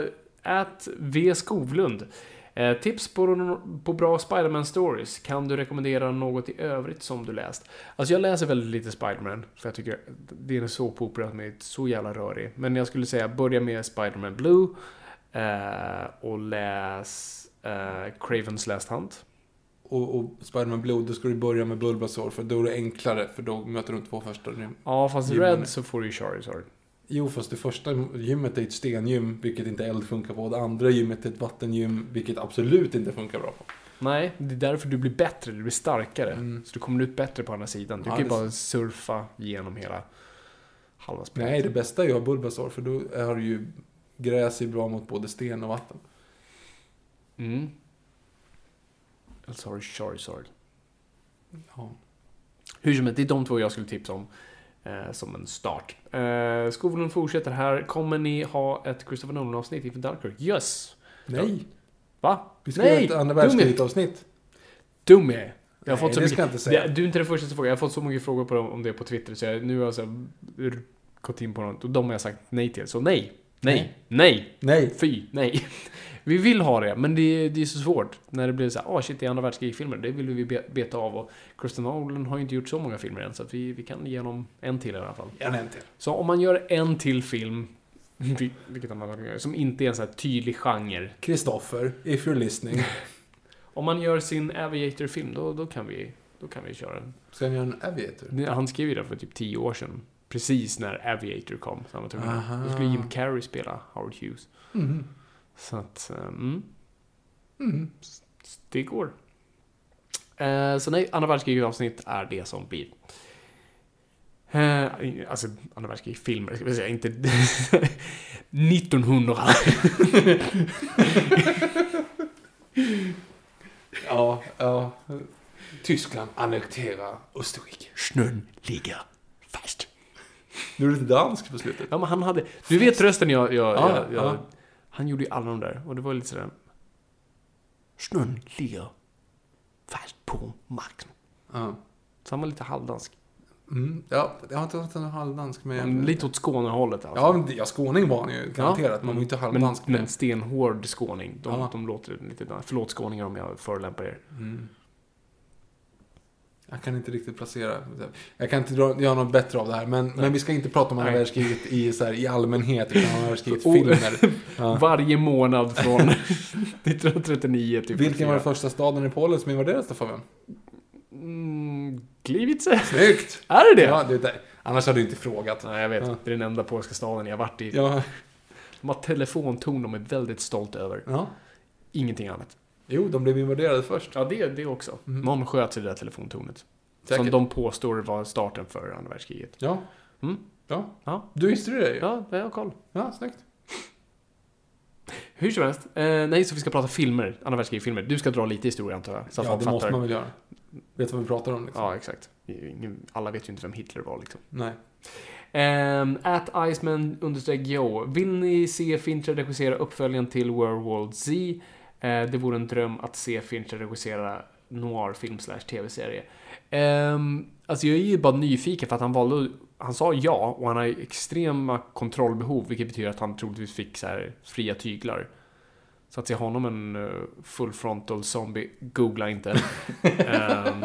Speaker 4: At V. Skovlund. Eh, tips på, på bra Spider-Man-stories. Kan du rekommendera något i övrigt som du läst? Alltså jag läser väldigt lite Spider-Man. För jag tycker det är så populärt med så jävla rörig. Men jag skulle säga börja med Spider-Man Blue. Eh, och läs eh, Cravens Last Hunt.
Speaker 3: Och, och Spider-Man Blue, då ska du börja med Bulbasaur. För då är det enklare. För då möter du de två första.
Speaker 4: Ja, fast gymmen. Red så får du ju Charizard.
Speaker 3: Jo, fast det första gymmet är ett stengym, vilket inte eld funkar på. Det andra gymmet är ett vattengym, vilket absolut inte funkar bra på.
Speaker 4: Nej, det är därför du blir bättre, du blir starkare.
Speaker 3: Mm.
Speaker 4: Så du kommer ut bättre på andra sidan. Du
Speaker 3: ja,
Speaker 4: kan ju
Speaker 3: det...
Speaker 4: bara surfa genom hela halva spelet.
Speaker 3: Nej, det bästa är ju Bulbasaur, för då har du ju gräs är bra mot både sten och vatten.
Speaker 4: Mm. Eller så har du Charizard.
Speaker 3: Ja.
Speaker 4: Hur som helst, det är de två jag skulle tipsa om. Eh, som en start. Eh, Skovlund fortsätter här. Kommer ni ha ett Christopher Nolan-avsnitt inför Dunkirk? Yes!
Speaker 3: Nej!
Speaker 4: Va?
Speaker 3: Vi ska
Speaker 4: Nej!
Speaker 3: göra ett andra världskriget-avsnitt.
Speaker 4: Dum är jag. har
Speaker 3: Nej,
Speaker 4: fått så
Speaker 3: det
Speaker 4: mycket...
Speaker 3: ska jag inte säga.
Speaker 4: Det, du är inte den första som frågar. Jag har fått så mycket frågor på, om det på Twitter. Så jag, nu har jag så gått in på något. Och de har jag sagt nej till. Så nej! Nej! Nej!
Speaker 3: Nej!
Speaker 4: Fy! Nej! Vi vill ha det, men det, det är så svårt. När det blir så här, åh oh shit, det är andra världskrigsfilmer. Det vill vi beta av. Och Christopher Nolan har ju inte gjort så många filmer än. Så att vi, vi kan ge honom en till i alla fall.
Speaker 3: En, en till.
Speaker 4: Så om man gör en till film, vilket man gör, som inte är en så här tydlig genre.
Speaker 3: Kristoffer, if you're listening.
Speaker 4: Om man gör sin Aviator-film, då, då, kan vi, då kan vi köra den.
Speaker 3: Ska ni göra en Aviator?
Speaker 4: Han skrev ju det för typ tio år sedan. Precis när Aviator kom. Så han var då skulle Jim Carrey spela Howard Hughes.
Speaker 3: Mm.
Speaker 4: Så att, mm.
Speaker 3: Mm.
Speaker 4: Det går. Eh, så nej, andra världskriget avsnitt är det som blir. Eh, alltså, andra världskriget filmer, ska vi säga, inte nittonhundra.
Speaker 3: ja, ja. Tyskland annekterar Österrike.
Speaker 4: Snön ligger fast.
Speaker 3: Nu är det lite dansk på slutet.
Speaker 4: Ja, men han hade... Du vet rösten jag... jag,
Speaker 3: ja,
Speaker 4: jag, jag
Speaker 3: ja.
Speaker 4: Han gjorde ju alla de där. Och det var lite sådär... Snön ligger fast på marken.
Speaker 3: Ja.
Speaker 4: Så han var lite halvdansk.
Speaker 3: Mm. Ja, jag har inte hört en halvdansk. Men jag...
Speaker 4: Lite åt Skånehållet alltså.
Speaker 3: Ja, men, ja, skåning var han ju garanterat. Ja. Man var inte halvdansk.
Speaker 4: Men, men stenhård skåning. De,
Speaker 3: ja.
Speaker 4: de låter lite... Förlåt skåningar om jag förolämpar er. Mm.
Speaker 3: Jag kan inte riktigt placera. Jag kan inte dra, göra något bättre av det här. Men, men vi ska inte prata om andra världskriget i, så här, i allmänhet. Utan andra världskriget filmer.
Speaker 4: Ja. Varje månad från nittonhundratrettionio till
Speaker 3: Vilken var den första staden i Polen som invaderades då, Fabian?
Speaker 4: Mm, Gliwice.
Speaker 3: Snyggt!
Speaker 4: Är det det?
Speaker 3: Ja, det, det. Annars hade du inte frågat.
Speaker 4: Nej, jag vet.
Speaker 3: Ja.
Speaker 4: Det är den enda polska staden jag varit i.
Speaker 3: Ja.
Speaker 4: De har telefontorn de är väldigt stolt över.
Speaker 3: Ja.
Speaker 4: Ingenting annat.
Speaker 3: Jo, de blev invaderade först.
Speaker 4: Ja, det, det också. Mm. Någon sköt sig det där telefontornet.
Speaker 3: Säkert.
Speaker 4: Som de påstår var starten för andra världskriget.
Speaker 3: Ja.
Speaker 4: Mm.
Speaker 3: Ja.
Speaker 4: Ja.
Speaker 3: Du visste det ju.
Speaker 4: Ja, det har jag koll.
Speaker 3: Ja, snyggt.
Speaker 4: Hur som helst. Eh, nej, så vi ska prata filmer. Andra världskriget-filmer. Du ska dra lite historia, antar jag. Så
Speaker 3: ja, det fattar. Måste man väl göra. Vet vad vi pratar om, liksom.
Speaker 4: Ja, exakt. Ingen, alla vet ju inte vem Hitler var, liksom.
Speaker 3: Nej.
Speaker 4: Um, at Iceman understreck Joe. Vill ni se Fincher regissera uppföljaren till World War Z? Uh, det vore en dröm att se Fincher regissera noir-film slash tv-serie. Um, alltså jag är ju bara nyfiken för att han valde, han sa ja och han har extrema kontrollbehov, vilket betyder att han troligtvis fick så här fria tyglar. Så att se honom en uh, full frontal zombie, googla inte. um,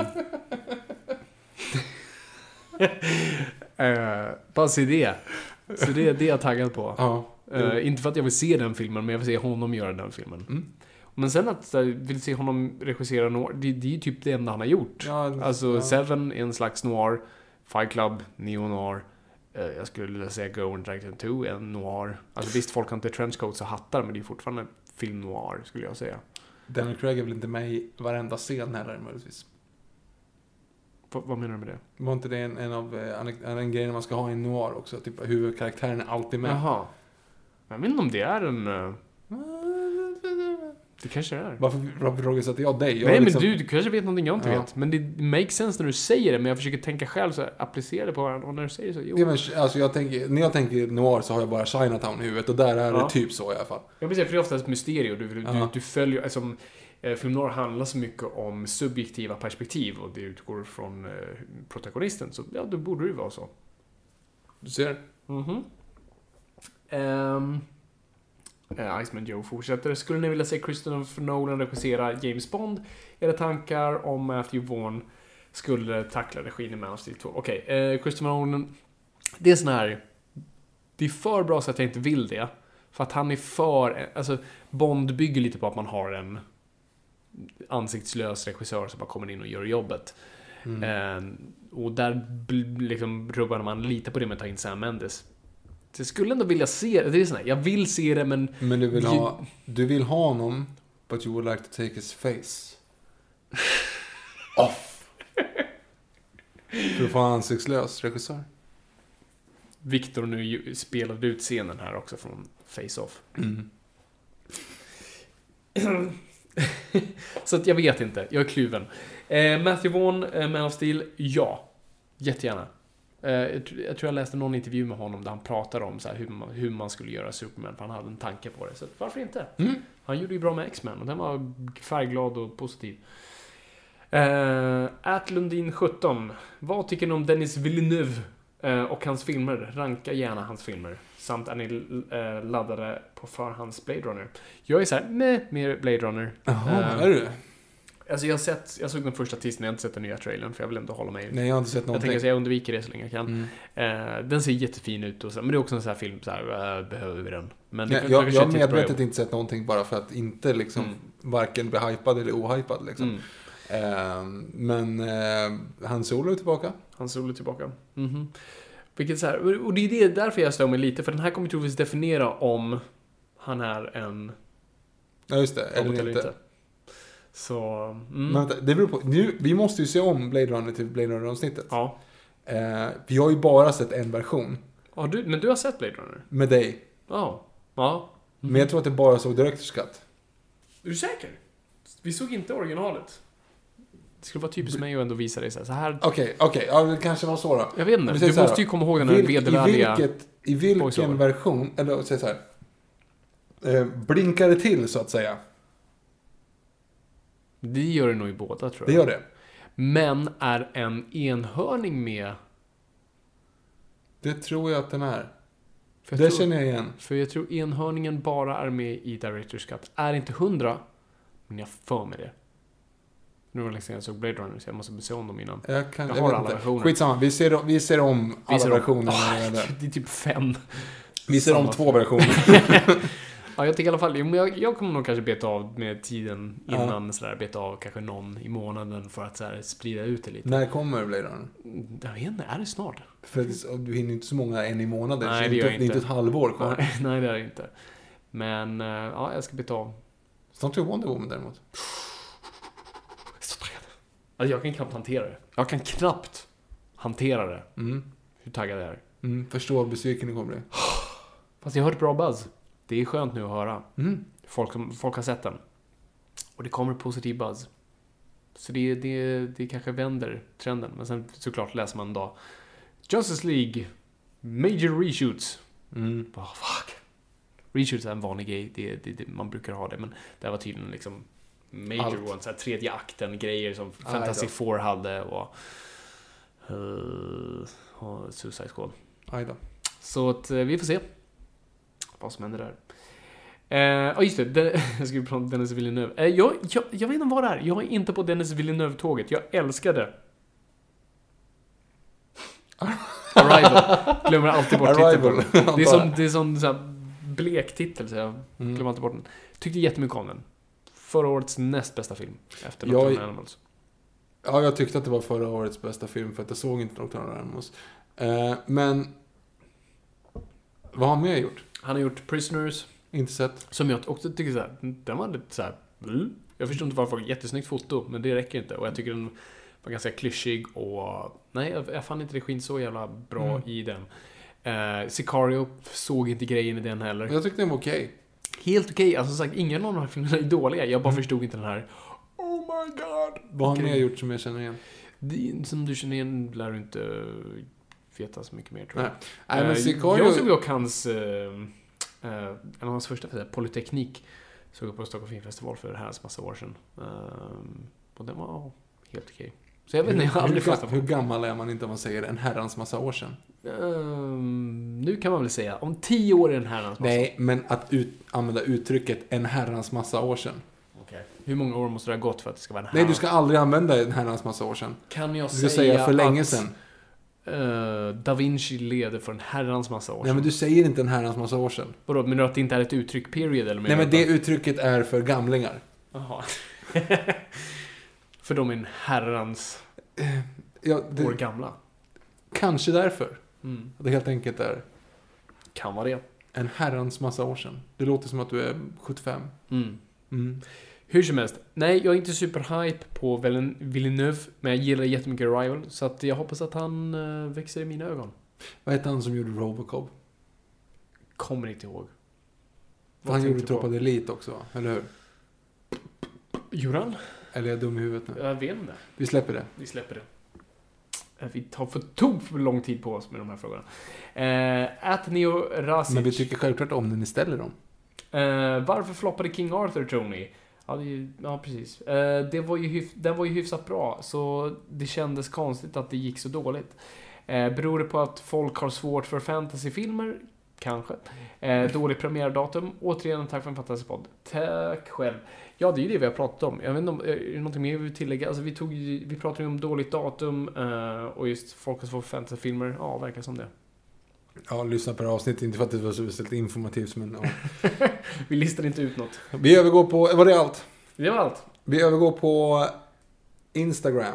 Speaker 4: uh, bara se det. Så det är det jag är taggad på.
Speaker 3: Ja,
Speaker 4: uh, inte för att jag vill se den filmen, men jag vill se honom göra den filmen. Mm. Men sen att jag vill se honom regissera noir, det, det är typ det enda han har gjort.
Speaker 3: Ja,
Speaker 4: alltså
Speaker 3: ja.
Speaker 4: Seven är en slags noir, Fight Club, neo-noir. Uh, jag skulle vilja säga Go and Dragon två är en noir. Alltså visst, folk har inte trenchcoats och hattar, men det är fortfarande film noir, skulle jag säga.
Speaker 3: Daniel Craig är väl inte med i varenda scen heller, möjligtvis.
Speaker 4: V- vad menar du med det?
Speaker 3: Var inte det en, en av en, en grej man ska ha i en noir också? Typ huvudkaraktären är alltid med.
Speaker 4: Jaha. Jag vet inte om det är en... Uh... Det kanske är.
Speaker 3: Varför, varför frågar jag att jag dig? Jag
Speaker 4: Nej,
Speaker 3: liksom...
Speaker 4: men du, du kanske vet någonting jag inte
Speaker 3: ja.
Speaker 4: vet. Men det makes sense när du säger det. Men jag försöker tänka själv så applicera det på varandra. Och när du säger så, jo.
Speaker 3: Ja, men, alltså, jag tänker, när jag tänker noir så har jag bara Chinatown i huvudet. Och där är
Speaker 4: ja.
Speaker 3: det typ så i alla fall.
Speaker 4: Jag vill säga, för det är ofta ett mysterium. Du, du,
Speaker 3: ja.
Speaker 4: du, du följer... Alltså, eh, film noir handlar så mycket om subjektiva perspektiv. Och det utgår från eh, protagonisten. Så ja, då borde det ju vara så.
Speaker 3: Du ser?
Speaker 4: Mhm. Um, Eh, Iceman Joe fortsätter. Skulle ni vilja se Christopher Nolan regissera James Bond? Era tankar om Matthew Vaughn skulle tackla regin i Man of Steel två? Okej, okay, eh, Christopher Nolan, det är sån här, det är för bra så att jag inte vill det. För att han är för, alltså Bond bygger lite på att man har en ansiktslös regissör som bara kommer in och gör jobbet. Mm. Eh, och där liksom rubbar man lite på det med att ta in Sam Mendes. Så jag skulle ändå vilja se det. Det är sån här, jag vill se det, men...
Speaker 3: Men du vill ha, du vill ha honom, but you would like to take his face off. För att få en ansiktslös regissör.
Speaker 4: Victor nu spelade ut scenen här också från Face Off.
Speaker 3: Mm.
Speaker 4: Så att jag vet inte, jag är kluven. eh, Matthew Vaughn, eh, Man of Steel, ja, jättegärna. eh, jag, tror, jag tror jag läste någon intervju med honom där han pratade om så här, hur, man, hur man skulle göra Superman, för han hade en tanke på det. Så varför inte?
Speaker 3: Mm.
Speaker 4: Han gjorde ju bra med X-Men och den var färgglad och positiv. eh, Atlundin sjutton, vad tycker ni om Denis Villeneuve och hans filmer? Ranka gärna hans filmer. Samt är ni äh, laddade på förhands Blade Runner? Jag är så här med mer Blade Runner.
Speaker 3: Jaha,
Speaker 4: uh,
Speaker 3: är du?
Speaker 4: Alltså jag har sett, jag såg den första teasern, jag har inte sett den nya trailern för jag vill ändå hålla mig.
Speaker 3: Nej, jag har inte sett någonting.
Speaker 4: Jag tänker att jag undviker det så länge jag kan.
Speaker 3: Mm.
Speaker 4: Uh, den ser jättefin ut och så, men det är också en sån här film så här, uh, behöver vi den? Men
Speaker 3: Nej,
Speaker 4: det,
Speaker 3: jag jag har
Speaker 4: bra
Speaker 3: medvetet inte sett någonting bara för att inte liksom
Speaker 4: mm.
Speaker 3: varken bli hypad eller ohypad liksom.
Speaker 4: Mm.
Speaker 3: Uh, men uh, Han Solo är tillbaka.
Speaker 4: Han Solo är tillbaka. Mhm. Vilket så här, och det är det därför jag slår mig lite, för den här kommer troligtvis definiera om han är en
Speaker 3: ja just det, eller, eller inte. inte.
Speaker 4: Så
Speaker 3: mm. Men vänta, det beror på. Nu, vi måste ju se om Blade Runner till Blade Runner-avsnittet.
Speaker 4: Ja.
Speaker 3: Eh, vi har ju bara sett en version.
Speaker 4: Ja, du, men du har sett Blade Runner?
Speaker 3: Med dig.
Speaker 4: Ja. Ja.
Speaker 3: Mm. Men jag tror att det bara såg Director's Cut.
Speaker 4: Är du säker? Vi såg inte originalet. Det skulle vara typiskt mig att ändå visa dig så här.
Speaker 3: Okej, okej. Ja, det kanske var så då.
Speaker 4: Jag vet inte. Du måste
Speaker 3: här,
Speaker 4: ju komma ihåg den här vedervärdiga...
Speaker 3: I, vilket, I vilken version, eller säg så här. Eh, blinkar det till så att säga?
Speaker 4: Det gör det nog i båda, tror jag.
Speaker 3: Det gör det.
Speaker 4: Men är en enhörning med?
Speaker 3: Det tror jag att den är.
Speaker 4: För
Speaker 3: det
Speaker 4: tror,
Speaker 3: känner jag igen.
Speaker 4: För jag tror enhörningen bara är med i Director's Cut. Är inte hundra, men jag för mig det. Nu var det länge jag såg Blade Runner, så jag måste se om dem innan.
Speaker 3: Jag, kan,
Speaker 4: jag,
Speaker 3: jag
Speaker 4: har
Speaker 3: vet
Speaker 4: alla
Speaker 3: inte.
Speaker 4: versioner.
Speaker 3: Skitsamma, vi ser, vi ser om alla
Speaker 4: ser
Speaker 3: versioner.
Speaker 4: Om. Oh, det är typ fem.
Speaker 3: Vi ser om två versioner.
Speaker 4: Ja, jag tycker i alla fall, jag, jag kommer nog kanske beta av med tiden innan
Speaker 3: ja.
Speaker 4: sådär, beta av kanske någon i månaden för att sådär, sprida ut det lite.
Speaker 3: När kommer Blade Runner?
Speaker 4: Jag vet inte, är det snart?
Speaker 3: För du hinner inte så många en i månaden.
Speaker 4: Nej,
Speaker 3: det,
Speaker 4: det,
Speaker 3: är
Speaker 4: gör
Speaker 3: inte, det är inte ett halvår kvar.
Speaker 4: Nej, nej, det är det inte. Men, ja, jag ska beta av.
Speaker 3: Snart är Wonder Woman däremot.
Speaker 4: Alltså, jag kan knappt hantera det. Jag kan knappt hantera det.
Speaker 3: Mm.
Speaker 4: Hur taggad jag är.
Speaker 3: Mm, förstår vad besviken det kommer bli.
Speaker 4: Fast jag har hört bra buzz. Det är skönt nu att höra.
Speaker 3: Mm.
Speaker 4: Folk, folk har sett den. Och det kommer positiv buzz. Så det, det, det kanske vänder trenden. Men sen såklart läser man då Justice League Major Reshoots.
Speaker 3: Mm.
Speaker 4: Oh, fuck. Reshoots är en vanlig grej. Det, det, det, man brukar ha det. Men det var tydligen liksom major one, så här tredje akten grejer som Fantastic Four hade och, uh, och Suicide Squad.
Speaker 3: Aj då.
Speaker 4: Så att, uh, vi får se vad som händer där. Ja, uh, just det. Den, jag skulle prata om Denis Villeneuve. Uh, jag, jag, jag vet inte vad det är. Jag är inte på Denis Villeneuve-tåget. Jag älskar det. Arrival. Glömmer alltid bort titeln. Det är som, det är som så här blek titel, så jag glömmer mm. alltid bort den. Tyckte jättemycket om den. Förra årets näst bästa film efter Nocturnal Animals.
Speaker 3: Ja, jag tyckte att det var förra årets bästa film för att jag såg inte Nocturnal Animals. Uh, men vad har han mer gjort?
Speaker 4: Han har gjort Prisoners.
Speaker 3: Inte sett.
Speaker 4: Som jag också tycker så här, den var lite så här, mm. Jag förstår inte varför, jättesnyggt foto, men det räcker inte. Och jag tycker den var ganska klyschig och nej, jag, jag fann inte regin så jävla bra mm. i den. Uh, Sicario såg inte grejen i den heller.
Speaker 3: Jag tyckte den var okej. Okay.
Speaker 4: Helt okej, okay. Alltså sagt, ingen av de här filmerna är dåliga. Jag bara mm. förstod inte den här oh my god.
Speaker 3: Vad har ni gjort som jag känner igen?
Speaker 4: Det, som du känner igen lär du inte veta så mycket mer, tror jag.
Speaker 3: Nej. Nej, men Sicario...
Speaker 4: Jag såg dock hans uh, uh, en av hans första filmer, Polyteknik, såg jag på Stockholm Filmfestival för det här massa år sedan. Uh, och den var helt okej. Okay. Så jag vet inte, jag har aldrig
Speaker 3: hur, hur gammal är man inte om man säger en herrans massa år sedan?
Speaker 4: Um, nu kan man väl säga, om tio år är en herrans massa.
Speaker 3: Nej, men att ut, använda uttrycket en herrans massa år sedan.
Speaker 4: Okay. Hur många år måste det ha gått för att det ska vara en herrans?
Speaker 3: Nej, du ska aldrig använda en herrans massa år sedan.
Speaker 4: Kan jag
Speaker 3: du ska
Speaker 4: säga,
Speaker 3: säga för länge
Speaker 4: att,
Speaker 3: sedan.
Speaker 4: Uh, Da Vinci leder för en herrans massa år sedan?
Speaker 3: Nej, men du säger inte en herrans massa år sedan.
Speaker 4: Vadå, men att det inte är ett uttryck period? Eller
Speaker 3: Nej, men det uttrycket är för gamlingar.
Speaker 4: Jaha. För de är en herrans
Speaker 3: ja, det,
Speaker 4: år gamla.
Speaker 3: Kanske därför.
Speaker 4: Mm.
Speaker 3: Det helt enkelt är
Speaker 4: kan vara det.
Speaker 3: En herrans massa år sedan. Det låter som att du är sjuttiofem.
Speaker 4: Mm.
Speaker 3: Mm.
Speaker 4: Hur som helst. Nej, jag är inte superhype på Villeneuve, men jag gillar jättemycket Arrival, så att jag hoppas att han uh, växer i mina ögon.
Speaker 3: Vad heter han som gjorde Robocop?
Speaker 4: Kommer inte ihåg.
Speaker 3: Vad han gjorde Tropa de Elite också, eller hur?
Speaker 4: Gjorde han?
Speaker 3: Eller är jag dum i huvudet nu?
Speaker 4: Jag vet inte.
Speaker 3: Vi släpper det.
Speaker 4: Vi släpper det. Vi tar för tog för lång tid på oss med de här frågorna. Eh, At Neo Rasic.
Speaker 3: Men vi tycker självklart om när ni ställer dem.
Speaker 4: Eh, varför floppade King Arthur, Tony? Ja, det, ja precis. Eh, det var ju hyf- den var ju hyfsat bra, så det kändes konstigt att det gick så dåligt. Eh, beror det på att folk har svårt för fantasyfilmer? Kanske. Eh, dålig premiärdatum. Återigen, tack för en fantasypodd. Tack själv. Ja, det är ju det vi har pratat om. Jag vet inte om är det någonting mer vi vill tillägga. Alltså, vi, tog, vi pratade ju om dåligt datum eh, och just folk har svårt för fantasyfilmer. Ja, verkar som det.
Speaker 3: Ja, lyssna på det här avsnittet. Inte för att det var så väldigt informativt, men ja.
Speaker 4: Vi listade inte ut något.
Speaker 3: Vi övergår på... Var det allt?
Speaker 4: Det var allt.
Speaker 3: Vi övergår på Instagram.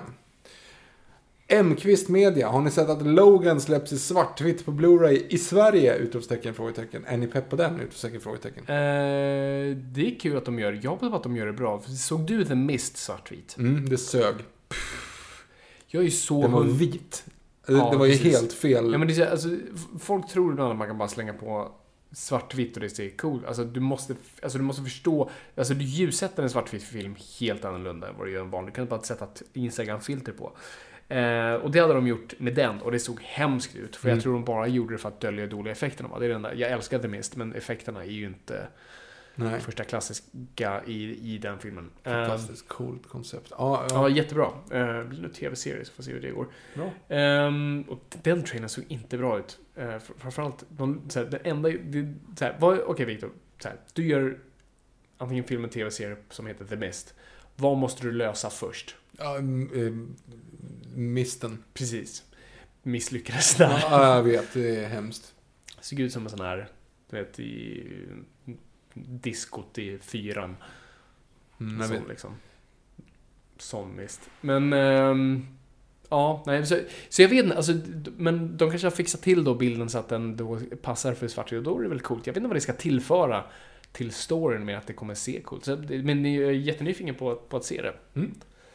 Speaker 3: M-Kvist Media. Har ni sett att Logan släpps i svartvitt på Blu-ray i Sverige? Utropstecken, frågetecken. Är ni pepp på den? Utropstecken, frågetecken.
Speaker 4: Eh, det är kul att de gör det. Jag hoppas att de gör det bra. Såg du The Mist svartvit?
Speaker 3: Mm, det sög.
Speaker 4: Jag är ju så...
Speaker 3: Den var vit. Det,
Speaker 4: ja,
Speaker 3: det var ju
Speaker 4: precis.
Speaker 3: helt fel.
Speaker 4: Ja, men det är, alltså, folk tror ibland att man kan bara slänga på svartvitt och det ser cool. Alltså du måste, alltså, du måste förstå. Alltså du ljussätter en svartvit film helt annorlunda än vad du gör en vanlig. Du kan inte bara sätta ett Instagram-filter på. Eh, och det hade de gjort med den. Och det såg hemskt ut. För mm. jag tror de bara gjorde det för att dölja dåliga effekterna. Det är den där, jag älskade mest, men effekterna är ju inte... Nej. Första klassiska i, i den filmen.
Speaker 3: Fantastiskt um, coolt koncept. Ja, ja.
Speaker 4: ja jättebra. Uh, blir det tv-serie så får se hur det går. Um, och den trailern såg inte bra ut. Uh, framförallt, de, såhär, den enda... Okej, okay, Victor. Såhär, du gör antingen film eller tv-serie som heter The Mist. Vad måste du lösa först?
Speaker 3: Ja, um, um, misten.
Speaker 4: Precis. Misslyckades där.
Speaker 3: Ja, jag vet. Det är hemskt.
Speaker 4: Såg ut som en sån här... Du vet, i... diskot i fyran. Mm, som liksom som mist. Men ähm, ja, nej, så, så jag vet inte, alltså, men de kanske har fixat till då bilden så att den då passar för svartvitt, och då är det väl coolt. Jag vet inte vad det ska tillföra till storyn med att det kommer se coolt. Så, men jag är jättenyfiken på, på att se det.
Speaker 3: Mm.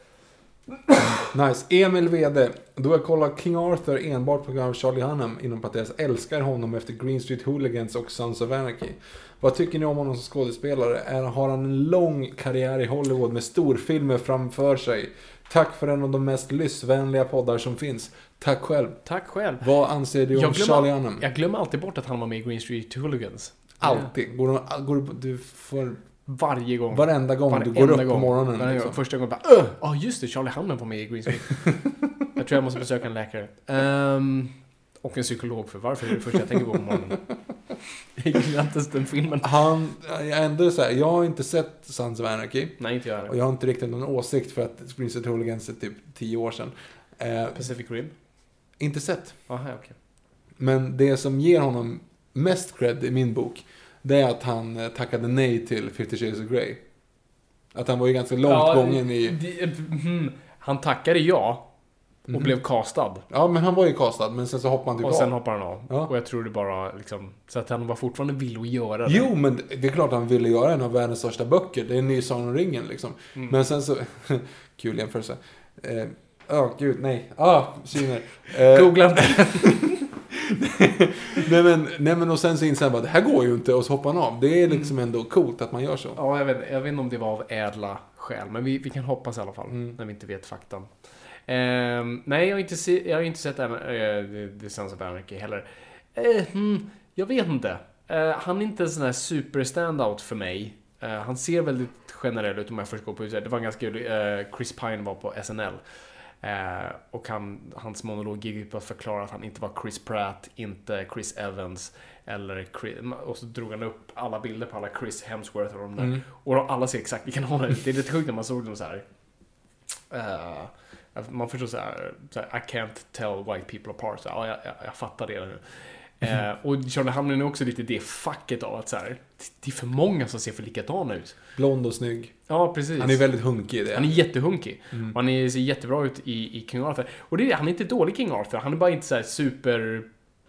Speaker 3: Nice. Emil V D. Då jag kollar King Arthur enbart på grund av Charlie Hunnam, inom parentes älskar honom efter Green Street Hooligans och Sons of Anarchy. Vad tycker ni om honom som skådespelare? Är, har han en lång karriär i Hollywood med storfilmer framför sig? Tack för en av de mest lyssvänliga poddar som finns. Tack själv.
Speaker 4: Tack själv.
Speaker 3: Vad anser du om
Speaker 4: jag glömmer,
Speaker 3: Charlie Hunnam?
Speaker 4: Jag glömmer alltid bort att han var med i Green Street Hooligans.
Speaker 3: Alltid. Går du, går du, du får...
Speaker 4: Varje gång.
Speaker 3: Varenda gång
Speaker 4: Varenda
Speaker 3: du går upp
Speaker 4: gång.
Speaker 3: på morgonen.
Speaker 4: Varje
Speaker 3: liksom.
Speaker 4: Första gången bara, ja oh, just det, Charlie Hunnam var med i Green Street. Jag tror jag måste besöka en läkare. Um, och en psykolog, för varför är det första jag tänker på på morgonen? Jag gillar inte den filmen.
Speaker 3: Han, jag ändå så här, jag har inte sett Sons of Anarchy.
Speaker 4: Nej, inte jag.
Speaker 3: Och jag har inte riktigt någon åsikt för att Green Street Hooligans är typ tio år sedan. Eh,
Speaker 4: Pacific Rim?
Speaker 3: Inte sett.
Speaker 4: Aha, okay.
Speaker 3: Men det som ger honom mest cred i min bok, det är att han tackade nej till Fifty Shades of Grey. Att han var ju ganska långt
Speaker 4: ja,
Speaker 3: gången i...
Speaker 4: Det, hmm, han tackade ja och mm. blev castad.
Speaker 3: Ja, men han var ju castad, men sen så hoppade han typ
Speaker 4: Och
Speaker 3: av.
Speaker 4: sen hoppade han av.
Speaker 3: Ja.
Speaker 4: Och jag tror det bara liksom... Så att han var fortfarande villig att göra det.
Speaker 3: Jo, men det är klart han ville göra en av världens största böcker. Det är en ny Sagan om ringen, liksom. Mm. Men sen så... Kul jämförelse. Ja, eh, oh, gud, nej. Ah, syner. Eh,
Speaker 4: Googla inte.
Speaker 3: nej, men, nej men och sen så inser han bara, det här går ju inte, och så hoppar han av. Det är liksom ändå coolt att man gör så.
Speaker 4: Ja, jag vet, jag vet inte om det var av ädla skäl, men vi, vi kan hoppas i alla fall, mm. när vi inte vet faktan. Um, nej, jag har inte, se, jag har inte sett uh, The Sons of Anarchy heller. Uh, hmm, jag vet inte. Uh, han är inte en sån här super standout för mig. Uh, han ser väldigt generell ut om jag först går på huset. Det var ganska kul. Uh, Chris Pine var på S N L. Eh, och han, hans monolog gick ut på att förklara att han inte var Chris Pratt, inte Chris Evans eller Chris, och så drog han upp alla bilder på alla Chris Hemsworth och de där. Mm. Och alla ser exakt vilken håll det är. Det är lite sjukt när man såg dem så här. Uh, man förstår så här, så här I can't tell white people apart. Så, ja, jag, jag, jag fattar det nu. Mm. Uh, och Charlie Hunnam är också lite det facket av att så här, det är för många som ser för likadana ut.
Speaker 3: Blond och snygg.
Speaker 4: Ja, precis.
Speaker 3: Han är väldigt hunkig i det.
Speaker 4: Han är jättehunkig.
Speaker 3: Mm.
Speaker 4: Och han är, ser jättebra ut i, i King Arthur. Och det är, han är inte dålig King Arthur. Han är bara inte så här super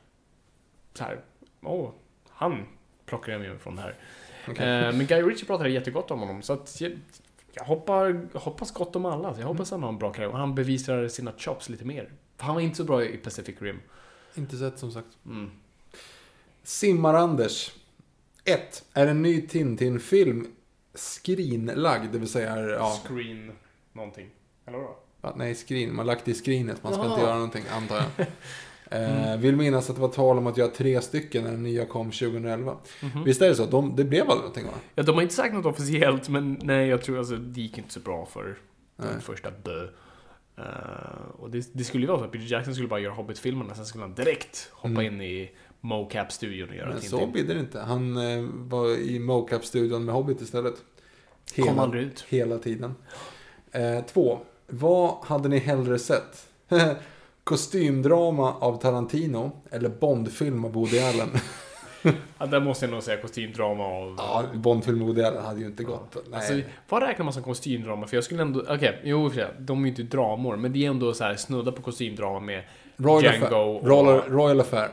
Speaker 4: så här, åh, han plockar jag mig från det här. Okay. Uh, men Guy Ritchie pratade jättegott om honom. Så att jag, jag hoppar, hoppas gott om alla. Så jag hoppas mm. han har en bra karriär. Och han bevisar sina chops lite mer. För han var inte så bra i Pacific Rim.
Speaker 3: Inte sett som sagt.
Speaker 4: Mm.
Speaker 3: Simmar-Anders. ett. Är en ny Tintin-film screenlagd, det vill säga... Ja.
Speaker 4: Screen någonting. Eller då?
Speaker 3: Ja, nej, screen. Man har lagt det i screenet. Man ska
Speaker 4: Aha.
Speaker 3: inte göra någonting, antar jag.
Speaker 4: Mm.
Speaker 3: Eh, vill minnas att det var tal om att göra tre stycken när den nya kom tjugoelva. Mm-hmm. Visst är det så? De, det blev aldrig någonting, va?
Speaker 4: Ja, de har inte sagt något officiellt, men nej, jag tror alltså det gick inte så bra för
Speaker 3: nej.
Speaker 4: den första dö. Uh, och det, det skulle ju vara så att Peter Jackson skulle bara göra Hobbit-filmerna, sen skulle han direkt hoppa mm. in i mocap-studion och göra
Speaker 3: men
Speaker 4: Tintin.
Speaker 3: Så blir det inte. Han eh, var i mocap-studion med Hobbit istället.
Speaker 4: Hela, Kom aldrig ut.
Speaker 3: Hela tiden. Eh, två. Vad hade ni hellre sett? Kostymdrama av Tarantino eller Bondfilm av Woody Allen?
Speaker 4: Ja, där måste jag nog säga kostymdrama av...
Speaker 3: Ja, Bondfilm av Woody Allen hade ju inte gått.
Speaker 4: Ja.
Speaker 3: Nej.
Speaker 4: Alltså, vad räknar man som kostymdrama? För jag skulle ändå... Okej, okay, jo, de är ju inte dramor, men det är ändå så här snudda på kostymdrama med
Speaker 3: Royal
Speaker 4: Django
Speaker 3: Affair.
Speaker 4: och...
Speaker 3: Royal, Royal Affair.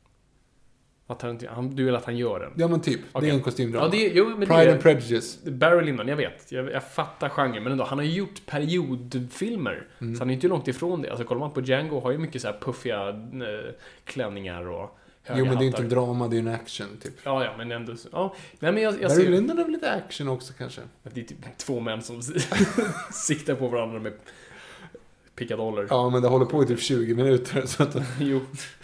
Speaker 4: Att han, han, du vill att han gör den?
Speaker 3: Ja, men typ.
Speaker 4: Okay.
Speaker 3: Det är en kostymdrama.
Speaker 4: Ja, det är, jo, men
Speaker 3: Pride
Speaker 4: det är,
Speaker 3: and Prejudice.
Speaker 4: Barry Lyndon, jag vet. Jag, jag fattar genren, men ändå. Han har ju gjort periodfilmer. Mm. Så han är inte långt ifrån det. Alltså, kollar man på Django har ju mycket så här puffiga äh, klänningar och höga
Speaker 3: Jo, men det är ju
Speaker 4: hattar.
Speaker 3: inte drama, det är ju en action, typ.
Speaker 4: Ja, ja, men ändå... Ja. Nej, men jag, jag
Speaker 3: Barry
Speaker 4: ser...
Speaker 3: Lyndon är väl lite action också, kanske?
Speaker 4: Det är typ två män som siktar på varandra med pickadoller.
Speaker 3: Ja, men det håller på i typ tjugo minuter. Så att...
Speaker 4: Jo.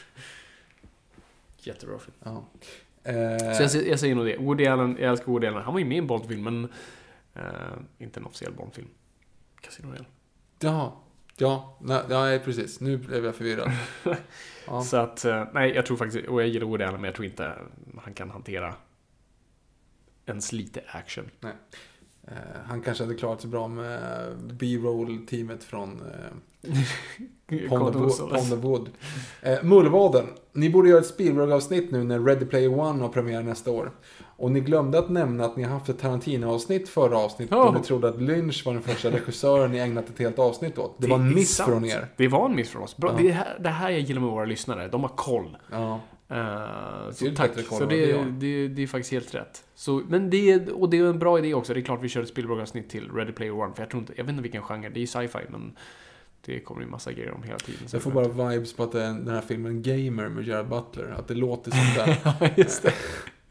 Speaker 4: Jättebra film.
Speaker 3: Ja.
Speaker 4: Så jag, jag säger nog det. Woody Allen, jag älskar Woody Allen. Han var ju med i en Bondfilm, men uh, inte en officiell Bondfilm. Casino Royale.
Speaker 3: Ja, ja, nej, nej, precis. Nu blev jag förvirrad. Ja.
Speaker 4: Så att, uh, nej, jag tror faktiskt, och jag gillar Woody Allen, men jag tror inte han kan hantera ens lite action.
Speaker 3: Nej. Uh, han kanske hade klarat sig bra med B-roll-teamet från uh, Ponderwood. Uh, Mullvaden. Ni borde göra ett Spielberg-avsnitt nu när Ready Player One har premiär nästa år. Och ni glömde att nämna att ni har haft ett Tarantino-avsnitt förra avsnittet oh. och ni trodde att Lynch var den första regissören ni ägnat ett helt avsnitt åt. Det, det var en miss sant. Från er.
Speaker 4: Det var en miss från oss. Bra, ja. det, här, det här jag gillar med våra lyssnare. De har koll.
Speaker 3: Ja.
Speaker 4: Uh, så tack. Så det, det, det, det är faktiskt helt rätt. Så, men det, och det är en bra idé också. Det är klart vi kör ett Spielberg-avsnitt till Ready Player One. För jag tror inte, jag vet inte vilken genre. Det är sci-fi, men det kommer ju massa grejer om hela tiden.
Speaker 3: Jag får bara vibes på att det är den här filmen Gamer med Gerard Butler. Att det låter sånt där.
Speaker 4: Ja, just det.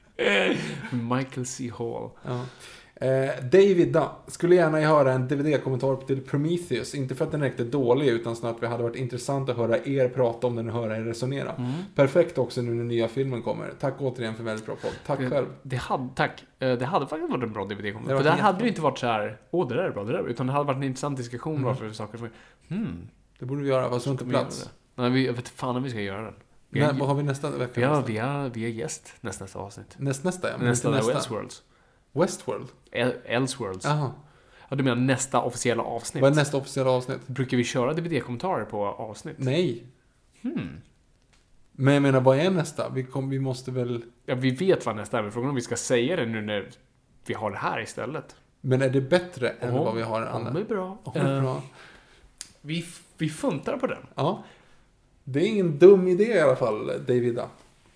Speaker 4: Michael C. Hall.
Speaker 3: Ja. Eh, David da, skulle gärna höra en D V D-kommentar till Prometheus. Inte för att den är riktigt dålig, utan snarare att det hade varit intressant att höra er prata om den och höra er resonera. Mm. Perfekt också nu när nya filmen kommer. Tack återigen för väldigt bra podd. Tack
Speaker 4: det,
Speaker 3: själv.
Speaker 4: Det hade, tack. Det hade faktiskt varit en bra D V D-kommentar. För det hade ju inte varit så här, åh det där är bra, det där. Utan det hade varit en intressant diskussion mm. varför saker som hmm.
Speaker 3: Det borde vi göra, vad som inte plats.
Speaker 4: Nej, vi, jag vet fan om vi ska göra den.
Speaker 3: Vi har, Nej, vad har vi nästa vecka?
Speaker 4: Ja, vi har, vi har gäst nästa, nästa avsnitt.
Speaker 3: Näst, nästa, ja.
Speaker 4: Nästa,
Speaker 3: nästa.
Speaker 4: är Westworlds.
Speaker 3: Westworld?
Speaker 4: El- Elseworlds.
Speaker 3: Aha.
Speaker 4: Ja, du menar nästa officiella avsnitt?
Speaker 3: Vad är nästa officiella avsnitt?
Speaker 4: Brukar vi köra D V D-kommentarer på avsnitt?
Speaker 3: Nej.
Speaker 4: Hmm.
Speaker 3: Men jag menar, vad är nästa? Vi, kom, vi måste väl...
Speaker 4: Ja, vi vet vad nästa är, men frågan om vi ska säga det nu när vi har det här istället.
Speaker 3: Men är det bättre än
Speaker 4: oh,
Speaker 3: vad vi har annat?
Speaker 4: Ja, det är bra.
Speaker 3: Oh, det är bra. Uh,
Speaker 4: vi, vi funtar på den.
Speaker 3: Ja. Det är ingen dum idé i alla fall, Davida.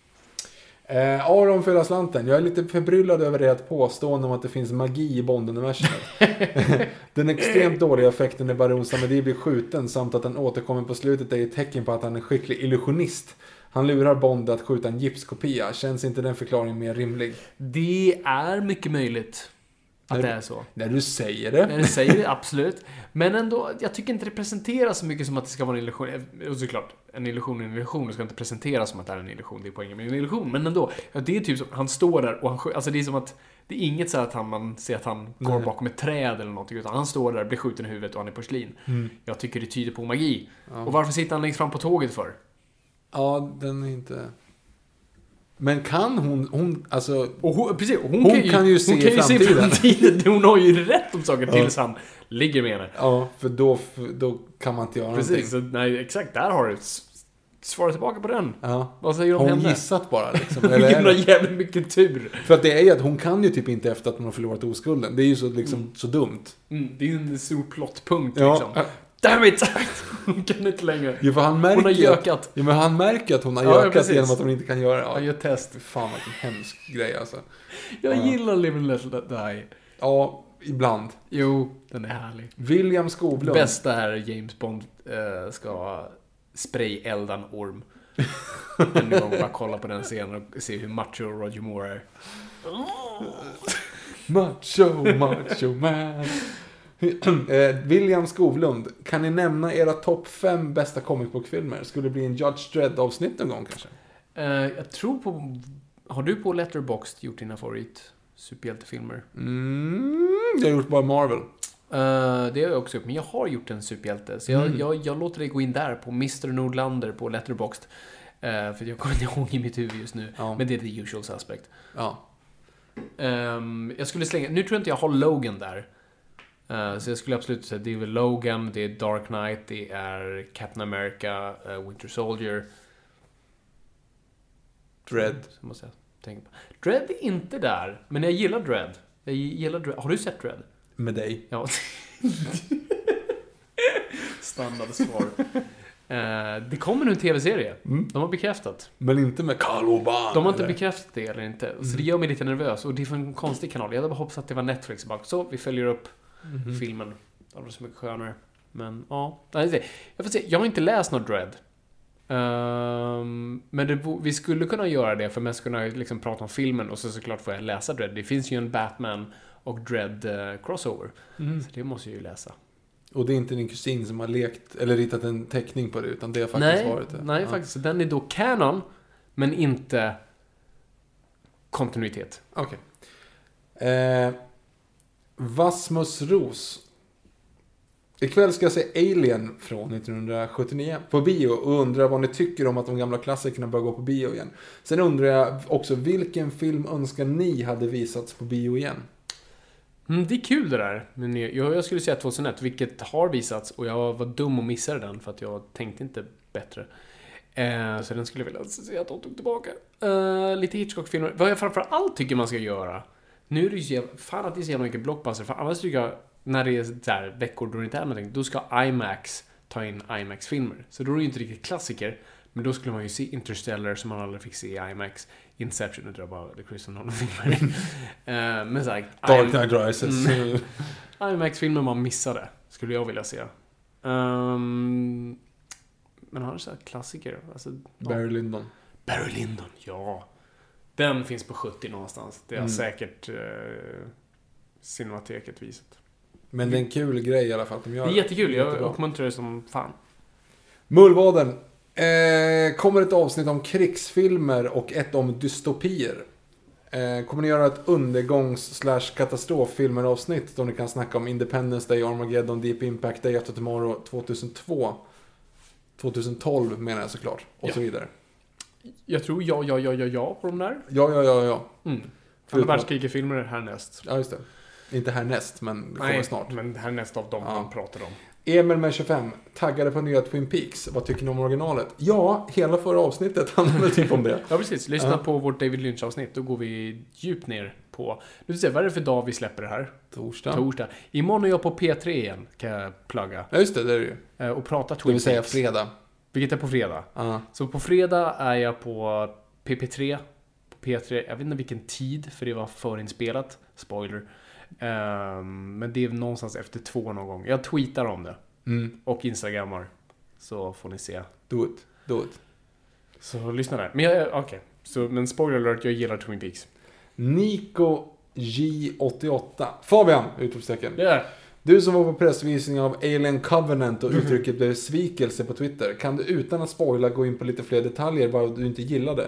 Speaker 3: Eh, Aron fyller slanten. Jag är lite förbryllad över det att påstående om att det finns magi i Bond-universumet. Den extremt dåliga effekten när Baron Samedi blir skjuten samt att den återkommer på slutet är ett tecken på att han är skicklig illusionist. Han lurar Bond att skjuta en gipskopia. Känns inte den förklaringen mer rimlig?
Speaker 4: Det är mycket möjligt att
Speaker 3: när
Speaker 4: det
Speaker 3: du,
Speaker 4: är så.
Speaker 3: När du säger det.
Speaker 4: När du säger det, absolut. Men ändå, jag tycker inte det presenteras så mycket som att det ska vara en illusion. Och såklart, en illusion är en illusion. Det ska inte presenteras som att det är en illusion. Det är poängen med en illusion. Men ändå, ja, det är typ som, han står där och han, alltså det är som att, Det är inget så att han, man ser att han går
Speaker 3: Nej.
Speaker 4: bakom ett träd eller någonting, utan han står där, blir skjuten i huvudet och han är porslin.
Speaker 3: Mm.
Speaker 4: Jag tycker det tyder på magi.
Speaker 3: Ja.
Speaker 4: Och varför sitter han längst fram på tåget för?
Speaker 3: Ja, den är inte... Men kan hon... hon alltså...
Speaker 4: Och hon, precis, hon,
Speaker 3: Hon
Speaker 4: kan ju,
Speaker 3: kan ju se
Speaker 4: hon kan ju
Speaker 3: framtiden.
Speaker 4: se framtiden. Hon har ju rätt om saker tills han ligger med henne.
Speaker 3: Ja, för då, då kan man inte göra
Speaker 4: Precis,
Speaker 3: någonting.
Speaker 4: så, nej, exakt. Där har du ett svar tillbaka på den.
Speaker 3: Ja.
Speaker 4: Vad säger du
Speaker 3: Har
Speaker 4: om
Speaker 3: hon
Speaker 4: henne?
Speaker 3: gissat bara liksom?
Speaker 4: Hon
Speaker 3: Eller är
Speaker 4: har
Speaker 3: det...
Speaker 4: jävligt mycket tur.
Speaker 3: För att det är ju att hon kan ju typ inte efter att hon har förlorat oskulden. Det är ju så, liksom,
Speaker 4: Mm.
Speaker 3: så dumt.
Speaker 4: Mm, det är ju en stor plottpunkt
Speaker 3: Ja.
Speaker 4: liksom. Damn it! Hon kan inte längre.
Speaker 3: Jo, för han märker
Speaker 4: Hon har
Speaker 3: ju att-
Speaker 4: gökat.
Speaker 3: Ja, men han märker att hon har
Speaker 4: Ja, ja,
Speaker 3: gökat
Speaker 4: precis.
Speaker 3: genom att hon inte kan göra det. Ja,
Speaker 4: Jag gör test.
Speaker 3: fan vilken hemsk grej alltså.
Speaker 4: Jag
Speaker 3: Ja.
Speaker 4: gillar Live and Let Die.
Speaker 3: Ja, ibland.
Speaker 4: Jo, den är härlig.
Speaker 3: William Skovlund.
Speaker 4: Bästa är James Bond äh, ska sprayelda en orm. En gång bara kolla på den scenen och se hur macho Roger Moore är.
Speaker 3: Macho, macho man. eh, William Skovlund. Kan ni nämna era topp fem bästa comic book-filmer? Skulle det bli en Judge Dredd-avsnitt någon gång kanske?
Speaker 4: Uh, jag tror på... Har du på Letterboxd gjort dina favorit superhjältefilmer?
Speaker 3: Mm, jag har gjort bara Marvel.
Speaker 4: Uh, det har jag också gjort, men jag har gjort en superhjälte. Så jag,
Speaker 3: Mm.
Speaker 4: jag, jag låter dig gå in där på mister Nordlander på Letterboxd. Uh, för jag kommer inte ihåg i mitt huvud just nu.
Speaker 3: Ja.
Speaker 4: Men det är the usual suspect.
Speaker 3: Ja.
Speaker 4: Um, jag skulle slänga... Nu tror jag inte jag har Logan där. Uh, så jag skulle absolut säga det är väl Logan, det är Dark Knight, det är Captain America, uh, Winter Soldier.
Speaker 3: Dredd.
Speaker 4: Så måste jag tänka på. Dredd är inte där, men jag gillar Dredd. Jag gillar Dredd. Har du sett Dredd?
Speaker 3: Med dig.
Speaker 4: Ja. Standardsvar. Uh, det kommer nu en tv-serie.
Speaker 3: Mm.
Speaker 4: De har bekräftat.
Speaker 3: Men inte med Karl Urban.
Speaker 4: De har inte
Speaker 3: eller?
Speaker 4: bekräftat det eller inte. Så
Speaker 3: Mm.
Speaker 4: det gör mig lite nervös. Och det är för en konstig kanal. Jag hade bara hoppats att det var Netflix. Bara, så, vi följer upp
Speaker 3: Mhm.
Speaker 4: filmen. Det var så mycket skönare. Men ja. Nej, jag får se. Jag har inte läst något Dredd. Um, men det, vi skulle kunna göra det för att mest kunna liksom prata om filmen och så såklart får jag läsa Dredd. Det finns ju en Batman och Dredd uh, crossover.
Speaker 3: Mm.
Speaker 4: Så det måste jag ju läsa.
Speaker 3: Och det är inte din kusin som har lekt eller ritat en teckning på det, utan det har faktiskt
Speaker 4: Nej,
Speaker 3: varit det.
Speaker 4: nej
Speaker 3: Ja.
Speaker 4: faktiskt. Den är då canon, men inte kontinuitet.
Speaker 3: Okej. Eh, Vasmus Ros. Ikväll ska jag se Alien från nittonhundrasjuttionio på bio och undrar vad ni tycker om att de gamla klassikerna börjar gå på bio igen. Sen undrar jag också vilken film önskar ni hade visats på bio igen?
Speaker 4: Mm, det är kul det där. Men jag, jag skulle säga tjugohundraett, vilket har visats och jag var dum och missade den för att jag tänkte inte bättre. Eh, så den skulle jag vilja se att de tog tillbaka. Eh, lite Hitchcock-filmer. Vad jag framförallt tycker man ska göra. Nu är det ju så jävla, fan att det är så jävla mycket blockbuster. För annars tycker jag, när det är så här veckor då det inte är någonting, då ska IMAX ta in IMAX-filmer. Så då är det ju inte riktigt klassiker. Men då skulle man ju se Interstellar som man aldrig fick se i IMAX. Inception, det tror jag bara det Christian Nolan-filmer. uh, men såhär...
Speaker 3: Dark Knight Rises.
Speaker 4: Mm. IMAX-filmer man missade, skulle jag vilja se. Um, men har du såhär klassiker? Alltså,
Speaker 3: Barry Lyndon.
Speaker 4: Barry Lyndon, ja. Den finns på sjuttio någonstans. Det har
Speaker 3: Mm.
Speaker 4: säkert uh, Cinemateket visat.
Speaker 3: Men det är en kul grej i alla fall att de gör
Speaker 4: Det är jättekul, jag
Speaker 3: Jättebra.
Speaker 4: uppmuntrar det som fan.
Speaker 3: Mullvaden. Eh, kommer ett avsnitt om krigsfilmer och ett om dystopier. Eh, kommer ni göra ett undergångs slash katastroffilmer avsnitt då ni kan snacka om Independence Day, Armageddon, Deep Impact, Day After Tomorrow tjugohundratvå, tjugotolv menar jag såklart och
Speaker 4: Ja.
Speaker 3: så vidare.
Speaker 4: Jag tror ja, ja, ja, ja, ja på de där.
Speaker 3: Ja, ja, ja, ja.
Speaker 4: Mm. Andra
Speaker 3: Förutom-
Speaker 4: världskriget-filmer härnäst.
Speaker 3: Ja, just det. Inte härnäst, men det kommer
Speaker 4: Nej,
Speaker 3: snart.
Speaker 4: men härnäst av dem
Speaker 3: Ja.
Speaker 4: man pratar om.
Speaker 3: Emil med tjugofem, taggade på nya Twin Peaks. Vad tycker ni om originalet? Ja, hela förra avsnittet handlar väl typ om det.
Speaker 4: Ja, precis. Lyssna
Speaker 3: Ja.
Speaker 4: på vårt David Lynch-avsnitt. Då går vi djupt ner på... Nu ska vi se, vad är det för dag vi släpper det här?
Speaker 3: Torsdag.
Speaker 4: Torsdag. Imorgon är jag på P tre igen, kan jag plugga.
Speaker 3: Ja, just det, det är det ju.
Speaker 4: Eh, Och prata
Speaker 3: Det
Speaker 4: Twin
Speaker 3: vill säga
Speaker 4: Peaks.
Speaker 3: fredag.
Speaker 4: Vilket är på fredag.
Speaker 3: Ja.
Speaker 4: Så på fredag är jag på P P tre. På P tre, jag vet inte vilken tid, för det var förinspelat. Spoiler. Ehm, men det är någonstans efter två någon gång. Jag tweetar om det.
Speaker 3: Mm.
Speaker 4: Och instagrammar. Så får ni se.
Speaker 3: Do it. Do it.
Speaker 4: Så lyssna där. Men jag, okej. Så, men spoiler alert, jag gillar Twin Peaks.
Speaker 3: Nico J åttioåtta. Fabian! Utropstecken.
Speaker 4: Det är.
Speaker 3: Du som var på pressvisning av Alien Covenant och uttrycket blev besvikelse på Twitter. Kan du utan att spoila gå in på lite fler detaljer vad du inte gillade?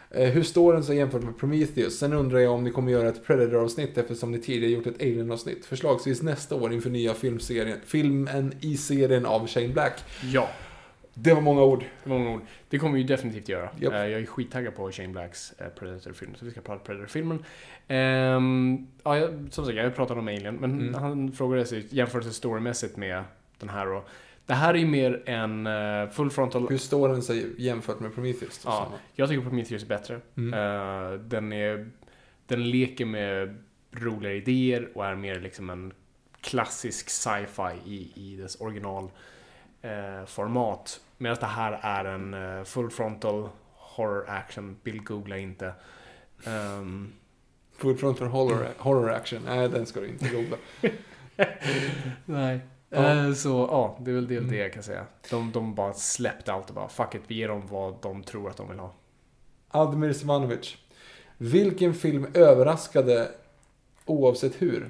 Speaker 3: Eh, hur står den så jämfört med Prometheus? Sen undrar jag om ni kommer göra ett Predator-avsnitt eftersom ni tidigare gjort ett Alien-avsnitt. Förslagsvis nästa år inför nya filmserien, filmen i serien av Shane Black.
Speaker 4: Ja.
Speaker 3: Det var många ord.
Speaker 4: Många ord. Det kommer vi ju definitivt göra.
Speaker 3: Yep.
Speaker 4: Uh, jag är skittaggad på Shane Blacks uh, Predator-film, så vi ska prata Predator-filmen. Um, ja, jag, som sagt, jag pratade om Alien, men mm. han frågade sig jämförelse storymässigt med den här. Och det här är ju mer en uh, full frontal...
Speaker 3: Hur står den sig jämfört med Prometheus?
Speaker 4: Ja, jag tycker Prometheus är bättre. Mm. Uh, den, är, den leker med roliga idéer och är mer liksom en klassisk sci-fi i, i dess original uh, format. Medan det här är en uh, full frontal horror action. Bill googla inte. Um,
Speaker 3: full frontal horror, horror action. Nej, den ska du inte googla.
Speaker 4: Nej. Ja. Uh, så ja, det är väl det, det jag kan säga. De, de bara släppte allt och bara fuck it, vi ger dem vad de tror att de vill ha.
Speaker 3: Admir Svanovic. Vilken film överraskade oavsett hur?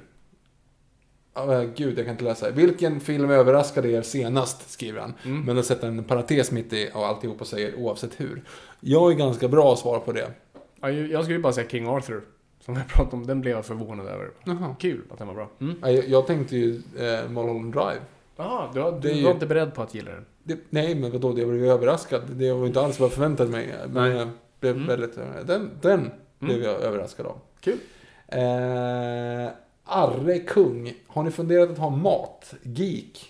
Speaker 3: Oh, gud, jag kan inte läsa. Vilken film överraskade er senast, skriver han. Mm. Men då sätter han en parentes mitt i och alltihop och säger oavsett hur. Jag är ganska bra att svara på det.
Speaker 4: Ja, jag skulle bara säga King Arthur. Som jag pratade om, den blev jag förvånad över. Aha. Kul att den var bra. Mm.
Speaker 3: Ja, jag, jag tänkte ju eh, Mulholland Drive.
Speaker 4: Jaha, du, du var ju... inte beredd på att gilla den?
Speaker 3: Det, nej, men vadå, jag blev överraskad. Det var inte alls vad jag förväntade mig. Men jag blev mm. väldigt... Den, den mm. blev jag överraskad av.
Speaker 4: Kul.
Speaker 3: Eh... Arre Kung, har ni funderat att ha mat? Geek.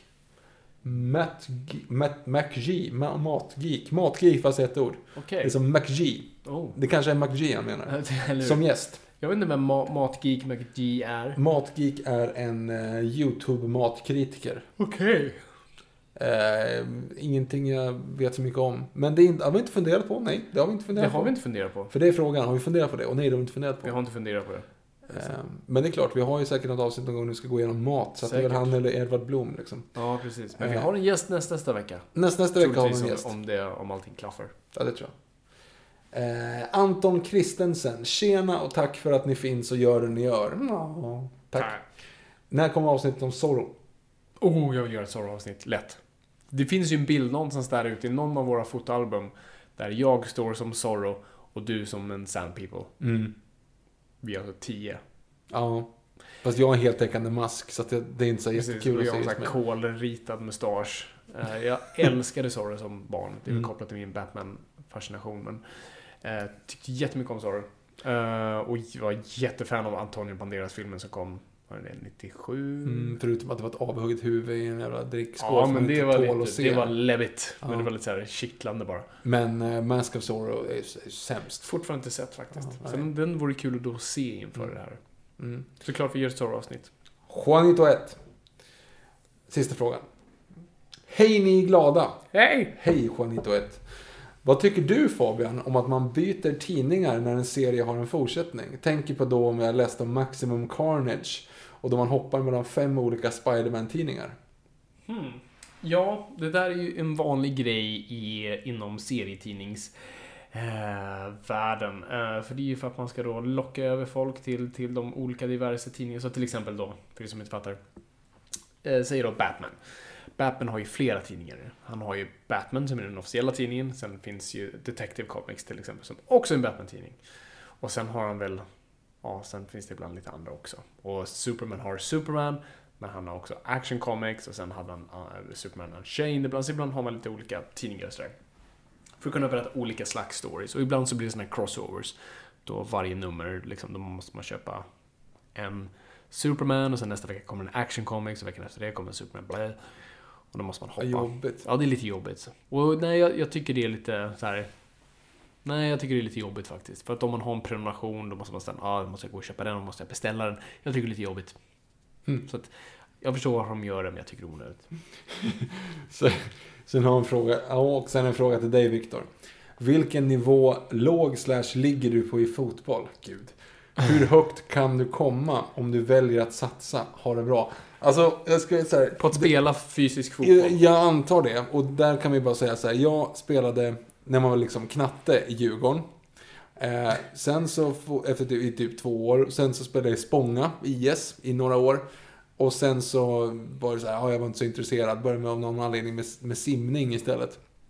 Speaker 3: Matt, Matt McG, Matgeek. Matgeek fast ett ord.
Speaker 4: Okay.
Speaker 3: Det är som McG.
Speaker 4: Oh.
Speaker 3: Det kanske är McG han menar. Som gäst.
Speaker 4: Jag vet inte vem Ma- Matgeek McG är.
Speaker 3: Matgeek är en uh, YouTube-matkritiker.
Speaker 4: Okej.
Speaker 3: Okay. Uh, ingenting jag vet så mycket om. Men det är inte, har vi inte funderat på? Nej, det har vi inte funderat
Speaker 4: på. Det har
Speaker 3: på.
Speaker 4: vi inte funderat på.
Speaker 3: För det är frågan, har vi funderat på det? Och nej, det har vi inte funderat på.
Speaker 4: Vi har inte funderat på det.
Speaker 3: Men det är klart, vi har ju säkert något avsnitt någon gång nu ska gå igenom mat. Så att det är väl han eller Edvard Blom liksom.
Speaker 4: Ja, precis. Men vi har en gäst nästa, nästa vecka.
Speaker 3: Nästa, nästa vecka har vi en gäst.
Speaker 4: Om, det, om allting klaffar.
Speaker 3: Ja, det tror jag. Eh, Anton Kristensen. Tjena och tack för att ni finns och gör det ni gör. Ja, tack. tack. När kommer avsnittet om Zorro?
Speaker 4: Oh, jag vill göra ett Zorro-avsnitt. Lätt. Det finns ju en bild någonstans där ute i någon av våra fotoalbum. Där jag står som Zorro och du som en Sand People.
Speaker 3: Mm.
Speaker 4: Vi har alltså tio.
Speaker 3: Ja, fast jag har en heltäckande mask så att det, det är inte så
Speaker 4: Precis,
Speaker 3: jättekul att se.
Speaker 4: Jag har en kolritad mustasch. uh, Jag älskade Zorro som barn. Det är mm. kopplat till min Batman-fascination. Men uh, tyckte jättemycket om Zorro. uh, Och jag var jättefan av Antonio Banderas-filmen som kom, var det nittiosju?
Speaker 3: Mm, förutom att det var ett avhugget huvud i en jävla drickskål.
Speaker 4: Ja, men det var, lite, det var läbbigt. Ja. Men det var lite så här kittlande bara.
Speaker 3: Men uh, Mask of Zorro är, är sämst.
Speaker 4: Fortfarande inte sett faktiskt.
Speaker 3: Ja,
Speaker 4: så den, den vore kul att då se inför mm. det här.
Speaker 3: Mm.
Speaker 4: Såklart vi gör ett Zorro-avsnitt.
Speaker 3: Juanito ett. Sista frågan. Hej ni glada.
Speaker 4: Hej!
Speaker 3: Hej Juanito ett. Vad tycker du Fabian om att man byter tidningar när en serie har en fortsättning? Tänker på då om jag läste om Maximum Carnage och då man hoppar mellan fem olika Spider-Man-tidningar.
Speaker 4: Hmm. Ja, det där är ju en vanlig grej i, inom serietidnings eh, världen. Eh, för det är ju för att man ska då locka över folk till, till de olika diverse tidningar. Så till exempel då, för er som inte fattar, eh, säger då Batman. Batman har ju flera tidningar. Han har ju Batman som är den officiella tidningen. Sen finns ju Detective Comics till exempel som också är en Batman-tidning. Och sen har han väl, ja, sen finns det ibland lite andra också. Och Superman har Superman, men han har också Action Comics och sen hade han uh, Superman Unchained. Ibland, så ibland har man lite olika tidningar och sådär. För att kunna berätta olika slags stories. Och ibland så blir det såna här crossovers. Då varje nummer, liksom, då måste man köpa en Superman och sen nästa vecka kommer en Action Comics och veckan efter det kommer en Superman Blä. Och då måste man hoppa.
Speaker 3: Jobbigt.
Speaker 4: Ja, det är lite jobbigt. Och nej, jag, jag tycker det är lite så här. Nej, jag tycker det är lite jobbigt faktiskt. För att om man har en prenumeration, då måste man ställa, ja, ah, då måste jag gå och köpa den, då måste jag beställa den. Jag tycker det är lite jobbigt. Mm. Så att jag förstår vad de gör det, men jag tycker det är onödigt.
Speaker 3: Så, sen har en fråga, och sen en fråga till dig, Viktor. Vilken nivå låg slash ligger du på i fotboll? Gud. Hur högt kan du komma om du väljer att satsa? Ha det bra. Alltså, jag ska så här,
Speaker 4: på att spela fysisk fotboll.
Speaker 3: Jag, jag antar det. Och där kan vi bara säga så här. Jag spelade när man var liksom knatte i Djurgården. Eh, sen så, efter typ, typ två år. Sen så spelade jag i Spånga, I S, i några år. Och sen så var det så här, ja, jag var inte så intresserad. Började med av någon anledning med, med simning istället.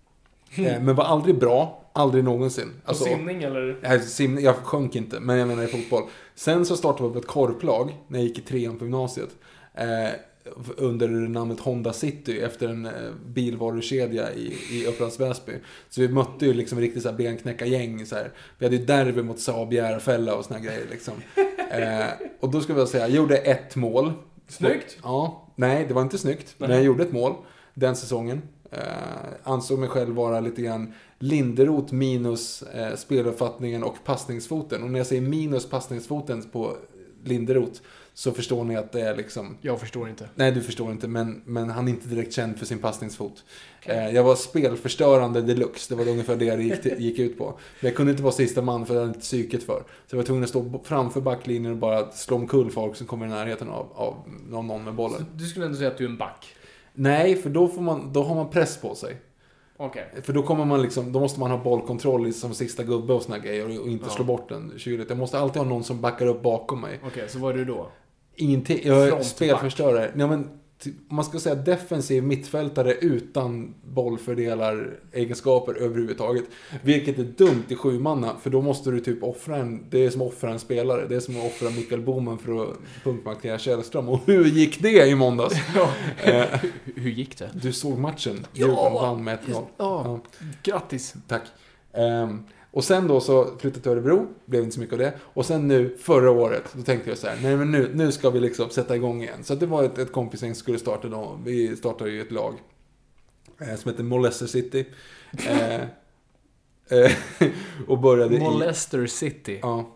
Speaker 3: Eh, men var aldrig bra, aldrig någonsin.
Speaker 4: Alltså, simning eller?
Speaker 3: Jag, sim, jag sjönk inte, men jag menar i fotboll. Sen så startade vi på ett korplag när jag gick i trean på gymnasiet. Eh, under namnet Honda City efter en eh, bilvarukedja i, i Upplands Väsby. Så vi mötte ju liksom riktigt så här benknäckargäng så här. Vi hade ju derby mot Saab Järfälla och såna grejer liksom. Eh, och då skulle jag säga, jag gjorde ett mål.
Speaker 4: Snyggt?
Speaker 3: Ja, nej det var inte snyggt. Men jag gjorde ett mål den säsongen. Eh, ansåg mig själv vara lite grann Linderoth minus eh, speluppfattningen och passningsfoten. Och när jag säger minus passningsfoten på Linderoth så förstår ni att det är liksom...
Speaker 4: Jag förstår inte.
Speaker 3: Nej, du förstår inte, men, men han är inte direkt känd för sin passningsfot. Okay. Eh, jag var spelförstörande deluxe, det var ungefär det jag gick, gick ut på. Men jag kunde inte vara sista man för det hade inte psyket för. Så jag var tvungen att stå framför backlinjen och bara slå omkull folk som kommer i närheten av, av någon, någon med bollen.
Speaker 4: Så du skulle ändå säga att du är en back?
Speaker 3: Nej, för då, får man, då har man press på sig.
Speaker 4: Okay.
Speaker 3: För då kommer man liksom, då måste man ha bollkontroll som sista gubbe och såna grejer och, och inte ja. slå bort den kyligt. Jag måste alltid ha någon som backar upp bakom mig.
Speaker 4: Okej, okay, så vad är du då?
Speaker 3: Ingenting, jag är spelförstörare. Ja, men man ska säga defensiv mittfältare utan bollfördelar egenskaper överhuvudtaget. Vilket är dumt i sju manna, för då måste du typ offra en, det är som att offra en spelare. Det är som att offra Mikael Boman för att punktmarkera Källström. Och hur gick det i måndags?
Speaker 4: Ja. eh, hur gick det?
Speaker 3: Du såg matchen.
Speaker 4: Ja,
Speaker 3: Djurgården vann med ett noll.
Speaker 4: Ja, ja. Grattis.
Speaker 3: Tack. Um, Och sen då så flyttade till Örebro, blev inte så mycket av det. Och sen nu, förra året, då tänkte jag så här, nej men nu, nu ska vi liksom sätta igång igen. Så det var ett, ett kompisgäng som skulle starta då. Vi startade ju ett lag eh, som heter Molester City. Eh, eh, och började
Speaker 4: Molester
Speaker 3: i...
Speaker 4: City?
Speaker 3: Ja.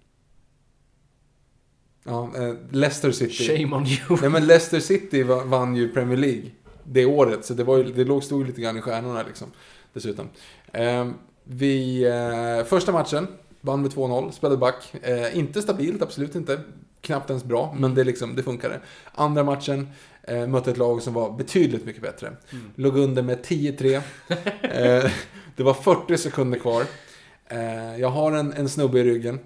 Speaker 3: Ja, eh, Leicester City.
Speaker 4: Shame on you.
Speaker 3: Nej men Leicester City vann ju Premier League det året. Så det, var ju, det låg stod lite grann i stjärnorna liksom. Dessutom. Eh, Vi, eh, första matchen vann med två noll, spelade back. Eh, inte stabilt, absolut inte. Knappt ens bra, mm. men det, liksom, det funkade. Andra matchen eh, mötte ett lag som var betydligt mycket bättre. Mm. Låg under med tio tre. eh, det var fyrtio sekunder kvar. Eh, jag har en, en snubbe i ryggen.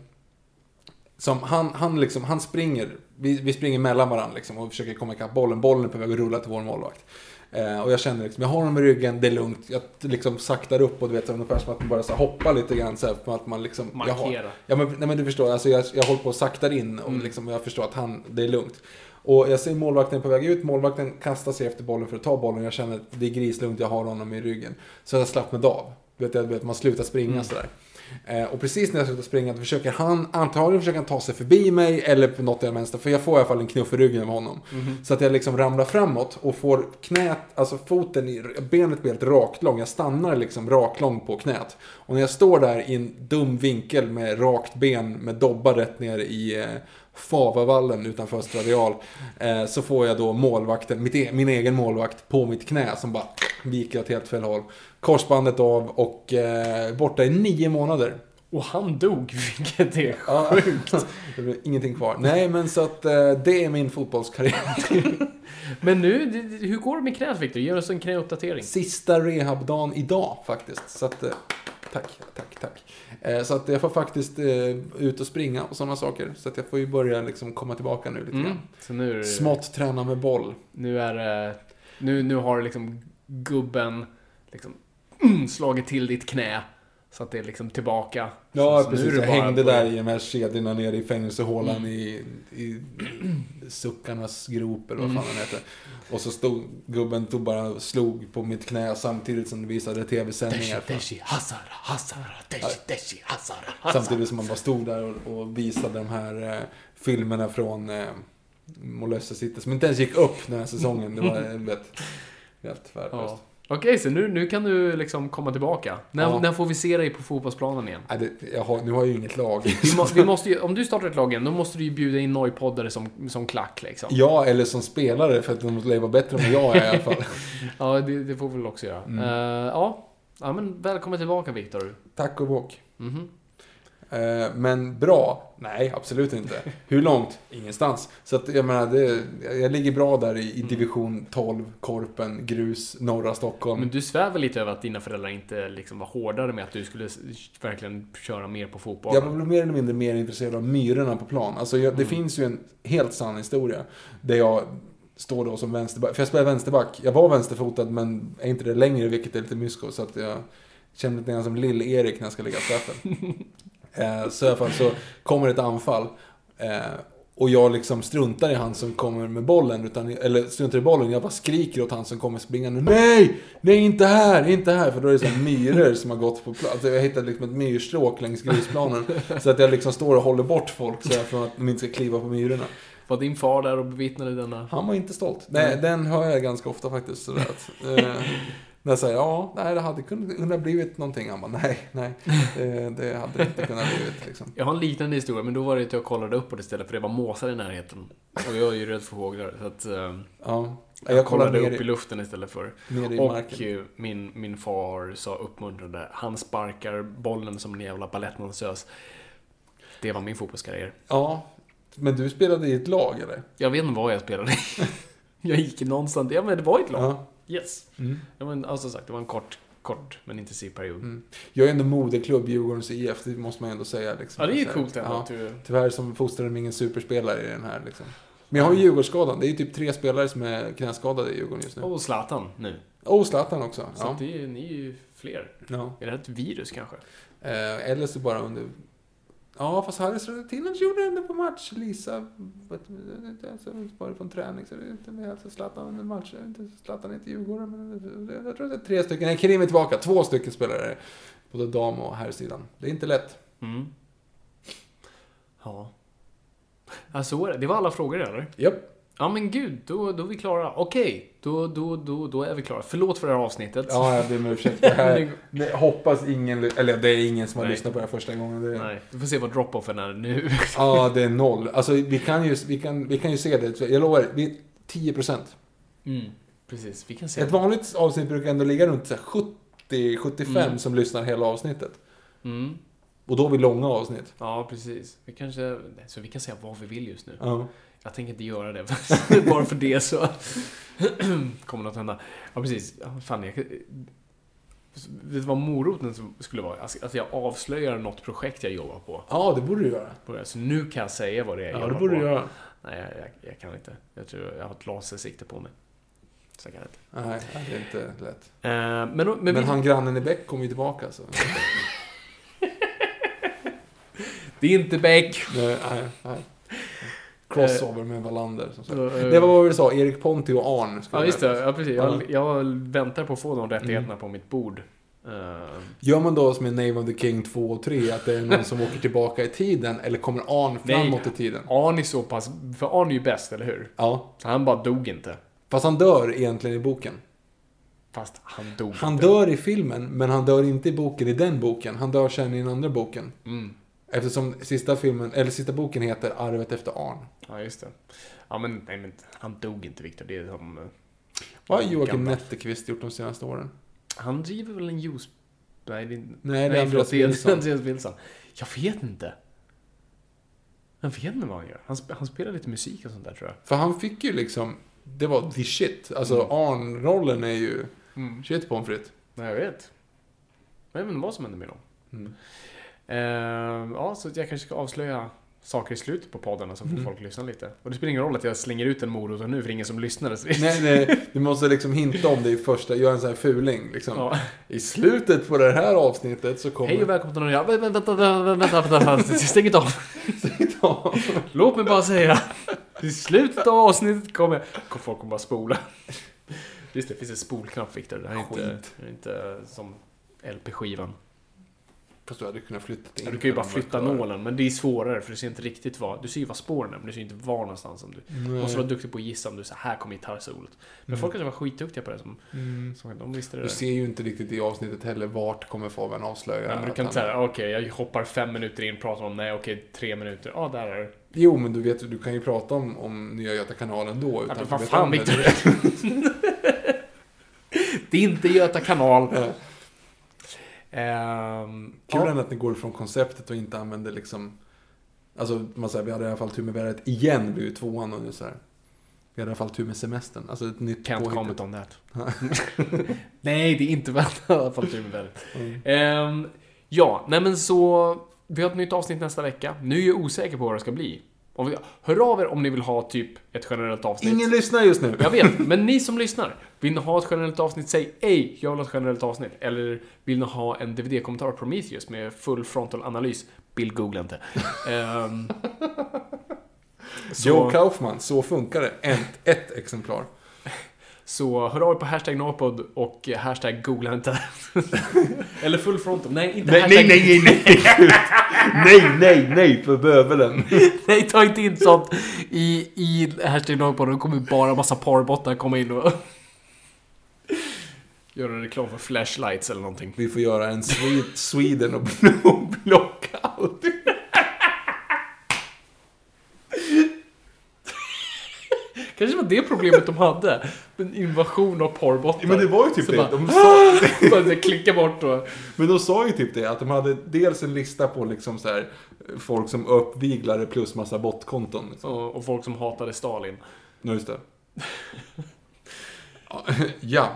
Speaker 3: Som han, han, liksom, han springer, vi, vi springer mellan varandra liksom, och försöker komma ikapp bollen. Bollen är på väg att rulla till vår målvakt. Eh, och jag känner liksom, jag har honom i ryggen, det är lugnt. Jag liksom saktar upp och du vet, ungefär som att man bara så hoppar lite grann så här, för att man liksom...
Speaker 4: Markera.
Speaker 3: Har, ja, men, nej, men du förstår, alltså jag, jag håller på att sakta in och
Speaker 4: mm.
Speaker 3: liksom, jag förstår att han, det är lugnt. Och jag ser målvakten på väg ut, målvakten kastar sig efter bollen för att ta bollen. Jag känner att det är grislugnt, jag har honom i ryggen. Så jag slappnar av. Du vet, jag vet, man slutar springa mm. sådär. Eh, och precis när jag slutar springa så försöker han, antagligen försöker han ta sig förbi mig eller på något av vänster, för jag får i alla fall en knuff i ryggen av honom. Mm-hmm. Så att jag liksom ramlar framåt och får knät, alltså foten i, benet blir helt raklång. Jag stannar liksom raklång på knät. Och när jag står där i en dum vinkel med rakt ben med dobbar rätt ner i eh, Favavallen utanför Östra Real, eh, så får jag då målvakten, mitt e- min egen målvakt på mitt knä som bara viker åt helt fel håll. Korsbandet av och eh, borta i nio månader.
Speaker 4: Och han dog, vilket är sjukt.
Speaker 3: Det blev ingenting kvar. Nej, men så att eh, det är min fotbollskarriär.
Speaker 4: Men nu, det, hur går det med knät, Victor? Ge oss en knäuppdatering.
Speaker 3: Sista rehabdagen idag faktiskt. Så att, eh, tack, tack, tack. Eh, så att jag får faktiskt eh, ut och springa och sådana saker. Så att jag får ju börja liksom komma tillbaka nu lite
Speaker 4: mm.
Speaker 3: grann.
Speaker 4: Så nu är det,
Speaker 3: smått träna med boll.
Speaker 4: Nu är nu, nu har liksom gubben liksom mm, slagit till ditt knä. Så att det är liksom tillbaka.
Speaker 3: Ja,
Speaker 4: så,
Speaker 3: precis.
Speaker 4: Så
Speaker 3: jag hängde där i de här kedjorna nere i fängelsehålan mm. i, i suckarnas grop eller vad fan mm. han heter. Och så stod gubben tog bara slog på mitt knä samtidigt som det visade tv-sändningar.
Speaker 4: Deshi, deshi, hasara, hasara, deshi, deshi, hasara, hasara.
Speaker 3: Samtidigt som man bara stod där och, och visade de här eh, filmerna från eh, Molester City som inte ens gick upp den här säsongen. Det var väldigt, väldigt värdelöst.
Speaker 4: Ja. Okej, så nu, nu kan du liksom komma tillbaka. När, ja. när får vi se dig på fotbollsplanen igen?
Speaker 3: Nej, det, jag har, nu har jag ju inget lag.
Speaker 4: Vi må, vi måste ju, om du startar ett lag igen, då måste du ju bjuda in Nojpoddare som, som klack. Liksom.
Speaker 3: Ja, eller som spelare, för att de måste leva bättre än jag är i alla fall.
Speaker 4: Ja, det, det får vi väl också göra. Mm. Uh, ja. ja, men välkommen tillbaka, Victor.
Speaker 3: Tack och bock.
Speaker 4: Mm-hmm.
Speaker 3: Uh, men bra? Nej, absolut inte. Hur långt? Ingenstans. Så att, jag menar, det, jag ligger bra där i, i division tolv, Korpen, Grus, norra Stockholm.
Speaker 4: Men du svävar lite över att dina föräldrar inte liksom var hårdare med att du skulle verkligen köra mer på fotboll.
Speaker 3: Jag blev mer eller mindre mer intresserad av myrorna på plan. Alltså, jag, det mm. finns ju en helt sann historia där jag står då som vänsterback. För jag spelar vänsterback. Jag var vänsterfotad men är inte det längre, vilket är lite mysko. Så att jag känner lite grann som Lill-Erik när jag ska lägga straffen. eh, så i alla fall så kommer ett anfall. Eh, och jag liksom struntar i han som kommer med bollen. Utan, eller struntar i bollen. Jag bara skriker åt han som kommer springande. Nej! Nej, inte här! Inte här! För då är det så här myror som har gått på plats. Jag hittade liksom ett myrstråk längs grusplanen. Så att jag liksom står och håller bort folk så här, för att de inte ska kliva på myrorna.
Speaker 4: Var din far där och bevittnade denna?
Speaker 3: Han var inte stolt. Nej, den hör jag ganska ofta faktiskt. Så att, eh, när jag säger, ja, nej, det hade kunnat blivit någonting. Han bara, nej, nej. Det, det hade inte kunnat blivit liksom.
Speaker 4: Jag har en liknande historia, men då var det att jag kollade upp på det istället. För det var måsar i närheten. Och jag är ju rädd för fåglar. Så att, eh,
Speaker 3: ja.
Speaker 4: jag, jag kollade upp i,
Speaker 3: i
Speaker 4: luften istället för.
Speaker 3: I
Speaker 4: och
Speaker 3: marken.
Speaker 4: min, min far sa uppmuntrande. Han sparkar bollen som en jävla balettdansös. Det var min fotbollskarriär.
Speaker 3: Ja. Men du spelade i ett lag, eller?
Speaker 4: Jag vet inte vad jag spelade i. Jag gick någonstans. Ja, men det var ett lag.
Speaker 3: Ja.
Speaker 4: Yes. Mm. Det var en, alltså sagt, det var en kort, kort men intensiv period. Mm.
Speaker 3: Jag är ändå moderklubb Djurgårdens I F, det måste man ändå säga. Liksom.
Speaker 4: Ja, det är ju coolt ändå.
Speaker 3: Ja.
Speaker 4: Du...
Speaker 3: Tyvärr som fostrade mig ingen superspelare i den här. Liksom. Men jag har ju Djurgårdsskadan. Det är ju typ tre spelare som är knäskadade i Djurgården just nu.
Speaker 4: Och Zlatan nu.
Speaker 3: Och Zlatan också.
Speaker 4: Så
Speaker 3: ja.
Speaker 4: det är, ni är ju fler. Ja. Är det ett virus kanske?
Speaker 3: Eh, eller så bara under... Ja, fast Harris Rödtinans gjorde ändå på match. Lisa var på en träning, så det är inte med alltså Zlatan under match. Zlatan är inte Djurgården, men jag tror att det är tre stycken. Nej, Karim är tillbaka. Två stycken spelare. Både dam- och herrsidan. Det är inte lätt.
Speaker 4: Mm. Ja. Alltså, det var alla frågor, eller?
Speaker 3: Japp. Yep.
Speaker 4: Ja, men gud, då, då är vi klara. Okej, då, då, då, då är vi klara. Förlåt för det här avsnittet.
Speaker 3: Ja, jag ber mig ursäkt. Det här, det hoppas ingen, eller det är ingen som har Nej. lyssnat på det här första gången. Det är...
Speaker 4: Nej, vi får se vad drop-offen är nu.
Speaker 3: Ja, det är noll. Alltså, vi kan ju, vi kan, vi kan ju se det. Jag lovar, vi är tio procent.
Speaker 4: Mm, precis, vi kan se
Speaker 3: Ett
Speaker 4: det.
Speaker 3: vanligt avsnitt brukar ändå ligga runt sjuttio till sjuttiofem mm. som lyssnar hela avsnittet.
Speaker 4: Mm.
Speaker 3: Och då har vi långa avsnitt.
Speaker 4: Ja, precis. Vi kanske, så vi kan säga vad vi vill just nu.
Speaker 3: Ja.
Speaker 4: Jag tänker inte göra det. Bara för det så kommer något hända. Ja, precis. Ja, fan, jag... Vet du vad moroten skulle vara? Alltså, att jag avslöjar något projekt jag jobbar på.
Speaker 3: Ja, det borde du göra.
Speaker 4: Så nu kan jag säga vad det är jag
Speaker 3: ja,
Speaker 4: jobbar
Speaker 3: det borde
Speaker 4: på.
Speaker 3: Du göra.
Speaker 4: Nej, jag, jag, jag kan inte. Jag tror jag har ett lasersikte på mig. Så jag kan inte.
Speaker 3: Nej, det är inte lätt.
Speaker 4: Uh, men men,
Speaker 3: men
Speaker 4: vi...
Speaker 3: han grannen i Bäck kommer ju tillbaka. Så.
Speaker 4: Det är inte Bäck.
Speaker 3: Nej, nej, nej. Crossover med Wallander som sagt. Uh, det var vad vi sa, Erik Ponti och Arn.
Speaker 4: Ja, just det. Ja, precis. Jag, jag väntar på att få de rättigheterna mm. på mitt bord. Uh.
Speaker 3: Gör man då som i Name of the King två och tre att det är någon som åker tillbaka i tiden, eller kommer Arn framåt i tiden?
Speaker 4: Arn är så pass... För Arn är ju bäst, eller hur?
Speaker 3: Ja.
Speaker 4: Han bara dog inte.
Speaker 3: Fast han dör egentligen i boken.
Speaker 4: Fast han dog
Speaker 3: Han
Speaker 4: inte.
Speaker 3: dör i filmen, men han dör inte i boken i den boken. Han dör sen i den andra boken.
Speaker 4: Mm.
Speaker 3: Eftersom sista filmen, eller sista boken heter Arvet efter Arn.
Speaker 4: Ja, just det. Ja, men, nej, men han dog inte, Victor. Det är som...
Speaker 3: Vad har Joakim Netterqvist gjort de senaste åren?
Speaker 4: Han driver väl en juice... Nej, det,
Speaker 3: nej, det är Andreas Wilson.
Speaker 4: Andreas Wilson. Jag vet inte. Jag vet inte vad han gör. Han, sp- han spelar lite musik och sånt där, tror jag.
Speaker 3: För han fick ju liksom... Det var the shit. Alltså, mm. Arn-rollen är ju... Mm. Shit pommes frites.
Speaker 4: Nej, jag vet. Jag vet inte vad som händer med dem. Mm. Uh, ja, så jag kanske ska avslöja saker i slutet på poddarna så får mm. folk lyssna lite. Och det spelar ingen roll att jag slänger ut en morot och nu för ingen som lyssnar.
Speaker 3: Nej, nej, du måste liksom hinta om det i första, gör en sån här fuling liksom. Ja. I slutet på det här avsnittet så kommer...
Speaker 4: Hej och välkommen till någon... Ja, vänta, vänta, vänta, vänta, vänta, stäng inte av. Låt mig bara säga. I slutet av avsnittet kommer... Folk kommer bara spola. Just det, det finns en spolknapp, Victor. Det här är inte, det är inte som L P-skivan.
Speaker 3: Fast du hade kunnat flytta in.
Speaker 4: Ja, du kan ju bara flytta nålen, men det är svårare för du ser inte riktigt vad... Du ser ju vad spåren är, men du ser inte var någonstans. Om du Nej. måste vara duktig på att gissa om du säger här kommer gitarrsolet. Men mm. folk kanske var skitduktiga på det. Som, mm. som de visste det.
Speaker 3: Du ser ju inte riktigt i avsnittet heller vart kommer Fabian avslöja.
Speaker 4: Nej, men du kan inte säga, okej, okay, jag hoppar fem minuter in och pratar om, nej, okej, okay, tre minuter. Ja, ah, där är det.
Speaker 3: Jo, men du vet, du kan ju prata om, om Nya Göta-kanalen då. Utan
Speaker 4: ja, vad fan, Victor. Det är inte Göta kanal. Ja. Um,
Speaker 3: Kul ja. Att ni går från konceptet och inte använder liksom... Alltså, man säger, vi hade i alla fall tur med vädret igen, blir ju tvåan och nu så här. Vi hade i alla fall tur med semestern. Alltså ett nytt
Speaker 4: Can't påhittet. Comment on that. Nej, det är inte värt i alla fall tur med vädret. Mm. Um, ja, nej men så... Vi har ett nytt avsnitt nästa vecka. Nu är jag osäker på vad det ska bli. Om vi, hör av er om ni vill ha typ ett generellt avsnitt.
Speaker 3: Ingen lyssnar just nu.
Speaker 4: Jag vet, men ni som lyssnar, vill ni ha ett generellt avsnitt, säg ej, jag vill ha ett generellt avsnitt. Eller vill ni ha en D V D-kommentar av Prometheus med full frontal-analys? Bill googla inte. um,
Speaker 3: Joe Kaufman, så funkar det. Ett, ett exemplar.
Speaker 4: Så hör av er på hashtag Norrpodd och hashtag googla inte. Eller full frontal. Nej, inte
Speaker 3: nej,
Speaker 4: hashtag.
Speaker 3: Nej, nej, nej, nej. nej, nej, nej, för bövelen.
Speaker 4: Nej, ta inte in sånt i, i hashtag Norrpodd. Då kommer bara massa parbottar komma in och göra en reklam för flashlights eller någonting.
Speaker 3: Vi får göra en Sweden och blockout.
Speaker 4: Kanske var det problemet de hade. En invasion av parbottar.
Speaker 3: Men det var ju typ
Speaker 4: så
Speaker 3: det.
Speaker 4: Bara,
Speaker 3: de sa...
Speaker 4: bara klicka bort och...
Speaker 3: Men de sa ju typ det. Att de hade dels en lista på liksom så här, folk som uppviglare plus massa botkonton. Liksom.
Speaker 4: Och, och folk som hatade Stalin.
Speaker 3: Nu just det. Ja.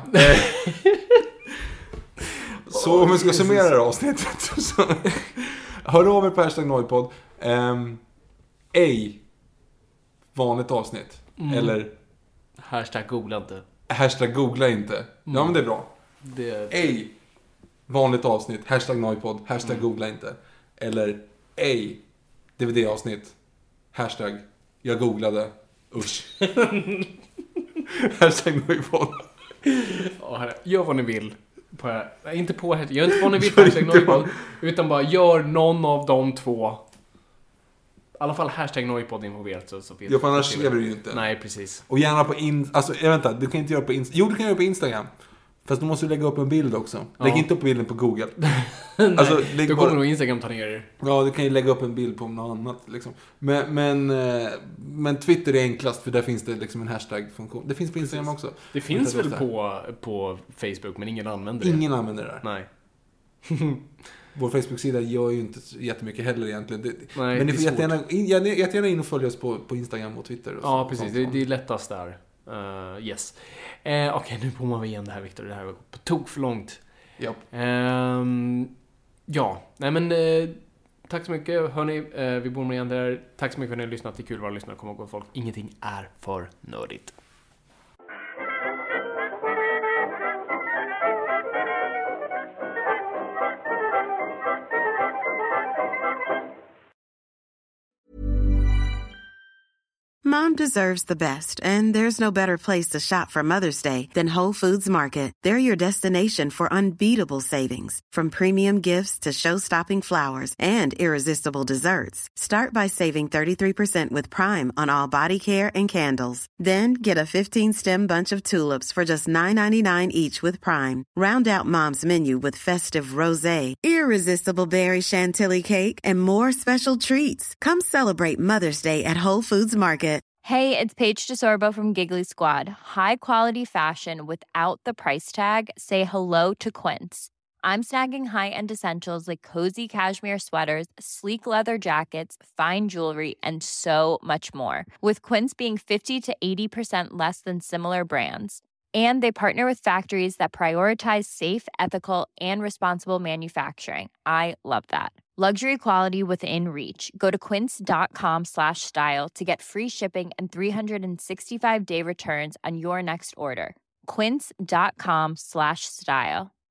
Speaker 3: Så om vi ska summera det här avsnittet. Så, hör av er på hashtag Noipod. Um, ej. Vanligt avsnitt. Mm. Eller
Speaker 4: hashtag googla inte.
Speaker 3: Hashtag googla inte. Mm. Ja, men det är bra.
Speaker 4: Det...
Speaker 3: Ej. Vanligt avsnitt. Hashtag Noipod. Hashtag mm. googla inte. Eller ej. D V D-avsnitt. Hashtag jag googlade. Usch. Hashtag Noipod.
Speaker 4: Ja, gör vad ni vill. På, nej, inte på hashtag. Gör inte vad ni vill på hashtag Noipod. Utan bara gör någon av de två. I alla fall hashtag Noipod involverat så, så
Speaker 3: ja, för annars ser du ju inte.
Speaker 4: Nej, precis.
Speaker 3: Och gärna på in... Alltså, jag vänta, du kan inte göra på Instagram. Jo, du kan göra på Instagram. Fast du måste lägga upp en bild också. Lägg ja. inte upp bilden på Google.
Speaker 4: Nej,
Speaker 3: alltså,
Speaker 4: då kommer bara... nog Instagram ta ner er.
Speaker 3: Ja, du kan ju lägga upp en bild på något annat. Liksom. Men, men, men Twitter är enklast för där finns det liksom en hashtag-funktion. Det finns på Instagram också.
Speaker 4: Det finns väl på, på Facebook, men ingen använder det.
Speaker 3: Ingen använder det.
Speaker 4: Nej.
Speaker 3: Vår Facebook-sida gör ju inte jättemycket heller egentligen. Det,
Speaker 4: Nej,
Speaker 3: men
Speaker 4: ni
Speaker 3: får jättegärna, in, jättegärna in och följa oss på, på Instagram och Twitter. Och
Speaker 4: ja,
Speaker 3: så,
Speaker 4: precis. Det, det är lättast där. Uh, yes. Uh, Okej, okay, nu bommar vi igen det här, Victor. Det här var på tok för långt.
Speaker 3: Yep.
Speaker 4: Uh, ja, nej men uh, tack så mycket. Hörrni, uh, vi bommar igen där. Tack så mycket för att ni har lyssnat. Det är kul att vara lyssnare. Kom ihåg folk. Ingenting är för nördigt.
Speaker 1: Mom deserves the best, and there's no better place to shop for Mother's Day than Whole Foods Market. They're your destination for unbeatable savings, from premium gifts to show-stopping flowers and irresistible desserts. Start by saving thirty-three percent with Prime on all body care and candles. Then get a fifteen-stem bunch of tulips for just nine ninety-nine each with Prime. Round out Mom's menu with festive rosé, irresistible berry chantilly cake, and more special treats. Come celebrate Mother's Day at Whole Foods Market.
Speaker 7: Hey, it's Paige DeSorbo from Giggly Squad. High quality fashion without the price tag. Say hello to Quince. I'm snagging high-end essentials like cozy cashmere sweaters, sleek leather jackets, fine jewelry, and so much more. With Quince being fifty to eighty percent less than similar brands. And they partner with factories that prioritize safe, ethical, and responsible manufacturing. I love that. Luxury quality within reach. Go to quince.com slash style to get free shipping and three sixty-five day returns on your next order. Quince.com slash style.